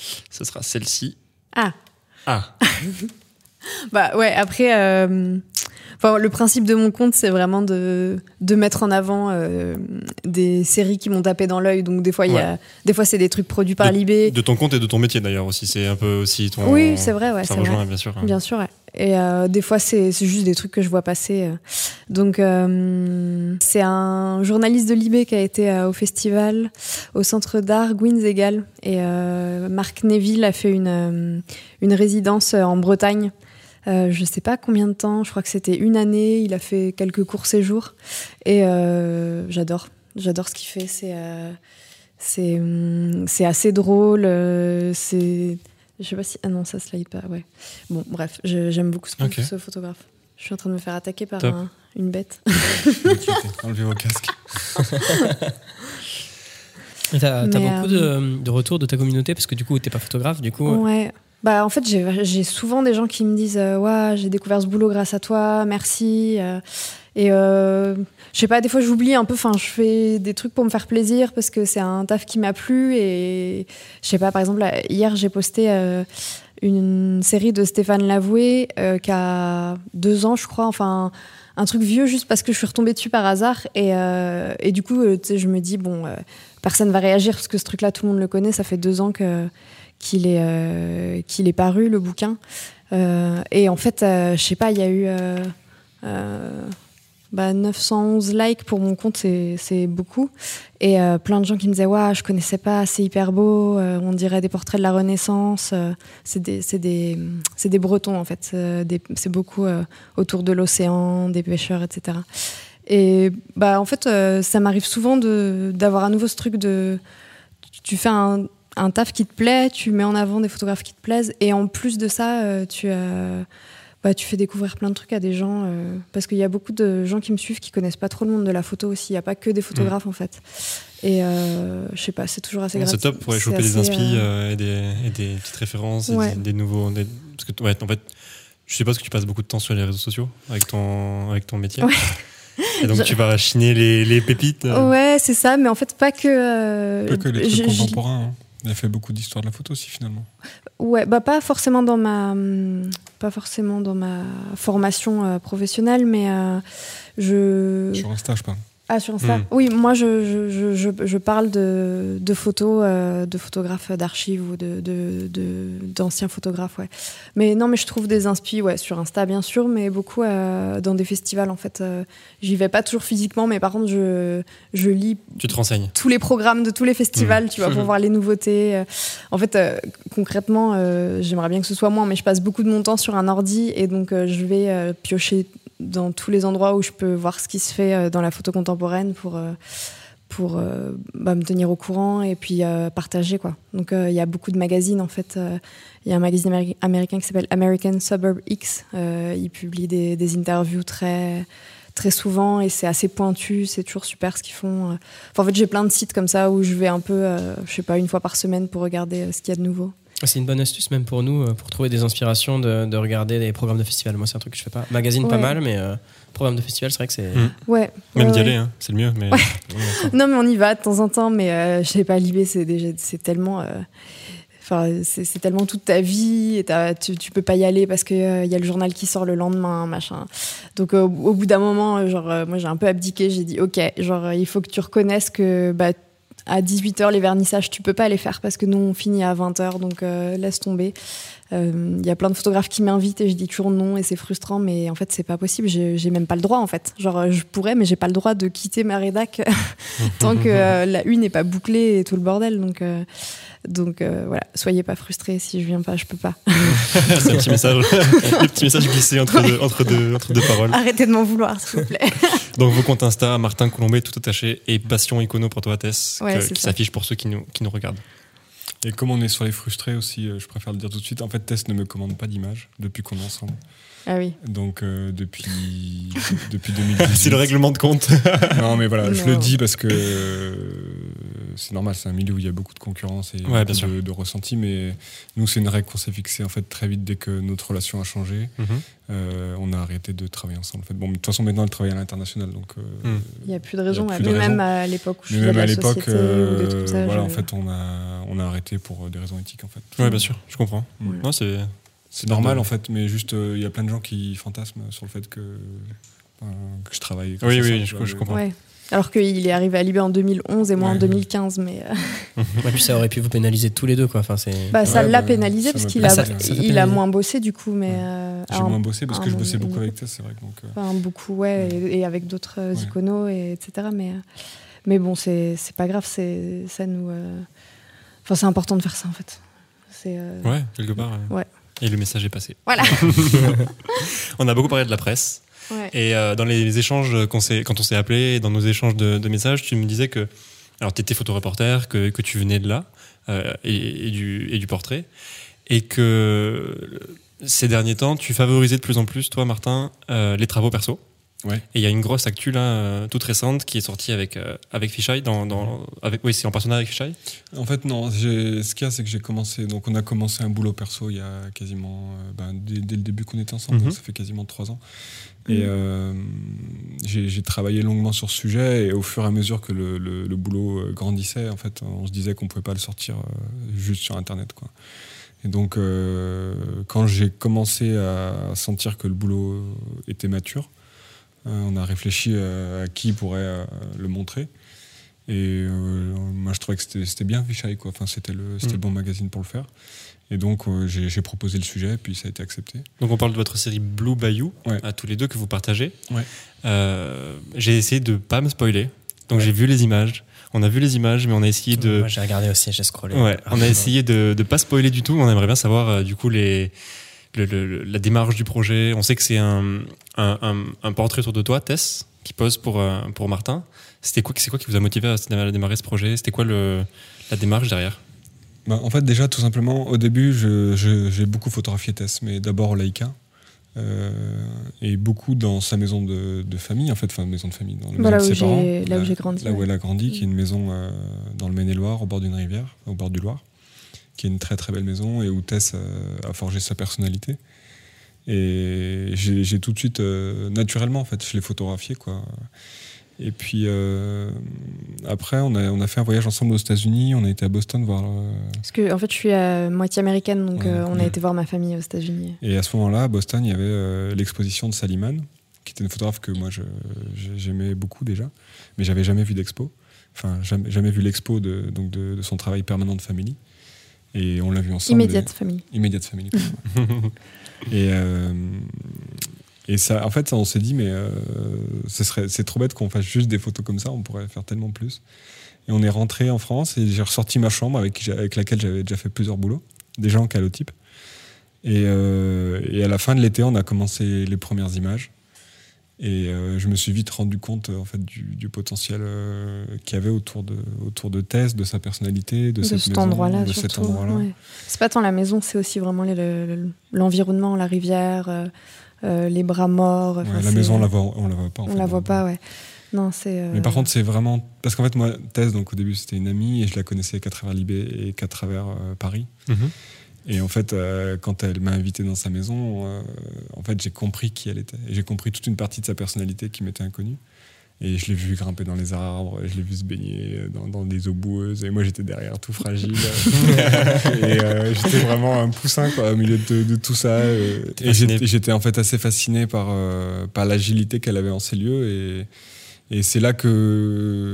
Ce sera celle-ci. Ah. Ah. Bah ouais, après, euh, enfin, le principe de mon compte, c'est vraiment de, de mettre en avant euh, des séries qui m'ont tapé dans l'œil. Donc des fois, il y a, Ouais. des fois, c'est des trucs produits par de, Libé. De ton compte et de ton métier d'ailleurs aussi. C'est un peu aussi ton. Oui, c'est vrai, ouais, Ça c'est rejoint, vrai. bien sûr. Bien sûr, ouais. Et euh, des fois, c'est, c'est juste des trucs que je vois passer. euh. Donc, euh, c'est un journaliste de Libé qui a été euh, au festival, au Centre d'art Gwynségal. Et euh, Marc Neville a fait une, euh, une résidence euh, en Bretagne. Euh, je sais pas combien de temps, je crois que c'était une année. Il a fait quelques courts séjours. Et euh, j'adore. J'adore ce qu'il fait. C'est, euh, c'est, hum, c'est assez drôle. euh, c'est... Je sais pas si... Ah non, ça slide pas, ouais. Bon, bref, je- j'aime beaucoup ce, Ok. ce photographe. Je suis en train de me faire attaquer par Top. un- une bête. Enlevez vos casques. Et T'as, t'as Mais, beaucoup euh, de, de retours de ta communauté parce que du coup, t'es pas photographe, du coup. euh, Ouais. Bah, en fait, j'ai, j'ai souvent des gens qui me disent euh, ouais, j'ai découvert ce boulot grâce à toi, merci. euh, et euh, je sais pas, des fois j'oublie un peu, enfin, je fais des trucs pour me faire plaisir parce que c'est un taf qui m'a plu. Et je sais pas, par exemple, là, hier j'ai posté euh, une série de Stéphane Lavoué euh, qui a deux ans, je crois, enfin, un truc vieux juste parce que je suis retombée dessus par hasard. Et, euh, et du coup, euh, tu sais, je me dis, bon, euh, personne va réagir parce que ce truc-là, tout le monde le connaît, ça fait deux ans que. Qu'il est, euh, qu'il est paru, le bouquin. Euh, et en fait, euh, je sais pas, il y a eu euh, euh, bah, neuf cent onze likes pour mon compte, c'est, c'est beaucoup. Et euh, plein de gens qui me disaient ouais, je connaissais pas, c'est hyper beau, euh, on dirait des portraits de la Renaissance. Euh, c'est, des, c'est, des, c'est des Bretons, en fait. Euh, des, c'est beaucoup euh, autour de l'océan, des pêcheurs, et cetera. Et bah, en fait, euh, ça m'arrive souvent de, d'avoir à nouveau ce truc de. Tu fais un. un taf qui te plaît, tu mets en avant des photographes qui te plaisent, et en plus de ça, euh, tu, euh, bah, tu fais découvrir plein de trucs à des gens, euh, parce qu'il y a beaucoup de gens qui me suivent qui connaissent pas trop le monde de la photo aussi, il n'y a pas que des photographes mmh. en fait. Et euh, je sais pas, c'est toujours assez gratifiant. C'est top pour aller choper des inspi euh, et, des, et des petites références, ouais. et des, des nouveaux... Des, parce que, ouais, en fait, je suppose que tu passes beaucoup de temps sur les réseaux sociaux avec ton, avec ton métier. Ouais. Et donc je... tu vas chiner les, les pépites. Euh... Ouais, c'est ça, mais en fait, pas que... Euh, pas que les trucs je, contemporains, hein. Il a fait beaucoup d'histoires de la photo aussi finalement. Ouais, bah pas forcément dans ma, pas forcément dans ma formation euh, professionnelle, mais euh, je. Sur Insta, je parle. Ah, sur Insta. Mmh. Oui, moi je, je, je, je parle de, de photos, euh, de photographes d'archives ou de, de, de, d'anciens photographes, ouais. Mais non, mais je trouve des inspi, ouais, sur Insta bien sûr, mais beaucoup euh, dans des festivals en fait. Euh, j'y vais pas toujours physiquement, mais par contre je, je lis. Tu te renseignes. Tous les programmes de tous les festivals, mmh. tu vois, pour voir les nouveautés. En fait, euh, concrètement, euh, j'aimerais bien que ce soit moi, mais je passe beaucoup de mon temps sur un ordi et donc euh, je vais euh, piocher dans tous les endroits où je peux voir ce qui se fait dans la photo contemporaine pour, pour euh, bah, me tenir au courant et puis euh, partager, quoi. Donc il euh, y a beaucoup de magazines en fait. Il euh, y a un magazine améri- américain qui s'appelle American Suburb X. Euh, il publie des, des interviews très, très souvent et c'est assez pointu. C'est toujours super ce qu'ils font. Enfin, en fait, j'ai plein de sites comme ça où je vais un peu, euh, je sais pas, une fois par semaine pour regarder euh, ce qu'il y a de nouveau. C'est une bonne astuce même pour nous, pour trouver des inspirations, de, de regarder des programmes de festival. Moi, c'est un truc que je fais pas. Magazine, ouais. pas mal, mais euh, programme de festival, c'est vrai que c'est... Mmh. Ouais. Même ouais, d'y ouais. aller, hein, c'est le mieux. Mais... Ouais. Ouais, non, mais on y va de temps en temps, mais euh, je sais pas, Libé, c'est, déjà, c'est tellement... Enfin, euh, c'est, c'est tellement toute ta vie, et tu, tu peux pas y aller parce qu'il euh, y a le journal qui sort le lendemain, machin. Donc, euh, au bout d'un moment, genre, euh, moi, j'ai un peu abdiqué, j'ai dit, OK, genre, euh, il faut que tu reconnaisses que... Bah, à dix-huit heures, les vernissages, tu peux pas les faire parce que nous, on finit à vingt heures, donc euh, laisse tomber. Il euh, y a plein de photographes qui m'invitent et je dis toujours non et c'est frustrant, mais en fait, c'est pas possible. J'ai, j'ai même pas le droit, en fait. Genre, je pourrais, mais j'ai pas le droit de quitter ma rédac tant que euh, la une n'est pas bouclée et tout le bordel. Donc, euh, donc euh, voilà, soyez pas frustrés. Si je viens pas, je peux pas. C'est un petit message, le petit message glissé entre, deux, entre, deux, entre deux paroles. Arrêtez de m'en vouloir, s'il vous plaît. Donc, vos comptes Insta, Martin Colombet, tout attaché, et Passion Icono pour toi, Tess, ouais, que, qui ça. s'affiche pour ceux qui nous, qui nous regardent. Et comme on est sur les frustrés aussi, euh, je préfère le dire tout de suite. En fait, Tess ne me commande pas d'images depuis qu'on est ensemble. Ah oui. Donc, euh, depuis, depuis deux mille dix-huit. C'est le règlement de compte. Non, mais voilà, non. je le dis parce que euh, c'est normal, c'est un milieu où il y a beaucoup de concurrence et Ouais, bien beaucoup sûr. de, de ressenti, mais nous, c'est une règle qu'on s'est fixée en fait très vite dès que notre relation a changé. Mhm. Euh, on a arrêté de travailler ensemble. En fait. Bon, de toute façon, maintenant, elle travaille à l'international, donc. Euh, Mm. Il n'y a plus de raison. Il y a Ouais. plus de Mais même raison. à l'époque où je Mais faisais même de à la l'époque, société ou des trucs euh, comme ça, voilà, je- en fait, on a, on a arrêté pour des raisons éthiques, en fait. Ouais, bien sûr, je comprends. Mm. Non, c'est C'est normal, en fait, mais juste, il euh, y a plein de gens qui fantasment sur le fait que, euh, que je travaille. que Oui, ça oui, sort, je- quoi, je mais- comprends. Ouais. Alors qu'il est arrivé à Libé en deux mille onze et moi en Ouais. deux mille quinze, mais euh, Ouais, puis ça aurait pu vous pénaliser tous les deux, quoi. Enfin, c'est... bah, ça Ouais, l'a bah, pénalisé ça parce m'a qu'il Ah, a, ça- ça fait il a pénaliser. moins bossé du coup, mais Ouais. euh, J'ai à un- moins bossé parce à que un je bossais moment- beaucoup avec Tess, c'est vrai. que Donc, euh, Enfin, beaucoup, ouais, et, et avec d'autres euh, Ouais. iconos, et, etc. Mais, euh, mais bon, c'est c'est pas grave, c'est ça nous. euh, Enfin, c'est important de faire ça en fait. C'est. euh, Ouais, quelque part. euh. Ouais. Et le message est passé. Voilà. On a beaucoup parlé de la presse. Ouais. Et euh, dans les échanges, qu'on s'est- quand on s'est appelé, dans nos échanges de, de messages, tu me disais que alors tu étais photoreporter, que, que tu venais de là, euh, et, et, du, et du portrait, et que ces derniers temps, tu favorisais de plus en plus, toi, Martin, euh, les travaux perso. Ouais. Et il y a une grosse actu là, euh, toute récente, qui est sortie avec, euh, avec Fisheye. Dans, dans, avec, oui, c'est en partenariat avec Fisheye. En fait, non. j'ai- Ce qu'il y a, c'est que j'ai commencé. Donc, on a commencé un boulot perso il y a quasiment. euh, ben, dès, dès le début qu'on était ensemble, Mhm. donc ça fait quasiment trois ans. Et euh, j'ai j'ai travaillé longuement sur ce sujet. Et au fur et à mesure que le, le, le boulot euh, grandissait, en fait, on se disait qu'on pouvait pas le sortir euh, juste sur Internet, quoi. Et donc, euh, quand j'ai commencé à sentir que le boulot était mature, euh, on a réfléchi à, à qui pourrait euh, le montrer. Et euh, moi, je trouvais que c'était c'était bien Fisheye, quoi. Enfin, c'était le, c'était Mm. le bon magazine pour le faire. Et donc, euh, j'ai j'ai proposé le sujet, puis ça a été accepté. Donc on parle de votre série Blue Bayou, Ouais. à tous les deux, que vous partagez. Ouais. Euh, j'ai essayé de pas me spoiler. Donc j'ai vu les images. On a vu les images, mais on a essayé de... Moi, j'ai regardé aussi, j'ai scrollé. Ouais, on a essayé de ne pas spoiler du tout. On aimerait bien savoir euh, du coup les, le, le- la démarche du projet. On sait que c'est un, un, un, un portrait autour de toi, Tess, qui pose pour, euh, pour Martin. C'était quoi, c'est quoi qui vous a motivé à, à démarrer ce projet? C'était quoi le, la démarche derrière? Bah, en fait, déjà, tout simplement, au début, je- je- j'ai beaucoup photographié Tess, mais d'abord au Leica. Euh, et beaucoup dans sa maison de, de famille, en fait, enfin, maison de famille, dans la maison Bah, là de où ses j'ai- parents. là où j'ai grandi, Là où ouais. elle a grandi, qui est une maison euh, dans le Maine-et-Loire, au bord d'une rivière, au bord du Loire, qui est une très très belle maison et où Tess euh, a forgé sa personnalité. Et j'ai j'ai tout de suite, euh, naturellement, en fait, je l'ai photographié, quoi. Et puis euh, après, on a, on a fait un voyage ensemble aux États-Unis. On a été à Boston voir. euh, Parce que en fait, je suis à moitié américaine, donc Ouais, euh, on a ouais. été voir ma famille aux États-Unis. Et à ce moment-là, à Boston, il y avait euh, l'exposition de Saliman, qui était une photographe que moi je- je- j'aimais beaucoup déjà, mais j'avais jamais vu d'expo. Enfin, jamais, jamais vu l'expo de, donc de, de son travail permanent de Family. Et on l'a vu ensemble. Immédiate famille. Et, immédiate Family. pardon. et euh, et ça, en fait, ça, on s'est dit, mais euh, ce serait, c'est trop bête qu'on fasse juste des photos comme ça. On pourrait faire tellement plus. Et on est rentré en France et j'ai ressorti ma chambre avec, qui j'ai- avec laquelle j'avais déjà fait plusieurs boulots, déjà en calotype. Et, euh, et à la fin de l'été, on a commencé les premières images. Et euh, je me suis vite rendu compte en fait, du, du potentiel euh, qu'il y avait autour de, autour de Tess, de sa personnalité, de, De cette cet maison, endroit-là, de surtout. cet endroit-là. Ouais. C'est pas tant la maison, c'est aussi vraiment les- le- le- l'environnement, la rivière, euh, euh, les bras morts. Ouais, enfin, la c'est- maison, on la voit, on la voit pas. En on fait, la dans- voit pas, ouais. Non, c'est. euh, Mais par contre, c'est vraiment. Parce qu'en fait, moi, Tess, donc, au début, c'était une amie et je la connaissais qu'à travers Libé et qu'à travers euh, Paris. Mhm. Et en fait, euh, quand elle m'a invité dans sa maison, euh, en fait, j'ai compris qui elle était. Et j'ai compris toute une partie de sa personnalité qui m'était inconnue. Et je l'ai vu grimper dans les arbres, je l'ai vu se baigner dans, dans des eaux boueuses. Et moi, j'étais derrière, tout fragile. et euh, j'étais vraiment un poussin, quoi, au milieu de, de tout ça. euh, T'es Et fasciné. j'étais, j'étais en fait assez fasciné par, euh, par l'agilité qu'elle avait en ces lieux. Et, et c'est là que,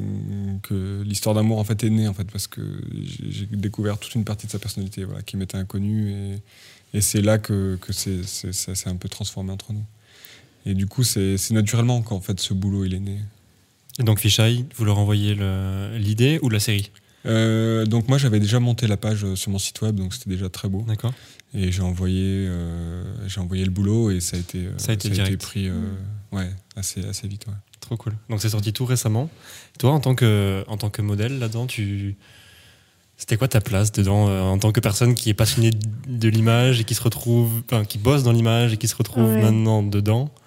que l'histoire d'amour en fait est née, en fait, parce que j'ai, j'ai découvert toute une partie de sa personnalité, voilà, qui m'était inconnue. Et, et c'est là que, que c'est, c'est, ça s'est un peu transformé entre nous. Et du coup, c'est, c'est naturellement qu'en fait ce boulot il est né. Et donc Fisheye, vous leur envoyez le- l'idée ou la série? Euh, donc moi j'avais déjà monté la page sur mon site web, donc c'était déjà très beau. D'accord. Et j'ai envoyé, euh, j'ai envoyé le boulot et ça a été, euh, Ça a été direct. pris, euh, ouais, assez, assez vite. Ouais. Trop cool. Donc c'est sorti tout récemment. Toi, en tant que, en tant que modèle là-dedans, tu... c'était quoi ta place dedans euh, en tant que personne qui est passionnée de l'image et qui se retrouve, enfin, qui bosse dans l'image et qui se retrouve Ouais. maintenant dedans?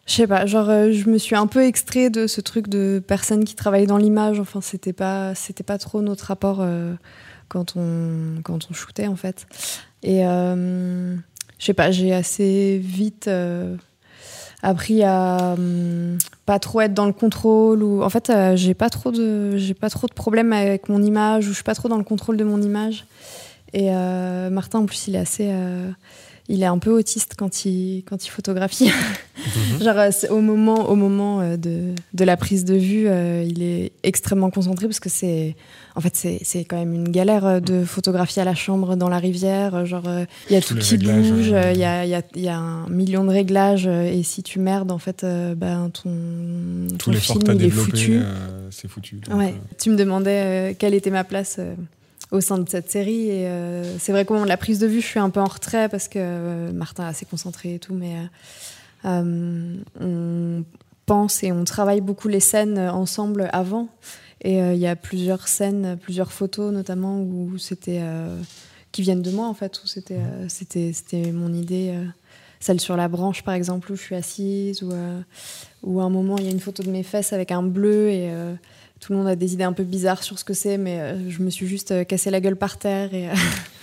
Je sais pas, genre euh, je me suis un peu extrait de ce truc de personnes qui travaillent dans l'image. Enfin, c'était pas, c'était pas trop notre rapport euh, quand on quand on shootait en fait. Et euh, je sais pas, j'ai assez vite euh, appris à euh, pas trop être dans le contrôle ou en fait euh, j'ai pas trop de j'ai pas trop de problèmes avec mon image ou je suis pas trop dans le contrôle de mon image. Et euh, Martin en plus il est assez euh, il est un peu autiste quand il quand il photographie. Mm-hmm. Genre c'est au moment au moment euh, de de la prise de vue, euh, il est extrêmement concentré parce que c'est en fait c'est c'est quand même une galère euh, de photographier à la chambre dans la rivière. Genre il euh, y a Tous tout les qui réglages, bouge, il euh... y a il y a il y a un million de réglages euh, et si tu merdes en fait euh, ben ton tous ton les film forts que il t'as est développés, foutu. Euh, c'est foutu. Donc, ouais. euh... Tu me demandais euh, quelle était ma place. Euh, au sein de cette série et euh, c'est vrai qu'au moment de la prise de vue je suis un peu en retrait parce que euh, Martin est assez concentré et tout mais euh, on pense et on travaille beaucoup les scènes ensemble avant et il euh, y a plusieurs scènes, plusieurs photos notamment où c'était euh, qui viennent de moi en fait où c'était euh, c'était c'était mon idée euh, celle sur la branche par exemple où je suis assise ou euh, où à un moment il y a une photo de mes fesses avec un bleu et euh, tout le monde a des idées un peu bizarres sur ce que c'est, mais euh, je me suis juste euh, cassé la gueule par terre. Et, euh,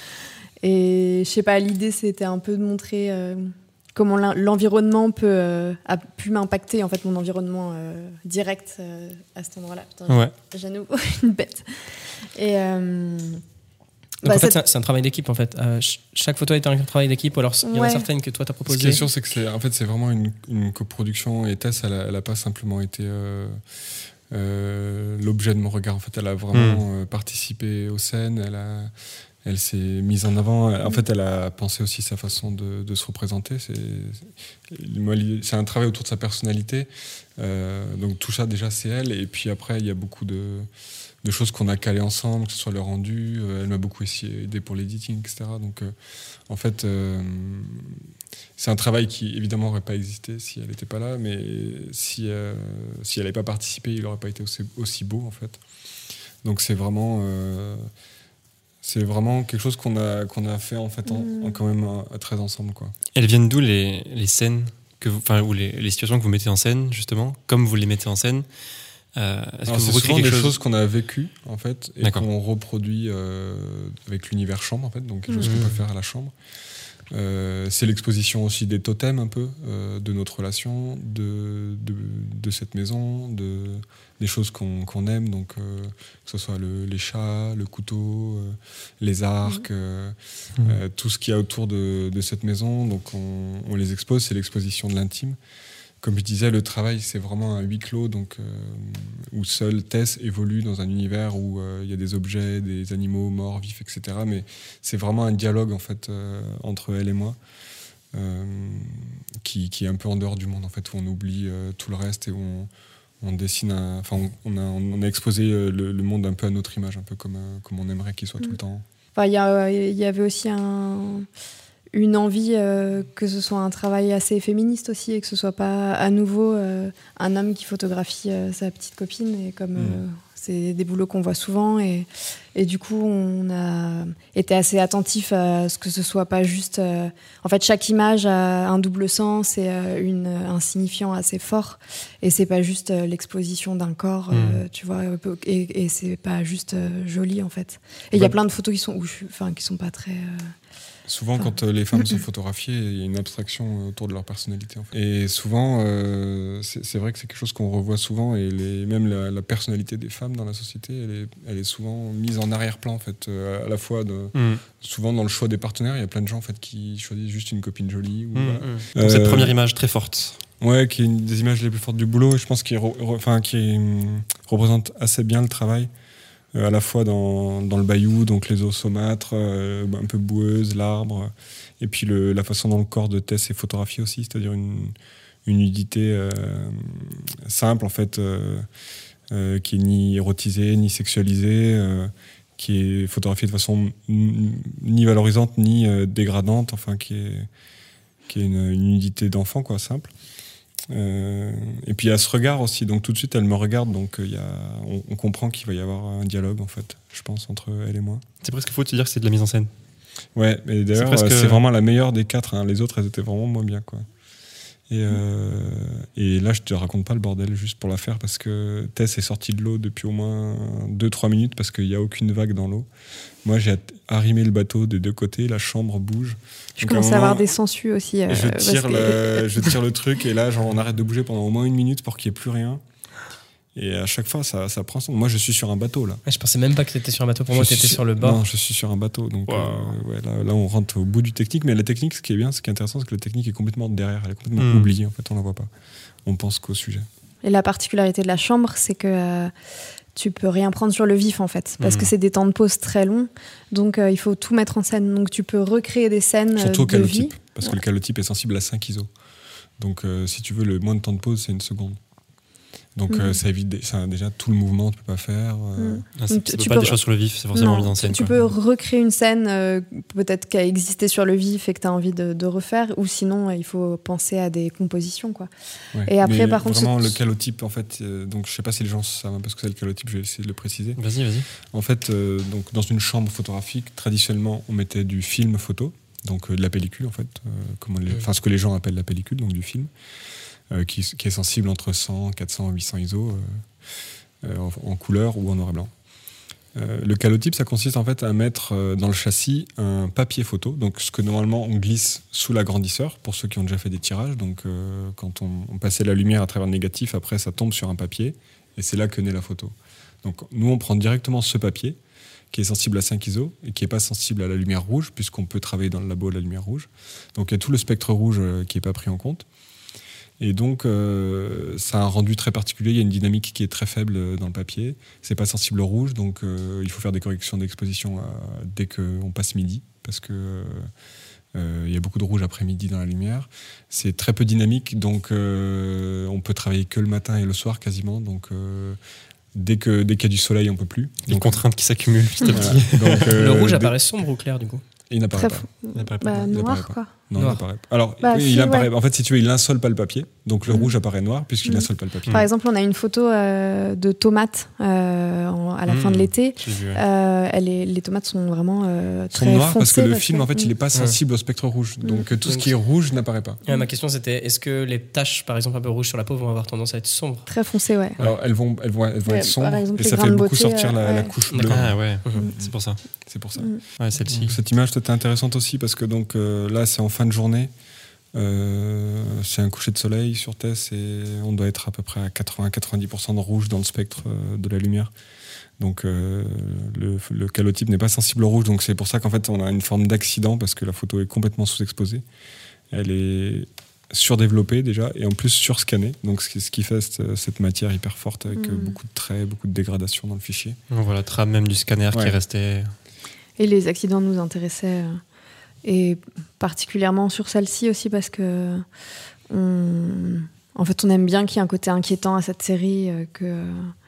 et je sais pas, l'idée, c'était un peu de montrer euh, comment l'environnement peut, euh, a pu m'impacter, en fait, mon environnement euh, direct euh, à cet endroit-là. Putain, ouais. j'ai à nouveau une bête. Et... Euh, Donc bah, en fait, cette... c'est un, c'est un travail d'équipe en fait. Euh, ch- chaque photo est un travail d'équipe, ou alors il y en a ouais. certaines que toi t'as proposées. Ce qui est sûr, c'est que c'est, en fait, c'est vraiment une, une coproduction et Tess, elle a, elle a pas simplement été euh, euh, l'objet de mon regard. En fait, elle a vraiment mmh. euh, participé aux scènes. Elle a, elle s'est mise en avant. En fait, elle a pensé aussi sa façon de, de se représenter. C'est, c'est, c'est un travail autour de sa personnalité. Euh, donc tout ça déjà, c'est elle. Et puis après, il y a beaucoup de de choses qu'on a calées ensemble, que ce soit le rendu. Euh, elle m'a beaucoup aidé pour l'editing, et cetera. Donc, euh, en fait, euh, c'est un travail qui, évidemment, n'aurait pas existé si elle n'était pas là, mais si, euh, si elle n'avait pas participé, il n'aurait pas été aussi, aussi beau, en fait. Donc, c'est vraiment, euh, c'est vraiment quelque chose qu'on a, qu'on a fait, en fait, en, en quand même à, à très ensemble, quoi. Elles viennent d'où les, les scènes, que vous, enfin, ou les, les situations que vous mettez en scène, justement, comme vous les mettez en scène? Euh, est-ce Alors, que vous c'est souvent des chose... choses qu'on a vécues en fait et D'accord. qu'on reproduit euh, avec l'univers chambre en fait, donc quelque mmh. chose qu'on peut faire à la chambre. Euh, c'est l'exposition aussi des totems un peu euh, de notre relation, de, de, de cette maison, de, des choses qu'on, qu'on aime, donc euh, que ce soit le, les chats, le couteau, euh, les arcs, mmh. Euh, mmh. Euh, tout ce qu'il y a autour de, de cette maison. Donc on, on les expose, c'est l'exposition de l'intime. Comme je disais, le travail, c'est vraiment un huis clos, donc, euh, où seule Tess évolue dans un univers où il euh, y a des objets, des animaux morts, vifs, et cetera. Mais c'est vraiment un dialogue, en fait, euh, entre elle et moi, euh, qui, qui est un peu en dehors du monde, en fait, où on oublie euh, tout le reste et où on, on dessine... Enfin, on, on, a, on a exposé le, le monde un peu à notre image, un peu comme, euh, comme on aimerait qu'il soit mmh. tout le temps. Enfin, il y, a, il y avait aussi un... une envie euh, que ce soit un travail assez féministe aussi et que ce soit pas à nouveau euh, un homme qui photographie euh, sa petite copine et comme mmh. euh, c'est des boulots qu'on voit souvent et, et du coup on a été assez attentif à ce que ce soit pas juste euh, en fait chaque image a un double sens et euh, une, un signifiant assez fort et c'est pas juste euh, l'exposition d'un corps mmh. euh, tu vois et, et c'est pas juste euh, joli en fait et il bah, y a plein de photos qui sont où je, enfin qui sont pas très euh, Souvent, enfin... quand euh, les femmes sont photographiées, il y a une abstraction autour de leur personnalité. En fait. Et souvent, euh, c'est, c'est vrai que c'est quelque chose qu'on revoit souvent, et les, même la, la personnalité des femmes dans la société, elle est, elle est souvent mise en arrière-plan, en fait, euh, à la fois de, mmh. souvent dans le choix des partenaires. Il y a plein de gens en fait, qui choisissent juste une copine jolie. Ou, mmh, voilà. mmh. Donc euh, cette première image très forte. Ouais, qui est une des images les plus fortes du boulot, et je pense qu'il re, re, enfin, qui hum, représente assez bien le travail. Euh, à la fois dans, dans le bayou, donc les eaux saumâtres, euh, un peu boueuses, l'arbre, et puis le, la façon dont le corps de Tess est photographié aussi, c'est-à-dire une, une nudité euh, simple, en fait, euh, euh, qui est ni érotisée, ni sexualisée, euh, qui est photographiée de façon n- ni valorisante, ni euh, dégradante, enfin, qui est, qui est une, une nudité d'enfant, quoi, simple. Euh, et puis il y a ce regard aussi, donc tout de suite elle me regarde, donc il y a, on, on comprend qu'il va y avoir un dialogue en fait, je pense, entre elle et moi. C'est presque faux de te dire que c'est de la mise en scène. Ouais, mais d'ailleurs c'est, presque... c'est vraiment la meilleure des quatre, hein. Les autres elles étaient vraiment moins bien, quoi. Et, euh, et là, je te raconte pas le bordel juste pour la faire parce que Tess est sortie de l'eau depuis au moins deux trois minutes parce qu'il n'y a aucune vague dans l'eau. Moi, j'ai arrimé le bateau des deux côtés, la chambre bouge. Je Donc, commence à, à avoir des sangsues aussi. Euh, je, tire que... le, je tire le truc et là, genre, on arrête de bouger pendant au moins une minute pour qu'il n'y ait plus rien. Et à chaque fois, ça, ça prend son. Moi, je suis sur un bateau là. Ouais, je pensais même pas que tu étais sur un bateau. Pour je moi, tu étais sur le bord. Non, je suis sur un bateau. Donc, wow. euh, ouais, là, là, on rentre au bout du technique. Mais la technique, ce qui est bien, ce qui est intéressant, c'est que la technique est complètement derrière. Elle est complètement mmh. oubliée. En fait, on la voit pas. On pense qu'au sujet. Et la particularité de la chambre, c'est que euh, tu peux rien prendre sur le vif en fait, parce mmh. que c'est des temps de pause très longs. Donc, euh, il faut tout mettre en scène. Donc, tu peux recréer des scènes. Surtout au de calotype, vie. parce ouais. que le calotype est sensible à cinq I S O. Donc, euh, si tu veux, le moins de temps de pause, c'est une seconde. Donc mmh. euh, ça évite des, ça, déjà tout le mouvement tu peux pas faire. Euh... Mmh. Ah, c'est, c'est pas peux... des choses sur le vif, c'est forcément mis en scène. Tu quoi. peux recréer une scène euh, peut-être qui a existé sur le vif et que tu as envie de, de refaire, ou sinon il faut penser à des compositions quoi. Ouais. Et après mais par contre vraiment c'est... le calotype en fait, euh, donc je sais pas si les gens savent un peu ce que c'est le calotype, je vais essayer de le préciser. Vas-y vas-y. En fait euh, donc dans une chambre photographique traditionnellement on mettait du film photo, donc euh, de la pellicule en fait, euh, comme on les... enfin ce que les gens appellent la pellicule, donc du film. Euh, qui, qui est sensible entre cent, quatre cents, huit cents I S O euh, euh, en, en couleur ou en noir et blanc. Euh, le calotype, ça consiste en fait à mettre euh, dans le châssis un papier photo, donc ce que normalement on glisse sous l'agrandisseur pour ceux qui ont déjà fait des tirages. Donc euh, quand on, on passait la lumière à travers le négatif, après ça tombe sur un papier et c'est là que naît la photo. Donc nous on prend directement ce papier qui est sensible à cinq I S O et qui n'est pas sensible à la lumière rouge puisqu'on peut travailler dans le labo à la lumière rouge. Donc il y a tout le spectre rouge euh, qui n'est pas pris en compte. Et donc, euh, ça a un rendu très particulier. Il y a une dynamique qui est très faible dans le papier. C'est pas sensible au rouge, donc euh, il faut faire des corrections d'exposition à, dès qu'on passe midi, parce que euh, il y a beaucoup de rouge après-midi dans la lumière. C'est très peu dynamique, donc euh, on peut travailler que le matin et le soir quasiment. Donc euh, dès que dès qu'il y a du soleil, on peut plus. Les donc, contraintes qui s'accumulent petit à petit. Voilà. Donc, euh, le rouge dès... apparaît sombre ou clair du coup? Il n'apparaît Très pas. f... Il apparaît bah, pas. Il noir apparaît pas. quoi. Non, noir. il apparaît pas. Alors, bah, oui, si, il apparaît. Ouais. En fait, si tu veux, il insolde pas le papier. Donc le mmh. rouge apparaît noir puisqu'il mmh. insolde pas le papier. Par exemple, on a une photo euh, de tomates euh, en, à la mmh. fin de l'été. Vu, ouais. euh, elle est, les tomates sont vraiment euh, très sont noires foncées parce que le parce film, que... en fait, il est pas sensible mmh. au spectre rouge. Donc mmh. tout ce Donc, qui est rouge n'apparaît pas. Ouais, ma question c'était, est-ce que les taches, par exemple un peu rouges sur la peau, vont avoir tendance à être sombres? Très foncées, ouais. Alors elles vont, elles vont, elles vont ouais, être sombres exemple, et ça fait beaucoup sortir la, ouais. la couche bleue. Ah ouais, mmh. mmh. c'est pour ça. C'est pour ça. Mmh. Ouais, celle-ci. Donc, cette image, c'était intéressante aussi parce que donc euh, là, c'est en fin de journée. Euh, c'est un coucher de soleil sur Tess et on doit être à peu près à quatre-vingts à quatre-vingt-dix pour cent de rouge dans le spectre euh, de la lumière. Donc euh, le, le calotype n'est pas sensible au rouge, donc c'est pour ça qu'en fait on a une forme d'accident parce que la photo est complètement sous-exposée. Elle est surdéveloppée déjà et en plus surscannée, donc ce qui, ce qui fait cette, cette matière hyper forte avec mmh. beaucoup de traits, beaucoup de dégradation dans le fichier. Donc voilà, trame même du scanner ouais. qui est resté. Et les accidents nous intéressaient. Euh... Et particulièrement sur celle-ci aussi parce que on... en fait on aime bien qu'il y ait un côté inquiétant à cette série euh, que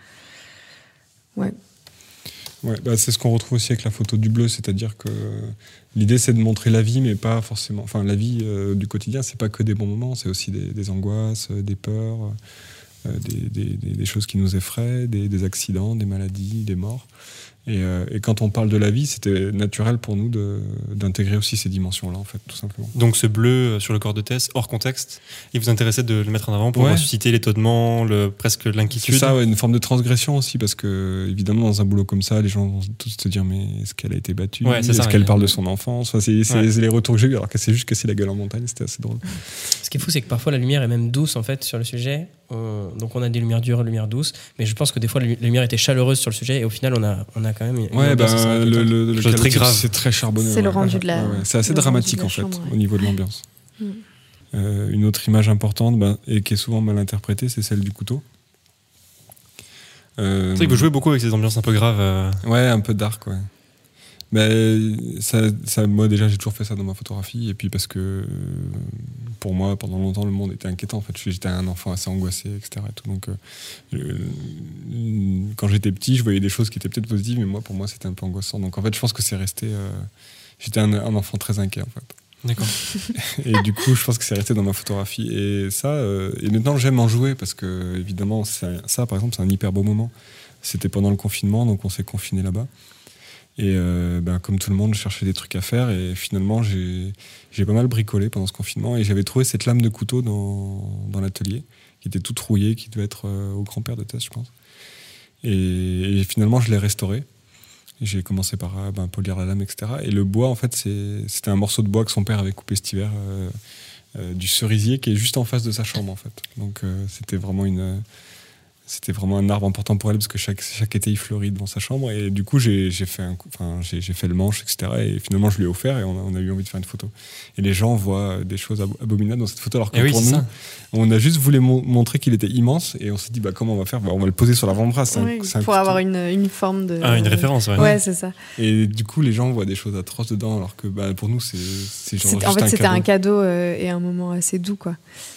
ouais. Ouais, bah c'est ce qu'on retrouve aussi avec la photo du bleu, c'est-à-dire que l'idée c'est de montrer la vie, mais pas forcément. Enfin, la vie euh, du quotidien, c'est pas que des bons moments, c'est aussi des, des angoisses, des peurs, euh, des, des, des, des choses qui nous effraient, des, des accidents, des maladies, des morts. Et, euh, et quand on parle de la vie, c'était naturel pour nous de, d'intégrer aussi ces dimensions-là, en fait, tout simplement. Donc ce bleu sur le corps de Tess, hors contexte, il vous intéressait de le mettre en avant pour ouais. susciter l'étonnement, le, presque l'inquiétude. C'est ça, ouais, une forme de transgression aussi, parce que évidemment, dans un boulot comme ça, les gens vont tous se dire mais est-ce qu'elle a été battue ouais, c'est Est-ce ça, qu'elle ouais. parle de son enfance enfin, c'est, c'est, ouais. c'est les retours que j'ai eu, alors que c'est juste casser la gueule en montagne, c'était assez drôle. Ce qui est fou, c'est que parfois la lumière est même douce en fait sur le sujet. Euh, donc on a des lumières dures, lumières douces, mais je pense que des fois la lumière était chaleureuse sur le sujet et au final on a, on a quand même une ouais, bah, le, le, le, le très grave. C'est très charbonneux. C'est ouais. le rendu de la. Ouais, ouais. C'est assez dramatique en fait, chambre, ouais. au niveau de l'ambiance. Mm. Euh, une autre image importante bah, et qui est souvent mal interprétée, c'est celle du couteau. Euh, c'est vrai que vous jouez beaucoup avec ces ambiances un peu graves. Euh... Ouais, un peu dark, ouais. Mais ça, ça, moi déjà j'ai toujours fait ça dans ma photographie et puis parce que pour moi pendant longtemps le monde était inquiétant en fait, j'étais un enfant assez angoissé etc et tout. Donc euh, quand j'étais petit je voyais des choses qui étaient peut-être positives mais moi pour moi c'était un peu angoissant, donc en fait je pense que c'est resté euh, j'étais un, un enfant très inquiet en fait. D'accord. Et du coup je pense que c'est resté dans ma photographie et ça euh, et maintenant j'aime en jouer parce que évidemment ça, ça par exemple c'est un hyper beau moment, c'était pendant le confinement donc on s'est confiné là-bas. Et euh, ben, comme tout le monde, je cherchais des trucs à faire. Et finalement, j'ai, j'ai pas mal bricolé pendant ce confinement. Et j'avais trouvé cette lame de couteau dans, dans l'atelier, qui était toute rouillée, qui devait être euh, au grand-père de Tess, je pense. Et, et finalement, je l'ai restaurée. Et j'ai commencé par euh, ben, polir la lame, et cetera. Et le bois, en fait, c'est, c'était un morceau de bois que son père avait coupé cet hiver, euh, euh, du cerisier, qui est juste en face de sa chambre, en fait. Donc, euh, c'était vraiment une... C'était vraiment un arbre important pour elle parce que chaque, chaque été il fleurit devant sa chambre et du coup j'ai, j'ai, fait, un, enfin, j'ai, j'ai fait le manche, et cetera. Et finalement je lui ai offert et on a, on a eu envie de faire une photo. Et les gens voient des choses abominables dans cette photo alors que et pour oui, nous, ça. on a juste voulu mo- montrer qu'il était immense et on s'est dit bah, comment on va faire bah, on va le poser sur l'avant-bras. C'est Oui, un, c'est un pour couteau. avoir une, une forme de... Ah, une référence, ouais. Ouais, c'est ça. Et du coup les gens voient des choses atroces dedans alors que bah, pour nous c'est, c'est genre C'était- juste en fait, un c'était cadeau. un cadeau euh, et un moment assez doux, quoi.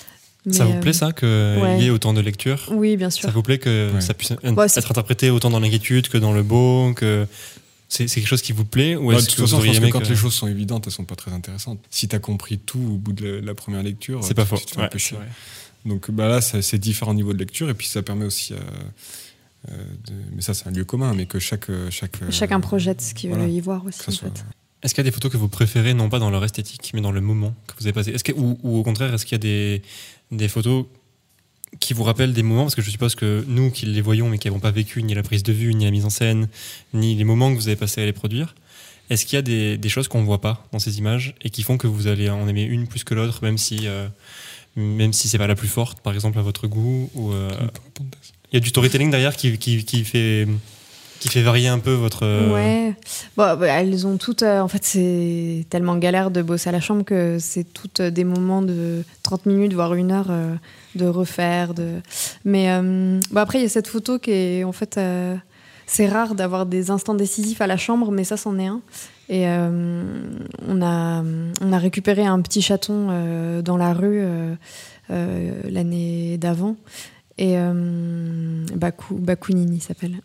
Ça Mais, vous plaît, ça, qu'il ouais. y ait autant de lectures? Oui, bien sûr. Ça vous plaît que Ouais. ça puisse Bah, c'est- être interprété autant dans l'inquiétude que dans le beau, que c'est, c'est quelque chose qui vous plaît ou Bah, est-ce de toute que vous façon, je auriez pense que aimé quand que- les choses sont évidentes, elles sont pas très intéressantes. Si t'as compris tout au bout de la, la première lecture, C'est pas tu- faux. tu te fais un Ouais, peu c'est chier. vrai. Donc bah là, ça, c'est différents niveaux de lecture et puis ça permet aussi, euh, euh, de, mais ça c'est un lieu commun, mais que chaque chaque euh, Chacun projette ce qu'il voilà. veut y voir aussi, que ça en soit- fait. Est-ce qu'il y a des photos que vous préférez, non pas dans leur esthétique, mais dans le moment que vous avez passé? Est-ce que, ou, ou au contraire, est-ce qu'il y a des, des photos qui vous rappellent des moments? Parce que je suppose que nous, qui les voyons, mais qui n'avons pas vécu ni la prise de vue, ni la mise en scène, ni les moments que vous avez passés à les produire, est-ce qu'il y a des, des choses qu'on ne voit pas dans ces images et qui font que vous allez en aimer une plus que l'autre, même si, euh, même si c'est pas la plus forte, par exemple, à votre goût ou, euh, il y a du storytelling derrière qui, qui, qui fait... qui fait varier un peu votre... euh, Ouais. Bon, bah, elles ont toutes... euh, en fait, c'est tellement galère de bosser à la chambre que c'est toutes euh, des moments de trente minutes, voire une heure euh, de refaire. De... Mais euh, bon, après, il y a cette photo qui est... En fait, euh, c'est rare d'avoir des instants décisifs à la chambre, mais ça, c'en est un. Et euh, on, a, on a récupéré un petit chaton euh, dans la rue euh, euh, l'année d'avant. Et euh, Bakou, Bakounini s'appelle.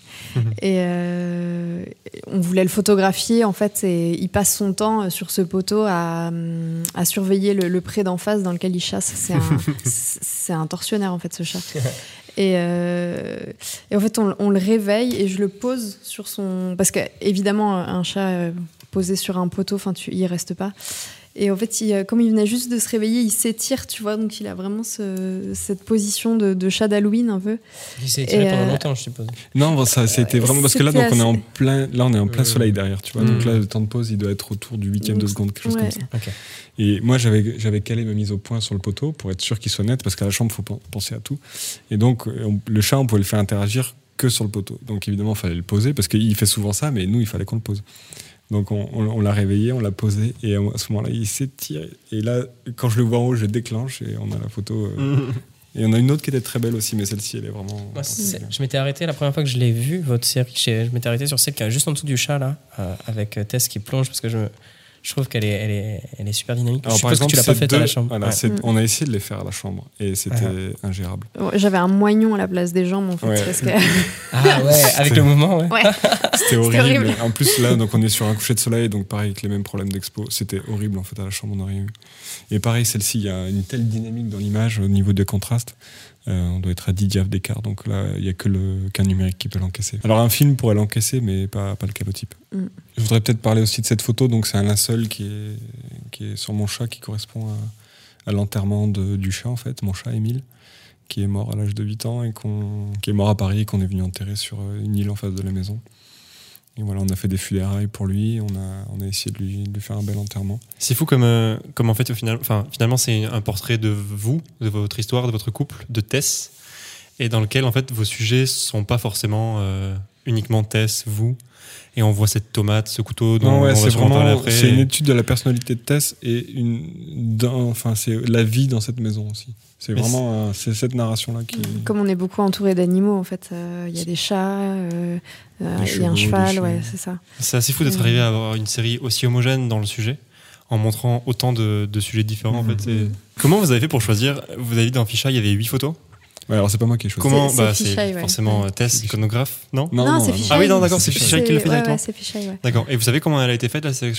Et euh, on voulait le photographier en fait, et il passe son temps sur ce poteau à, à surveiller le, le pré d'en face dans lequel il chasse. C'est un, c'est un tortionnaire en fait, ce chat. Et, euh, et en fait, on, on le réveille et je le pose sur son... Parce qu'évidemment, un chat posé sur un poteau, tu, il reste pas. Et en fait, il, comme il venait juste de se réveiller, il s'étire, tu vois. Donc, il a vraiment ce, cette position de, de chat d'Halloween, un peu. Il s'est étiré Et, pendant euh, longtemps, je suppose. Non, bah, ça c'était vraiment parce que là, C'était donc on est en assez- plein, là on est en plein Euh, soleil derrière, tu vois. mm. Donc là, le temps de pause, il doit être autour du huitième de seconde, quelque chose Ouais. comme ça. Ok. Et moi, j'avais, j'avais calé ma mise au point sur le poteau pour être sûr qu'il soit net, parce qu'à la chambre, il faut pen- penser à tout. Et donc, on- le chat, on pouvait le faire interagir que sur le poteau. Donc, évidemment, il fallait le poser, parce qu'il fait souvent ça, mais nous, il fallait qu'on le pose. Donc, on, on- on l'a réveillé, on l'a posé, et à ce moment-là, il s'étire. Et là, quand je le vois en haut, je déclenche, et on a la photo. euh, Et on a une autre qui était très belle aussi, mais celle-ci, elle est vraiment. Moi, c'est- je m'étais arrêté la première fois que je l'ai vu, votre série. Je, je m'étais arrêté sur celle qui est juste en dessous du chat, là, euh, avec Tess qui plonge, parce que je, je trouve qu'elle est, elle est, elle est super dynamique. Alors, je par suppose exemple, que tu l'as pas ces faite deux, à la chambre. voilà, Ouais. c'est- Mm. on a essayé de les faire à la chambre, et c'était Ah. ingérable. J'avais un moignon à la place des jambes, en fait. Ouais. Parce que... Ah ouais, avec le mouvement, ouais. ouais. C'était horrible. horrible. En plus, là, donc, on est sur un coucher de soleil, donc pareil, avec les mêmes problèmes d'expo. C'était horrible, en fait, à la chambre, on n'a rien eu. Et pareil, celle-ci, il y a une telle dynamique dans l'image au niveau des contrastes. Euh, on doit être à dix diaph d'écart, donc là, il n'y a que le qu'un numérique qui peut l'encaisser. Alors, un film pourrait l'encaisser, mais pas, pas le calotype. Mm. Je voudrais peut-être parler aussi de cette photo. Donc, c'est un linceul qui est, qui est sur mon chat, qui correspond à, à l'enterrement de- du chat, en fait, mon chat Émile, qui est mort à l'âge de huit ans et qu'on, qui est mort à Paris et qu'on est venu enterrer sur une île en face de la maison. Et voilà, on a fait des funérailles pour lui, on a, on a essayé de lui, de lui faire un bel enterrement. C'est fou comme, euh, comme en fait, au final, enfin, finalement, c'est un portrait de vous, de votre histoire, de votre couple, de Tess, et dans lequel, en fait, vos sujets sont pas forcément euh, uniquement Tess, vous, et on voit cette tomate, ce couteau dont Non, ouais, on va c'est sûrement parler vraiment, après. c'est une étude de la personnalité de Tess et une, dans- enfin, c'est la vie dans cette maison aussi. C'est Mais vraiment, un- c'est cette narration-là qui. Comme on est beaucoup entouré d'animaux, en fait. euh, Il y a des chats, euh, euh, Des il y a un chevaux, des cheval, chiens. ouais, c'est ça. C'est assez fou d'être Mm. arrivé à avoir une série aussi homogène dans le sujet, en montrant autant de, de sujets différents. Mhm. En fait. C'est- Comment vous avez fait pour choisir? Vous avez dit dans Ficha, il y avait huit photos. Ouais, alors c'est pas moi qui ai choisi. Comment c'est bah, Fichaille, C'est ouais. forcément Ouais. euh, Tess, iconographe, non? Non, Non, non, c'est non. Fichaille. Ah oui, non, d'accord, c'est C'est Fichaille qui l'a fait ouais, directement. ouais, c'est Fichaille, ouais. D'accord. Et vous savez comment elle a été faite, la sélection?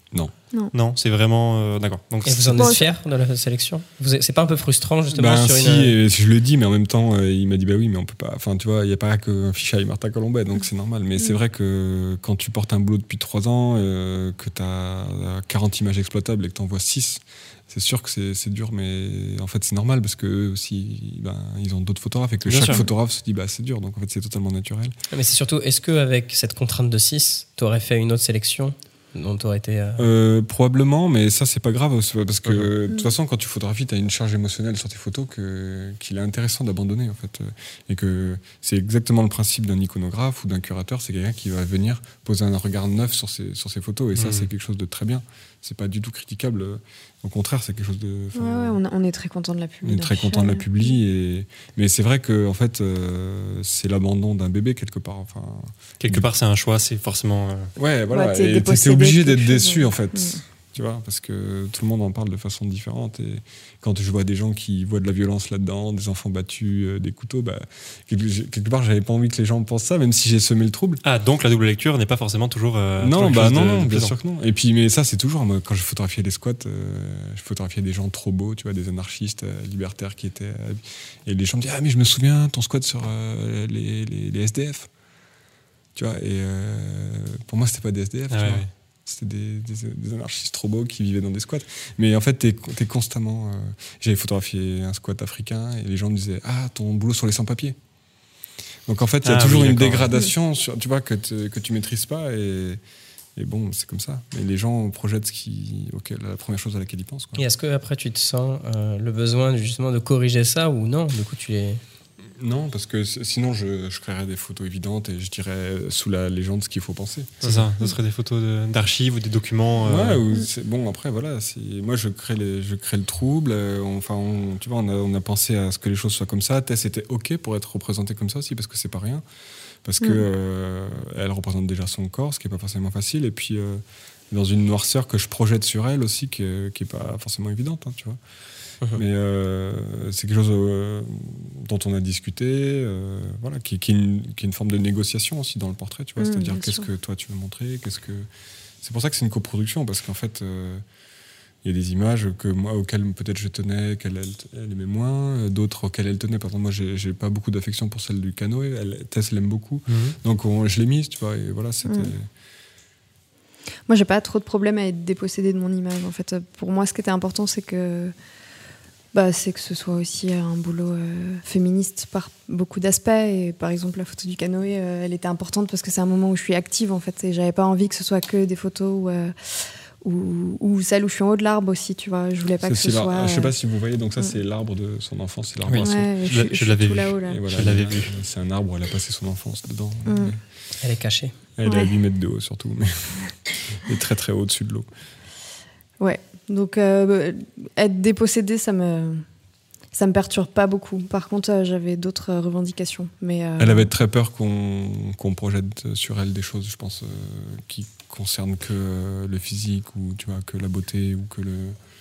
Non, c'est vraiment euh, d'accord. Donc Et vous en Bon, êtes fier de la sélection? Vous êtes- C'est pas un peu frustrant justement Ben sur si, une. et je le dis, mais en même temps, euh, il m'a dit bah oui, mais on peut pas. Enfin, tu vois, il y a pas qu'un fichier Martin Colombet, donc c'est normal. Mais c'est vrai que quand tu portes un boulot depuis trois ans, euh, que tu as quarante images exploitables et que tu en vois six, c'est sûr que c'est, c'est dur, mais en fait c'est normal parce que eux aussi, ben, ils ont d'autres photographes et que Bien chaque sûr. photographe se dit bah c'est dur, donc en fait c'est totalement naturel. Mais c'est surtout, est-ce qu'avec cette contrainte de six, tu aurais fait une autre sélection dont tu aurais été. euh, Euh, probablement, mais ça c'est pas grave aussi, parce que de Mhm. toute façon quand tu photographies, tu as une charge émotionnelle sur tes photos que, qu'il est intéressant d'abandonner en fait, et que c'est exactement le principe d'un iconographe ou d'un curateur, c'est quelqu'un qui va venir poser un regard neuf sur ses, sur ses photos, et ça Mhm. c'est quelque chose de très bien. C'est pas du tout critiquable, au contraire c'est quelque chose de. Ouais, ouais, on, a- on est très content de la on publier. est très content de la publier, et mais c'est vrai que en fait euh, c'est l'abandon d'un bébé quelque part. Enfin, quelque part, c'est un choix, c'est forcément. euh, ouais, voilà, Ouais, t'es et t'es dépossédé obligé de quelque d'être chose, déçu ouais. en fait. Mm. Tu vois, parce que tout le monde en parle de façon différente, et quand je vois des gens qui voient de la violence là-dedans, des enfants battus, euh, des couteaux, bah, quelque, j'ai- quelque part j'avais pas envie que les gens pensent ça, même si j'ai semé le trouble. Ah, donc la double lecture n'est pas forcément toujours. euh, toujours non, quelque bah chose non, de- non, de bien plaisant. sûr que non. Et puis, mais ça, c'est toujours, moi, quand je photographiais les squats, euh, je photographiais des gens trop beaux, tu vois, des anarchistes euh, libertaires qui étaient. euh, et les gens me disaient, ah, mais je me souviens, ton squat sur euh, les, les, les S D F. Tu vois, et euh, pour moi, c'était pas des S D F, Ah tu ouais, vois. ouais. C'était des, des, des anarchistes trop beaux qui vivaient dans des squats. Mais en fait, t'es, t'es constamment. euh, J'avais photographié un squat africain et les gens me disaient, ah, ton boulot sur les sans-papiers. Donc en fait, il y a Ah toujours oui, une d'accord. dégradation, sur, tu vois, que, te- que tu maîtrises pas. Et, et bon, c'est comme ça. Mais les gens projettent ce qui, auquel, la première chose à laquelle ils pensent. Quoi. Et est-ce que après tu te sens euh, le besoin justement de corriger ça ou non? Du coup, tu les. Non, parce que c- sinon, je, je créerais des photos évidentes et je dirais sous la légende ce qu'il faut penser. C'est ça, ce serait des photos de- d'archives ou des documents. euh, Ouais, ou c'est, bon, après, voilà, c'est, moi, je crée, les, je crée le trouble. euh, on- Enfin, on, tu vois, on a, on a pensé à ce que les choses soient comme ça. Tess était OK pour être représentée comme ça aussi, parce que c'est pas rien. Parce que Mm. euh, elle représente déjà son corps, ce qui est pas forcément facile. Et puis, euh, dans une noirceur que je projette sur elle aussi, qui est, qui est pas forcément évidente, hein, tu vois. Mhm. Mais euh, c'est quelque chose euh, dont on a discuté, euh, voilà, qui, qui, est une, qui est une forme de négociation aussi dans le portrait, tu vois. Mmh, C'est-à-dire, bien qu'est-ce sûr. que toi tu veux montrer, qu'est-ce que. C'est pour ça que c'est une coproduction, parce qu'en fait, euh, il y a des images que moi, auxquelles peut-être je tenais, qu'elle elle, elle aimait moins, euh, d'autres auxquelles elle tenait. Par exemple, moi, j'ai, j'ai pas beaucoup d'affection pour celle du canoë. Elle, Tess l'aime beaucoup, mhm. donc on- je l'ai mise, tu vois. Et voilà, c'était. Mmh. Moi, j'ai pas trop de problème à être dépossédée de mon image. En fait, pour moi, ce qui était important, c'est que, bah, c'est que ce soit aussi un boulot euh, féministe par beaucoup d'aspects. Et par exemple, la photo du canoë, euh, elle était importante parce que c'est un moment où je suis active, en fait, et j'avais pas envie que ce soit que des photos où, euh, ou, ou celle où je suis en haut de l'arbre aussi, tu vois. Je voulais pas Ça, que ce c'est l'ar- soit. Je sais pas si vous voyez, donc ça, Mm. c'est l'arbre de son enfance, c'est l'arbre Oui. à euh, son- ouais, Je je, l'a- je je suis l'avais tout vu. là-haut, là. Et voilà, Je l'avais vu. c'est un arbre, elle a passé son enfance dedans. Mm. Elle est cachée. Elle est à Ouais. huit mètres de haut surtout, mais elle est très très haut au-dessus de l'eau. Ouais, donc euh, être dépossédée, ça me, ça me perturbe pas beaucoup. Par contre, euh, j'avais d'autres euh, revendications. Mais, euh, Elle avait très peur qu'on, qu'on projette sur elle des choses, je pense, euh, qui concernent que euh, le physique, ou tu vois, que la beauté, ou que le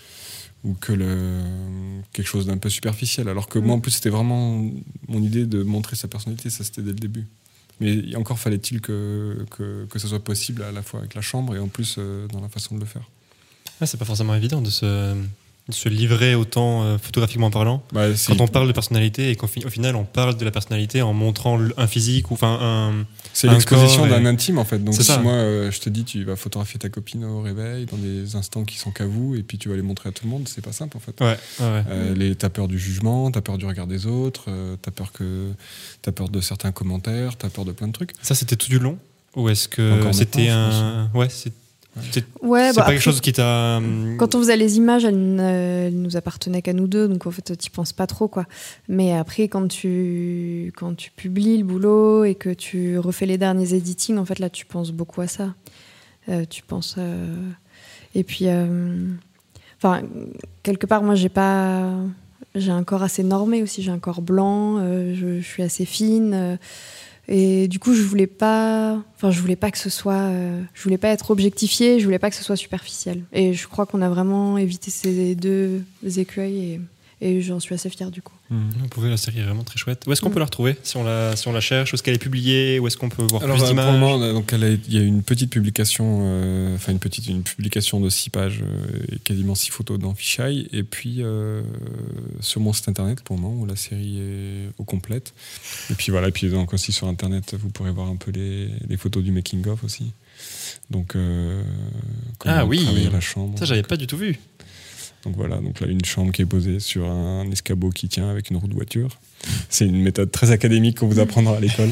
ou que le quelque chose d'un peu superficiel. Alors que moi, en plus, c'était vraiment mon idée de montrer sa personnalité, ça c'était dès le début. Mais encore fallait-il que, que, que ça soit possible à la fois avec la chambre et en plus euh, dans la façon de le faire. Ouais, c'est pas forcément évident de se, de se livrer autant euh, photographiquement parlant. Bah, c'est, Quand on parle de personnalité et qu'au fi- au final on parle de la personnalité en montrant l- un physique ou enfin un. c'est un l'exposition corps d'un et- intime en fait. Donc C'est si ça. moi euh, je te dis tu vas photographier ta copine au réveil dans des instants qui sont qu'à vous et puis tu vas les montrer à tout le monde, c'est pas simple en fait. Ouais, ouais, ouais. Euh, les, t'as peur du jugement, t'as peur du regard des autres, euh, t'as peur que t'as peur de certains commentaires, t'as peur de plein de trucs. Ça c'était tout du long ou est-ce que Encore c'était maintenant, un. Ouais, c'est. C'est, ouais, c'est bah, pas quelque après, chose qui t'a. hum, Quand on faisait les images, elles, ne- elles nous appartenaient qu'à nous deux, donc en fait, tu penses pas trop, quoi. Mais après, quand tu, quand tu publies le boulot et que tu refais les derniers editings, en fait, là, tu penses beaucoup à ça. Euh, tu penses. euh, Et puis, euh, enfin, quelque part, moi, j'ai pas. J'ai un corps assez normé aussi. J'ai un corps blanc. euh, je, je suis assez fine. euh, Et du coup, je voulais pas, enfin, je voulais pas que ce soit, euh, je voulais pas être objectifiée, je voulais pas que ce soit superficiel. Et je crois qu'on a vraiment évité ces deux écueils et, et j'en suis assez fière du coup. Vous pouvez, la série est vraiment très chouette. Où est-ce qu'on Mm. peut la retrouver si on la, si on la cherche? Où est-ce qu'elle est publiée? Où est-ce qu'on peut voir Alors plus euh, pour le d'images? moment, on a- donc elle a- il y a une petite publication, euh, enfin une petite une publication de six pages euh, et quasiment six photos dans Fisheye, et puis euh, sur mon site internet pour le moment où la série est au complète. Et puis voilà, et puis donc aussi sur internet vous pourrez voir un peu les, les photos du making of aussi. Donc euh, comment Ah on oui. travaille à la chambre. Ça, j'avais pas du tout vu. Donc voilà, donc là une chambre qui est posée sur un escabeau qui tient avec une roue de voiture. C'est une méthode très académique qu'on vous apprendra à l'école.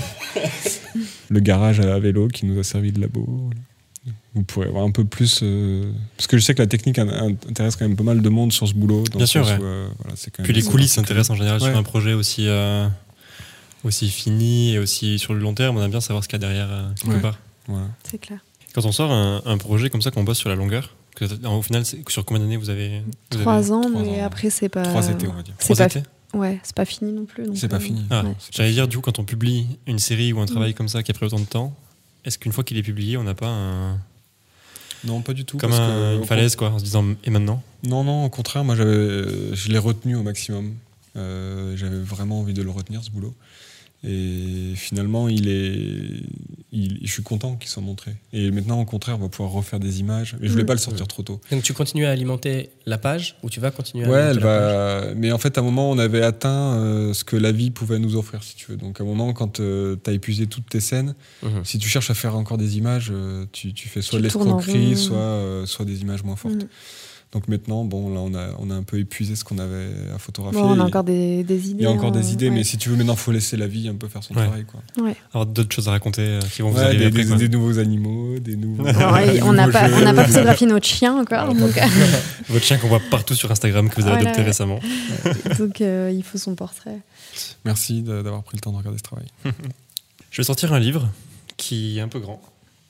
Le garage à vélo qui nous a servi de labo. Voilà. Vous pourrez avoir un peu plus... euh, parce que je sais que la technique in- intéresse quand même pas mal de monde sur ce boulot. Dans Bien le sûr, sens ouais. où, euh, voilà, c'est quand Puis même les assez coulisses particulier. s'intéressent en général Ouais. sur un projet aussi, euh, aussi fini et aussi sur le long terme. On aime bien savoir ce qu'il y a derrière euh, quelque Ouais. part. Voilà. C'est clair. Quand on sort un, un projet comme ça, qu'on bosse sur la longueur, que, au final, c'est- sur combien d'années vous avez vous Trois avez- ans, trois mais ans. après, c'est pas. Trois étés, on va dire. C'est Trois pas, étés ouais, c'est pas fini non plus. donc, C'est pas euh, fini. Ah, ouais. J'allais dire, du coup, quand on publie une série ou un travail Mm. comme ça qui a pris autant de temps, est-ce qu'une fois qu'il est publié, on n'a pas un, Non, pas du tout. comme parce un- que, une au falaise, quoi, en se disant, et maintenant? Non, non, au contraire, moi j'avais, euh, je l'ai retenu au maximum. Euh, j'avais vraiment envie de le retenir, ce boulot. Et finalement, il est, il, je suis content qu'il soit montré. Et maintenant, au contraire, on va pouvoir refaire des images. Mais je voulais Mm. pas le sortir trop tôt. Donc tu continues à alimenter la page ou tu vas continuer à Ouais, alimenter elle la page va. Mais en fait, à un moment, on avait atteint euh, ce que la vie pouvait nous offrir, si tu veux. Donc, à un moment, quand tu as épuisé toutes tes scènes, Mhm. si tu cherches à faire encore des images, euh, tu, tu fais soit Tu de tournes en l'escroquerie, rond. soit, euh, soit des images moins fortes. Mm. Donc maintenant, bon, là, on a, on a un peu épuisé ce qu'on avait à photographier. Bon, on a Et encore des, des idées. il y a encore hein, des idées, ouais. mais si tu veux, maintenant, il faut laisser la vie un peu faire son Ouais. travail. Quoi. Avoir d'autres choses à raconter euh, qui vont vous Ouais, arriver des, après, des- quoi. des nouveaux animaux, des nouveaux. Alors, des on n'a nouveaux pas, jeux. on n'a pas photographié notre chien encore, Ouais. donc, Votre chien qu'on voit partout sur Instagram que vous avez Voilà. adopté récemment. donc euh, il faut son portrait. Merci de- d'avoir pris le temps de regarder ce travail. Je vais sortir un livre qui est un peu grand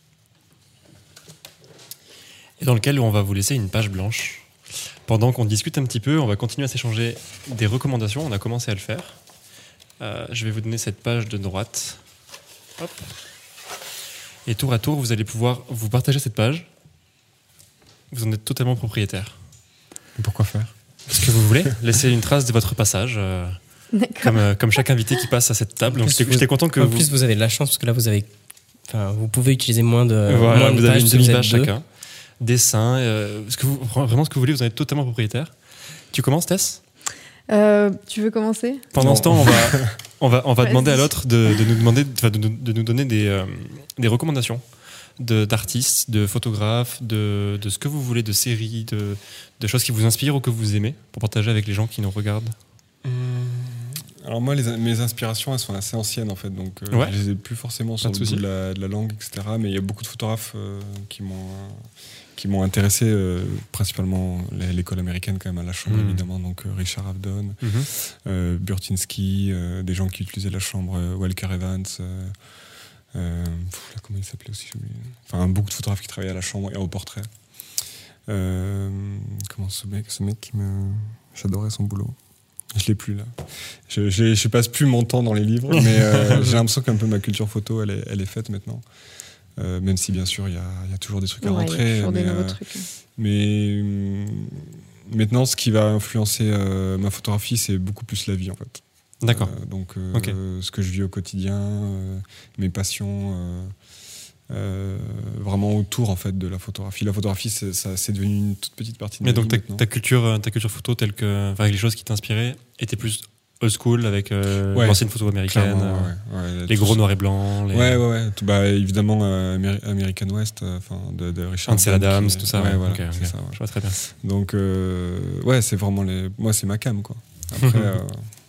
et dans lequel on va vous laisser une page blanche. Pendant qu'on discute un petit peu, on va continuer à s'échanger des recommandations. On a commencé à le faire. Euh, je vais vous donner cette page de droite. Hop. Et tour à tour, vous allez pouvoir vous partager cette page. Vous en êtes totalement propriétaire. Pourquoi faire? Ce que vous voulez. Laissez une trace de votre passage, euh, D'accord. comme, euh, comme chaque invité qui passe à cette table. Donc En plus, j'étais vous- j'étais content que En vous... plus, vous avez de la chance parce que là, vous avez, enfin, vous pouvez utiliser moins de. Voilà, moins de vous avez pages une parce que vous êtes demi-page deux. chacun. Dessin, euh, ce que vous, vraiment ce que vous voulez, vous en êtes totalement propriétaire. Tu commences, Tess? Euh, tu veux commencer? Pendant Non. ce temps, on va, on va, on va Vas-y. demander à l'autre de, de nous demander, enfin, de, nous- de nous donner des, euh, des recommandations de- d'artistes, de photographes, de, de ce que vous voulez, de séries, de, de choses qui vous inspirent ou que vous aimez, pour partager avec les gens qui nous regardent. Alors moi, les- mes inspirations, elles sont assez anciennes en fait, donc euh, Ouais. je les ai plus forcément sur de le bout souci. de la, de la langue, et cetera. Mais il y a beaucoup de photographes euh, qui m'ont euh, qui m'ont intéressé, euh, principalement l'é- l'école américaine quand même à la chambre Mm. évidemment, donc euh, Richard Avedon, euh, Burtynsky, euh, des gens qui utilisaient la chambre, euh, Walker Evans. Euh, euh, pff, là, comment il s'appelait aussi, j'ai oublié. Enfin, beaucoup de photographes qui travaillaient à la chambre et au portrait. Euh, comment ce mec, ce mec qui me, j'adorais son boulot. Je l'ai plus là. Je, je, je passe plus mon temps dans les livres, mais euh, j'ai l'impression qu'un peu ma culture photo, elle est, elle est faite maintenant. Euh, même si bien sûr il y a, il y a toujours des trucs à Ouais, il y a rentrer. toujours mais, des nouveaux euh, trucs. mais hum, maintenant, ce qui va influencer euh, ma photographie, c'est beaucoup plus la vie en fait. D'accord. Euh, donc, euh, Ok. ce que je vis au quotidien, euh, mes passions, euh, euh, vraiment autour en fait de la photographie. La photographie, c'est, ça, c'est devenu une toute petite partie de Mais ma donc vie ta, maintenant. ta culture, euh, ta culture photo, telle que, enfin, avec les choses qui t'inspiraient, était plus old school avec euh, Ouais, l'ancienne photo américaine, Clairement, euh, ouais, ouais, les tout gros ça. noirs et blancs, les... Ouais, ouais, ouais. Tout- bah, évidemment, euh, Améri- American West, euh, enfin de, de Richard Ansel Avedon, Adams, qui- tout ça. Ouais, ouais. voilà, Ok, ok. c'est ça. ouais. Je vois très bien. Donc, euh, ouais, c'est vraiment les. Moi, c'est ma cam, quoi. Après, euh,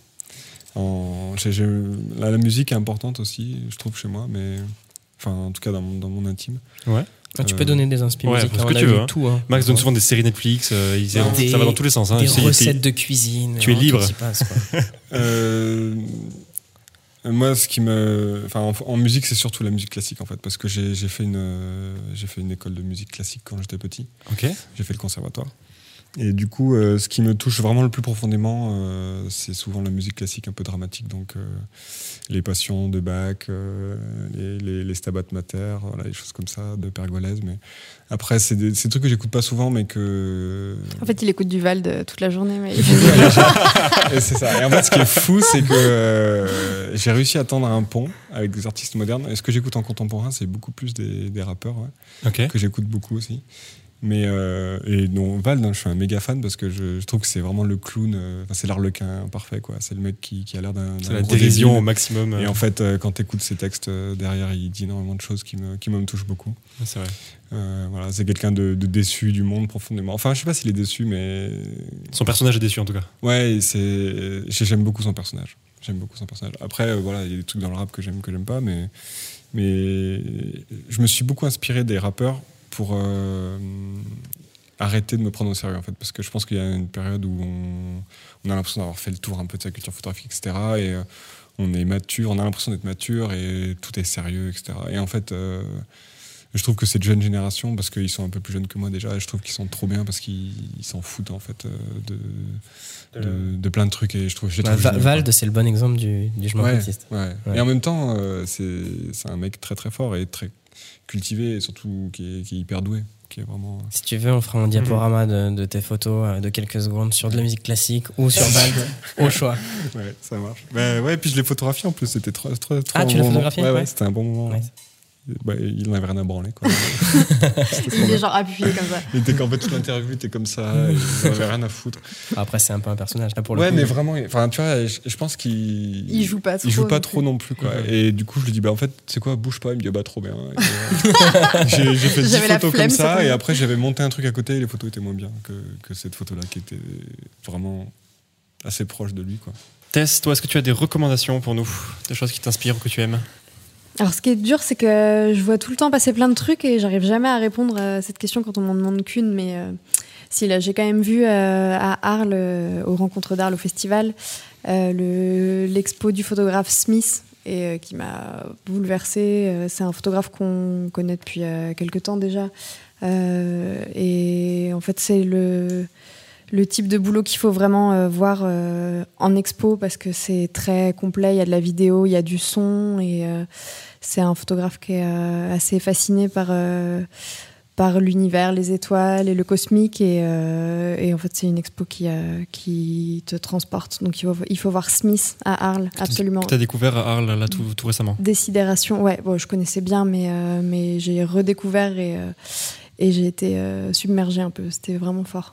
en... j'ai- j'ai- la, la musique est importante aussi, je trouve, chez moi, mais. Enfin, en tout cas, dans mon, dans mon intime. Ouais. Ah, tu Euh, peux donner des inspirations ouais, musiques. ce on que a tu eu veux, hein. tout. Hein. Max donne souvent des séries Netflix, euh, il- Des- ça va dans tous les sens. Hein. Des C'est- recettes de cuisine. tu es vraiment, libre. tout s'y passe, quoi. Euh, moi, ce qui me. Enfin, en, en musique, c'est surtout la musique classique, en fait, parce que j'ai j'ai fait, une, euh, j'ai fait une école de musique classique quand j'étais petit. Ok. J'ai fait le conservatoire. Et du coup, euh, ce qui me touche vraiment le plus profondément, euh, c'est souvent la musique classique un peu dramatique, donc euh, les Passions de Bach, euh, les, les, les Stabat Mater, voilà, les choses comme ça, de Pergolèse. Mais après, c'est des, c'est des trucs que j'écoute pas souvent, mais que... En fait, il écoute du Vald toute la journée. Mais... Et c'est ça. Et en fait, ce qui est fou, c'est que euh, j'ai réussi à tendre un pont avec des artistes modernes. Et ce que j'écoute en contemporain, c'est beaucoup plus des, des rappeurs, ouais, Ok. que j'écoute beaucoup aussi. Mais euh, et non, Vald, hein, je suis un méga fan parce que je, je trouve que c'est vraiment le clown, euh, enfin, c'est l'arlequin parfait, quoi. C'est le mec qui, qui a l'air d'un, C'est d'un la gros dérision débile. au maximum. Et euh, en fait, euh, quand tu écoutes ses textes euh, derrière, il dit énormément de choses qui me, qui me touchent beaucoup. C'est vrai. Euh, voilà, c'est quelqu'un de, de déçu du monde profondément. Enfin, je sais pas s'il est déçu, mais Son personnage est déçu en tout cas. ouais, c'est, j'aime beaucoup son personnage. J'aime beaucoup son personnage. Après, euh, voilà, il y a des trucs dans le rap que j'aime, que j'aime pas, mais mais je me suis beaucoup inspiré des rappeurs pour euh, arrêter de me prendre au sérieux, en fait, parce que je pense qu'il y a une période où on, on a l'impression d'avoir fait le tour un peu de sa culture photographique, et cetera. Et euh, on est mature, on a l'impression d'être mature et tout est sérieux, et cetera. Et en fait, euh, je trouve que cette jeune génération, parce qu'ils sont un peu plus jeunes que moi déjà, et je trouve qu'ils sont trop bien parce qu'ils ils s'en foutent en fait de, de, de plein de trucs. Et je trouve, je les Bah, trouve Va- géniaux, Vald, quoi. c'est le bon exemple du, du je m'en Ouais, baptiste. ouais. Ouais. Et en même temps, euh, c'est, c'est un mec très très fort et très cultivé et surtout qui est, qui est hyper doué, qui est vraiment. Si tu veux, on fera un diaporama de, de tes photos euh, de quelques secondes sur de la musique classique ou sur Vald, au choix. Ouais, ça marche. Bah, ouais, et puis je l'ai photographié en plus, c'était trop, trop, trop Ah, un tu bon l'as moment. photographié, Ouais, ouais, ouais. c'était un bon moment. Ouais. Bah, il n'avait rien à branler, quoi. il est genre appuyé comme ça. Il était qu'en fait toute l'interview, il était comme ça, il n'avait rien à foutre. Après, c'est un peu un personnage là pour le Ouais, coup. mais vraiment, enfin, tu vois, je, je pense qu'il. Il joue pas trop Il joue pas non trop plus. non plus, quoi. Mhm. Et du coup, je lui dis, bah en fait, c'est quoi, bouge pas. Il me dit, bah trop bien. Et, euh, j'ai, j'ai fait dix J'avais la photos flemme, comme ça, ça, et pour après, j'avais monté un truc à côté, et les photos étaient moins bien que, que cette photo-là, qui était vraiment assez proche de lui, quoi. Tess, toi, est-ce que tu as des recommandations pour nous? Des choses qui t'inspirent ou que tu aimes? Alors, ce qui est dur, c'est que je vois tout le temps passer plein de trucs et j'arrive jamais à répondre à cette question quand on m'en demande qu'une. Mais euh, si, là, j'ai quand même vu euh, à Arles, euh, aux Rencontres d'Arles, au festival, euh, le, l'expo du photographe Smith et euh, qui m'a bouleversée. Euh, c'est un photographe qu'on connaît depuis euh, quelques temps déjà. Euh, et en fait, c'est le... le type de boulot qu'il faut vraiment euh, voir euh, en expo parce que c'est très complet, il y a de la vidéo, il y a du son et euh, c'est un photographe qui est euh, assez fasciné par, euh, par l'univers, les étoiles et le cosmique et, euh, et en fait c'est une expo qui, euh, qui te transporte, donc il faut, il faut voir Smith à Arles, absolument. Que tu as découvert à Arles là, tout, tout récemment. Décidération, ouais, bon, je connaissais bien mais, euh, mais j'ai redécouvert et, euh, et j'ai été euh, submergée un peu, c'était vraiment fort.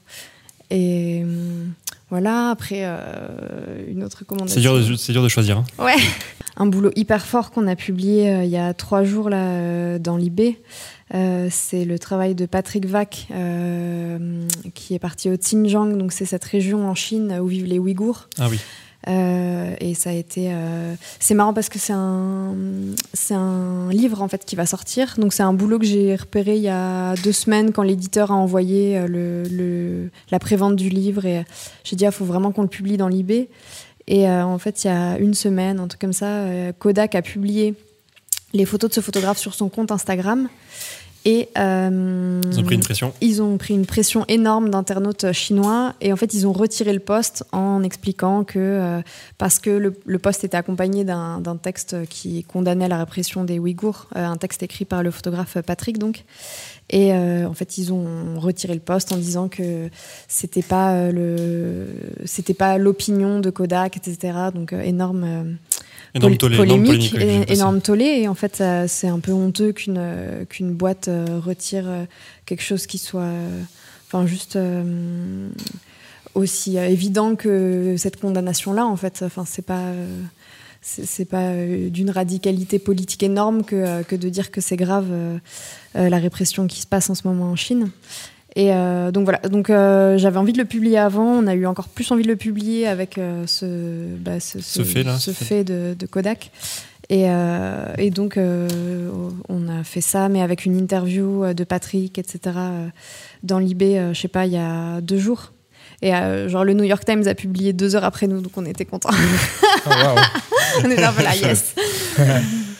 Et euh, voilà, après, euh, une autre recommandation. C'est dur, de, c'est dur de choisir. Hein. Ouais. Un boulot hyper fort qu'on a publié euh, il y a trois jours là, euh, dans l'I B. Euh, c'est le travail de Patrick Vac, euh, qui est parti au Xinjiang, donc c'est cette région en Chine où vivent les Ouïghours. Ah oui. Euh, et ça a été euh, c'est marrant parce que c'est un c'est un livre en fait qui va sortir, donc c'est un boulot que j'ai repéré il y a deux semaines quand l'éditeur a envoyé le, le la prévente du livre et j'ai dit ah faut vraiment qu'on le publie dans l'I B et euh, en fait il y a une semaine un truc comme ça euh, Kodak a publié les photos de ce photographe sur son compte Instagram. Et euh, Ils ont pris une pression. Ils ont pris une pression énorme d'internautes chinois et en fait ils ont retiré le post en expliquant que euh, parce que le, le post était accompagné d'un, d'un texte qui condamnait la répression des Ouïghours, euh, un texte écrit par le photographe Patrick donc. Et euh, en fait ils ont retiré le post en disant que c'était pas euh, le c'était pas l'opinion de Kodak, et cetera. Donc euh, énorme. Euh, Énorme tollé, polémique, énorme polémique, é- énorme tollé, et en fait ça, c'est un peu honteux qu'une, euh, qu'une boîte euh, retire euh, quelque chose qui soit euh, enfin juste euh, aussi euh, évident que cette condamnation là en fait, enfin c'est pas euh, c'est, c'est pas euh, d'une radicalité politique énorme que, euh, que de dire que c'est grave euh, euh, la répression qui se passe en ce moment en Chine. Et euh, donc voilà, donc euh, j'avais envie de le publier avant, on a eu encore plus envie de le publier avec euh, ce, bah, ce, ce, Ce fait, là, ce ce fait de, de Kodak. Et, euh, et donc euh, on a fait ça, mais avec une interview de Patrick, et cetera, euh, dans l'I B, euh, je sais pas, il y a deux jours. Et euh, genre le New York Times a publié deux heures après nous, donc on était contents. Oh, wow. On était un peu là, yes.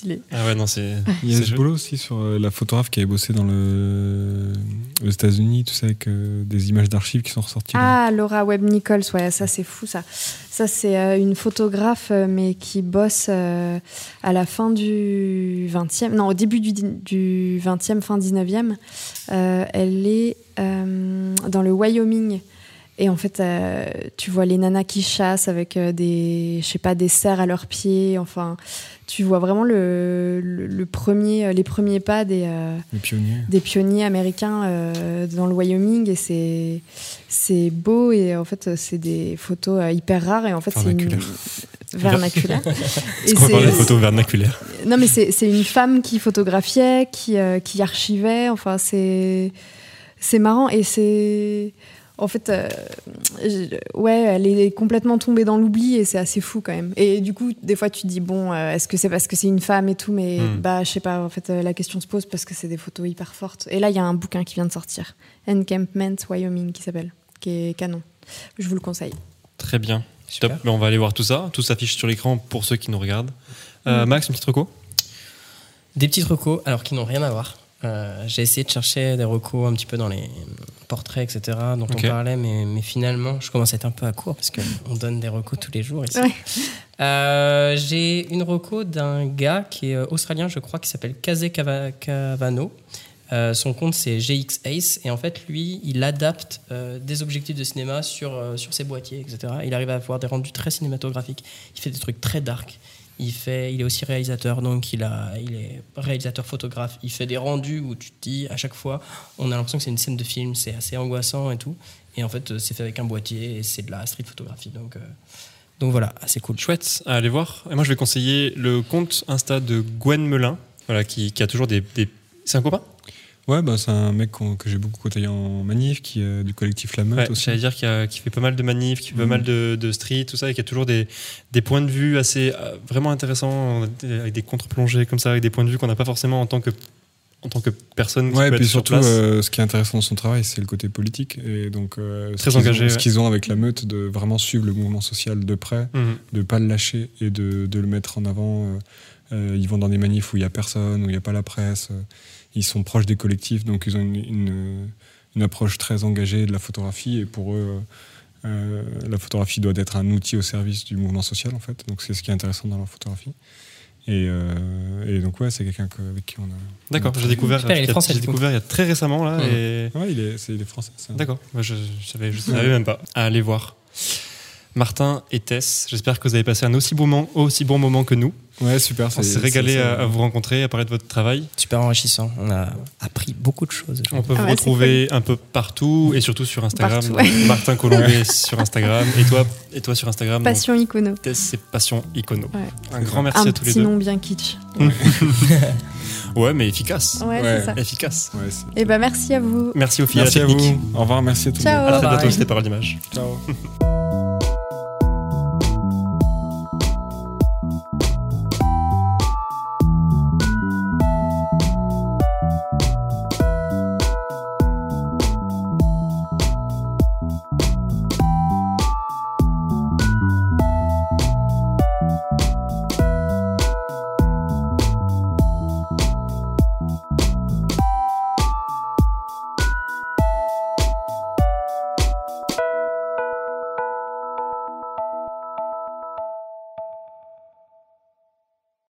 stylé. Ah ouais, non, c'est. Il y a c'est ce chouette. boulot aussi sur euh, la photographe qui avait bossé dans le, aux États-Unis, tu sais, avec euh, des images d'archives qui sont ressorties. là. Ah, Laura Webb Nichols, ouais, ça c'est fou ça. Ça c'est euh, une photographe, euh, mais qui bosse euh, à la fin du vingtième, non, au début du, du vingtième, fin dix-neuvième. Euh, elle est euh, dans le Wyoming. Et en fait, euh, tu vois les nanas qui chassent avec euh, des, je sais pas, des cerfs à leurs pieds. Enfin, tu vois vraiment le, le, le premier, les premiers pas des, euh, Les pionniers. des pionniers américains euh, dans le Wyoming. Et c'est, c'est beau. Et en fait, c'est des photos euh, hyper rares. Et en fait, c'est une vernaculaire. Est-ce qu'on va parler de photos vernaculaires? Non, mais c'est, c'est une femme qui photographiait, qui, euh, qui archivait. Enfin, c'est, c'est marrant. Et c'est. En fait, euh, je- ouais, elle est complètement tombée dans l'oubli et c'est assez fou quand même. Et du coup, des fois, tu te dis, bon, euh, est-ce que c'est parce que c'est une femme et tout? Mais Mm. bah, je sais pas, en fait, euh, la question se pose parce que c'est des photos hyper fortes. Et là, il y a un bouquin qui vient de sortir, Encampment Wyoming, qui s'appelle, qui est canon. Je vous le conseille. Très bien. Super. Top. Mais on va aller voir tout ça. Tout s'affiche sur l'écran pour ceux qui nous regardent. Euh, Mm. Max, une petite reco? Des petites recos, alors qui n'ont rien à voir. Euh, j'ai essayé de chercher des recos un petit peu dans les portraits, et cetera, dont Ok. on parlait, mais, mais finalement, je commence à être un peu à court parce qu'on donne des recos tous les jours ici. Ouais. Euh, j'ai une reco d'un gars qui est euh, australien, je crois, qui s'appelle Kaze Cava- Cavano. Euh, son compte, c'est G X Ace. Et en fait, lui, il adapte euh, des objectifs de cinéma sur, euh, sur ses boîtiers, et cetera. Il arrive à avoir des rendus très cinématographiques. Il fait des trucs très dark. Il, fait, il est aussi réalisateur, donc il, a, il est réalisateur photographe. Il fait des rendus où tu te dis, à chaque fois, on a l'impression que c'est une scène de film, c'est assez angoissant et tout. Et en fait, c'est fait avec un boîtier et c'est de la street photographie. Donc, euh, donc voilà, assez cool. Chouette à aller voir. Et moi, je vais conseiller le compte Insta de Gwen Melin, voilà, qui, qui a toujours des, des... C'est un copain? Ouais, bah, c'est un mec qu'on- que j'ai beaucoup côtoyé en manif, qui est du collectif La Meute Ouais, aussi. j'allais dire qu'il y a- qu'il fait pas mal de manifs, qui fait pas Mhm. mal de, de street, tout ça, et qui a toujours des, des points de vue assez euh, vraiment intéressants, euh, avec des contre-plongées comme ça, avec des points de vue qu'on n'a pas forcément en tant que, en tant que personne qui Ouais, et peut puis être sur surtout, place. euh, ce qui est intéressant dans son travail, c'est le côté politique. Et donc, euh, Très ce qu'ils engagé, ont- ouais. Ce qu'ils ont avec La Meute, de vraiment suivre le mouvement social de près, Mhm. de ne pas le lâcher et de, de le mettre en avant. Euh, euh, ils vont dans des manifs où il n'y a personne, où il n'y a pas la presse. Euh, ils sont proches des collectifs, donc ils ont une, une, une approche très engagée de la photographie. Et pour eux, euh, euh, la photographie doit être un outil au service du mouvement social, en fait. Donc c'est ce qui est intéressant dans leur photographie. Et, euh, et donc, ouais, c'est quelqu'un que- avec qui on a. D'accord, on a j'ai découvert, Super, il est j'ai français, du coup. découvert il y a très récemment là. Mhm. Et... Ouais, il est, c'est, il est français. c'est un- D'accord, moi, je ne savais, je savais même pas. À aller voir. Martin et Tess, j'espère que vous avez passé un aussi bon moment, aussi bon moment que nous. Ouais, super. On c'est- s'est régalé c'est- c'est- à, à vous rencontrer, à parler de votre travail. Super enrichissant. On a appris beaucoup de choses. On peut Ah vous ouais, retrouver un peu partout et surtout sur Instagram. Partout, ouais. Martin Colombet sur Instagram. Et toi, et toi sur Instagram. donc, Passion icono. Tess, c'est Passion Icono. Ouais. Un grand merci Un à tous les petit deux. nom bien kitsch. Ouais, mais efficace. Ouais, Ouais. c'est ça. Efficace. Ouais, c'est- Et bah merci à vous. Merci aux filles Merci à à la technique. vous. Au revoir, merci à tout le Ciao. monde. À très Bye bientôt, bye. c'était Parole d'Image. Ciao.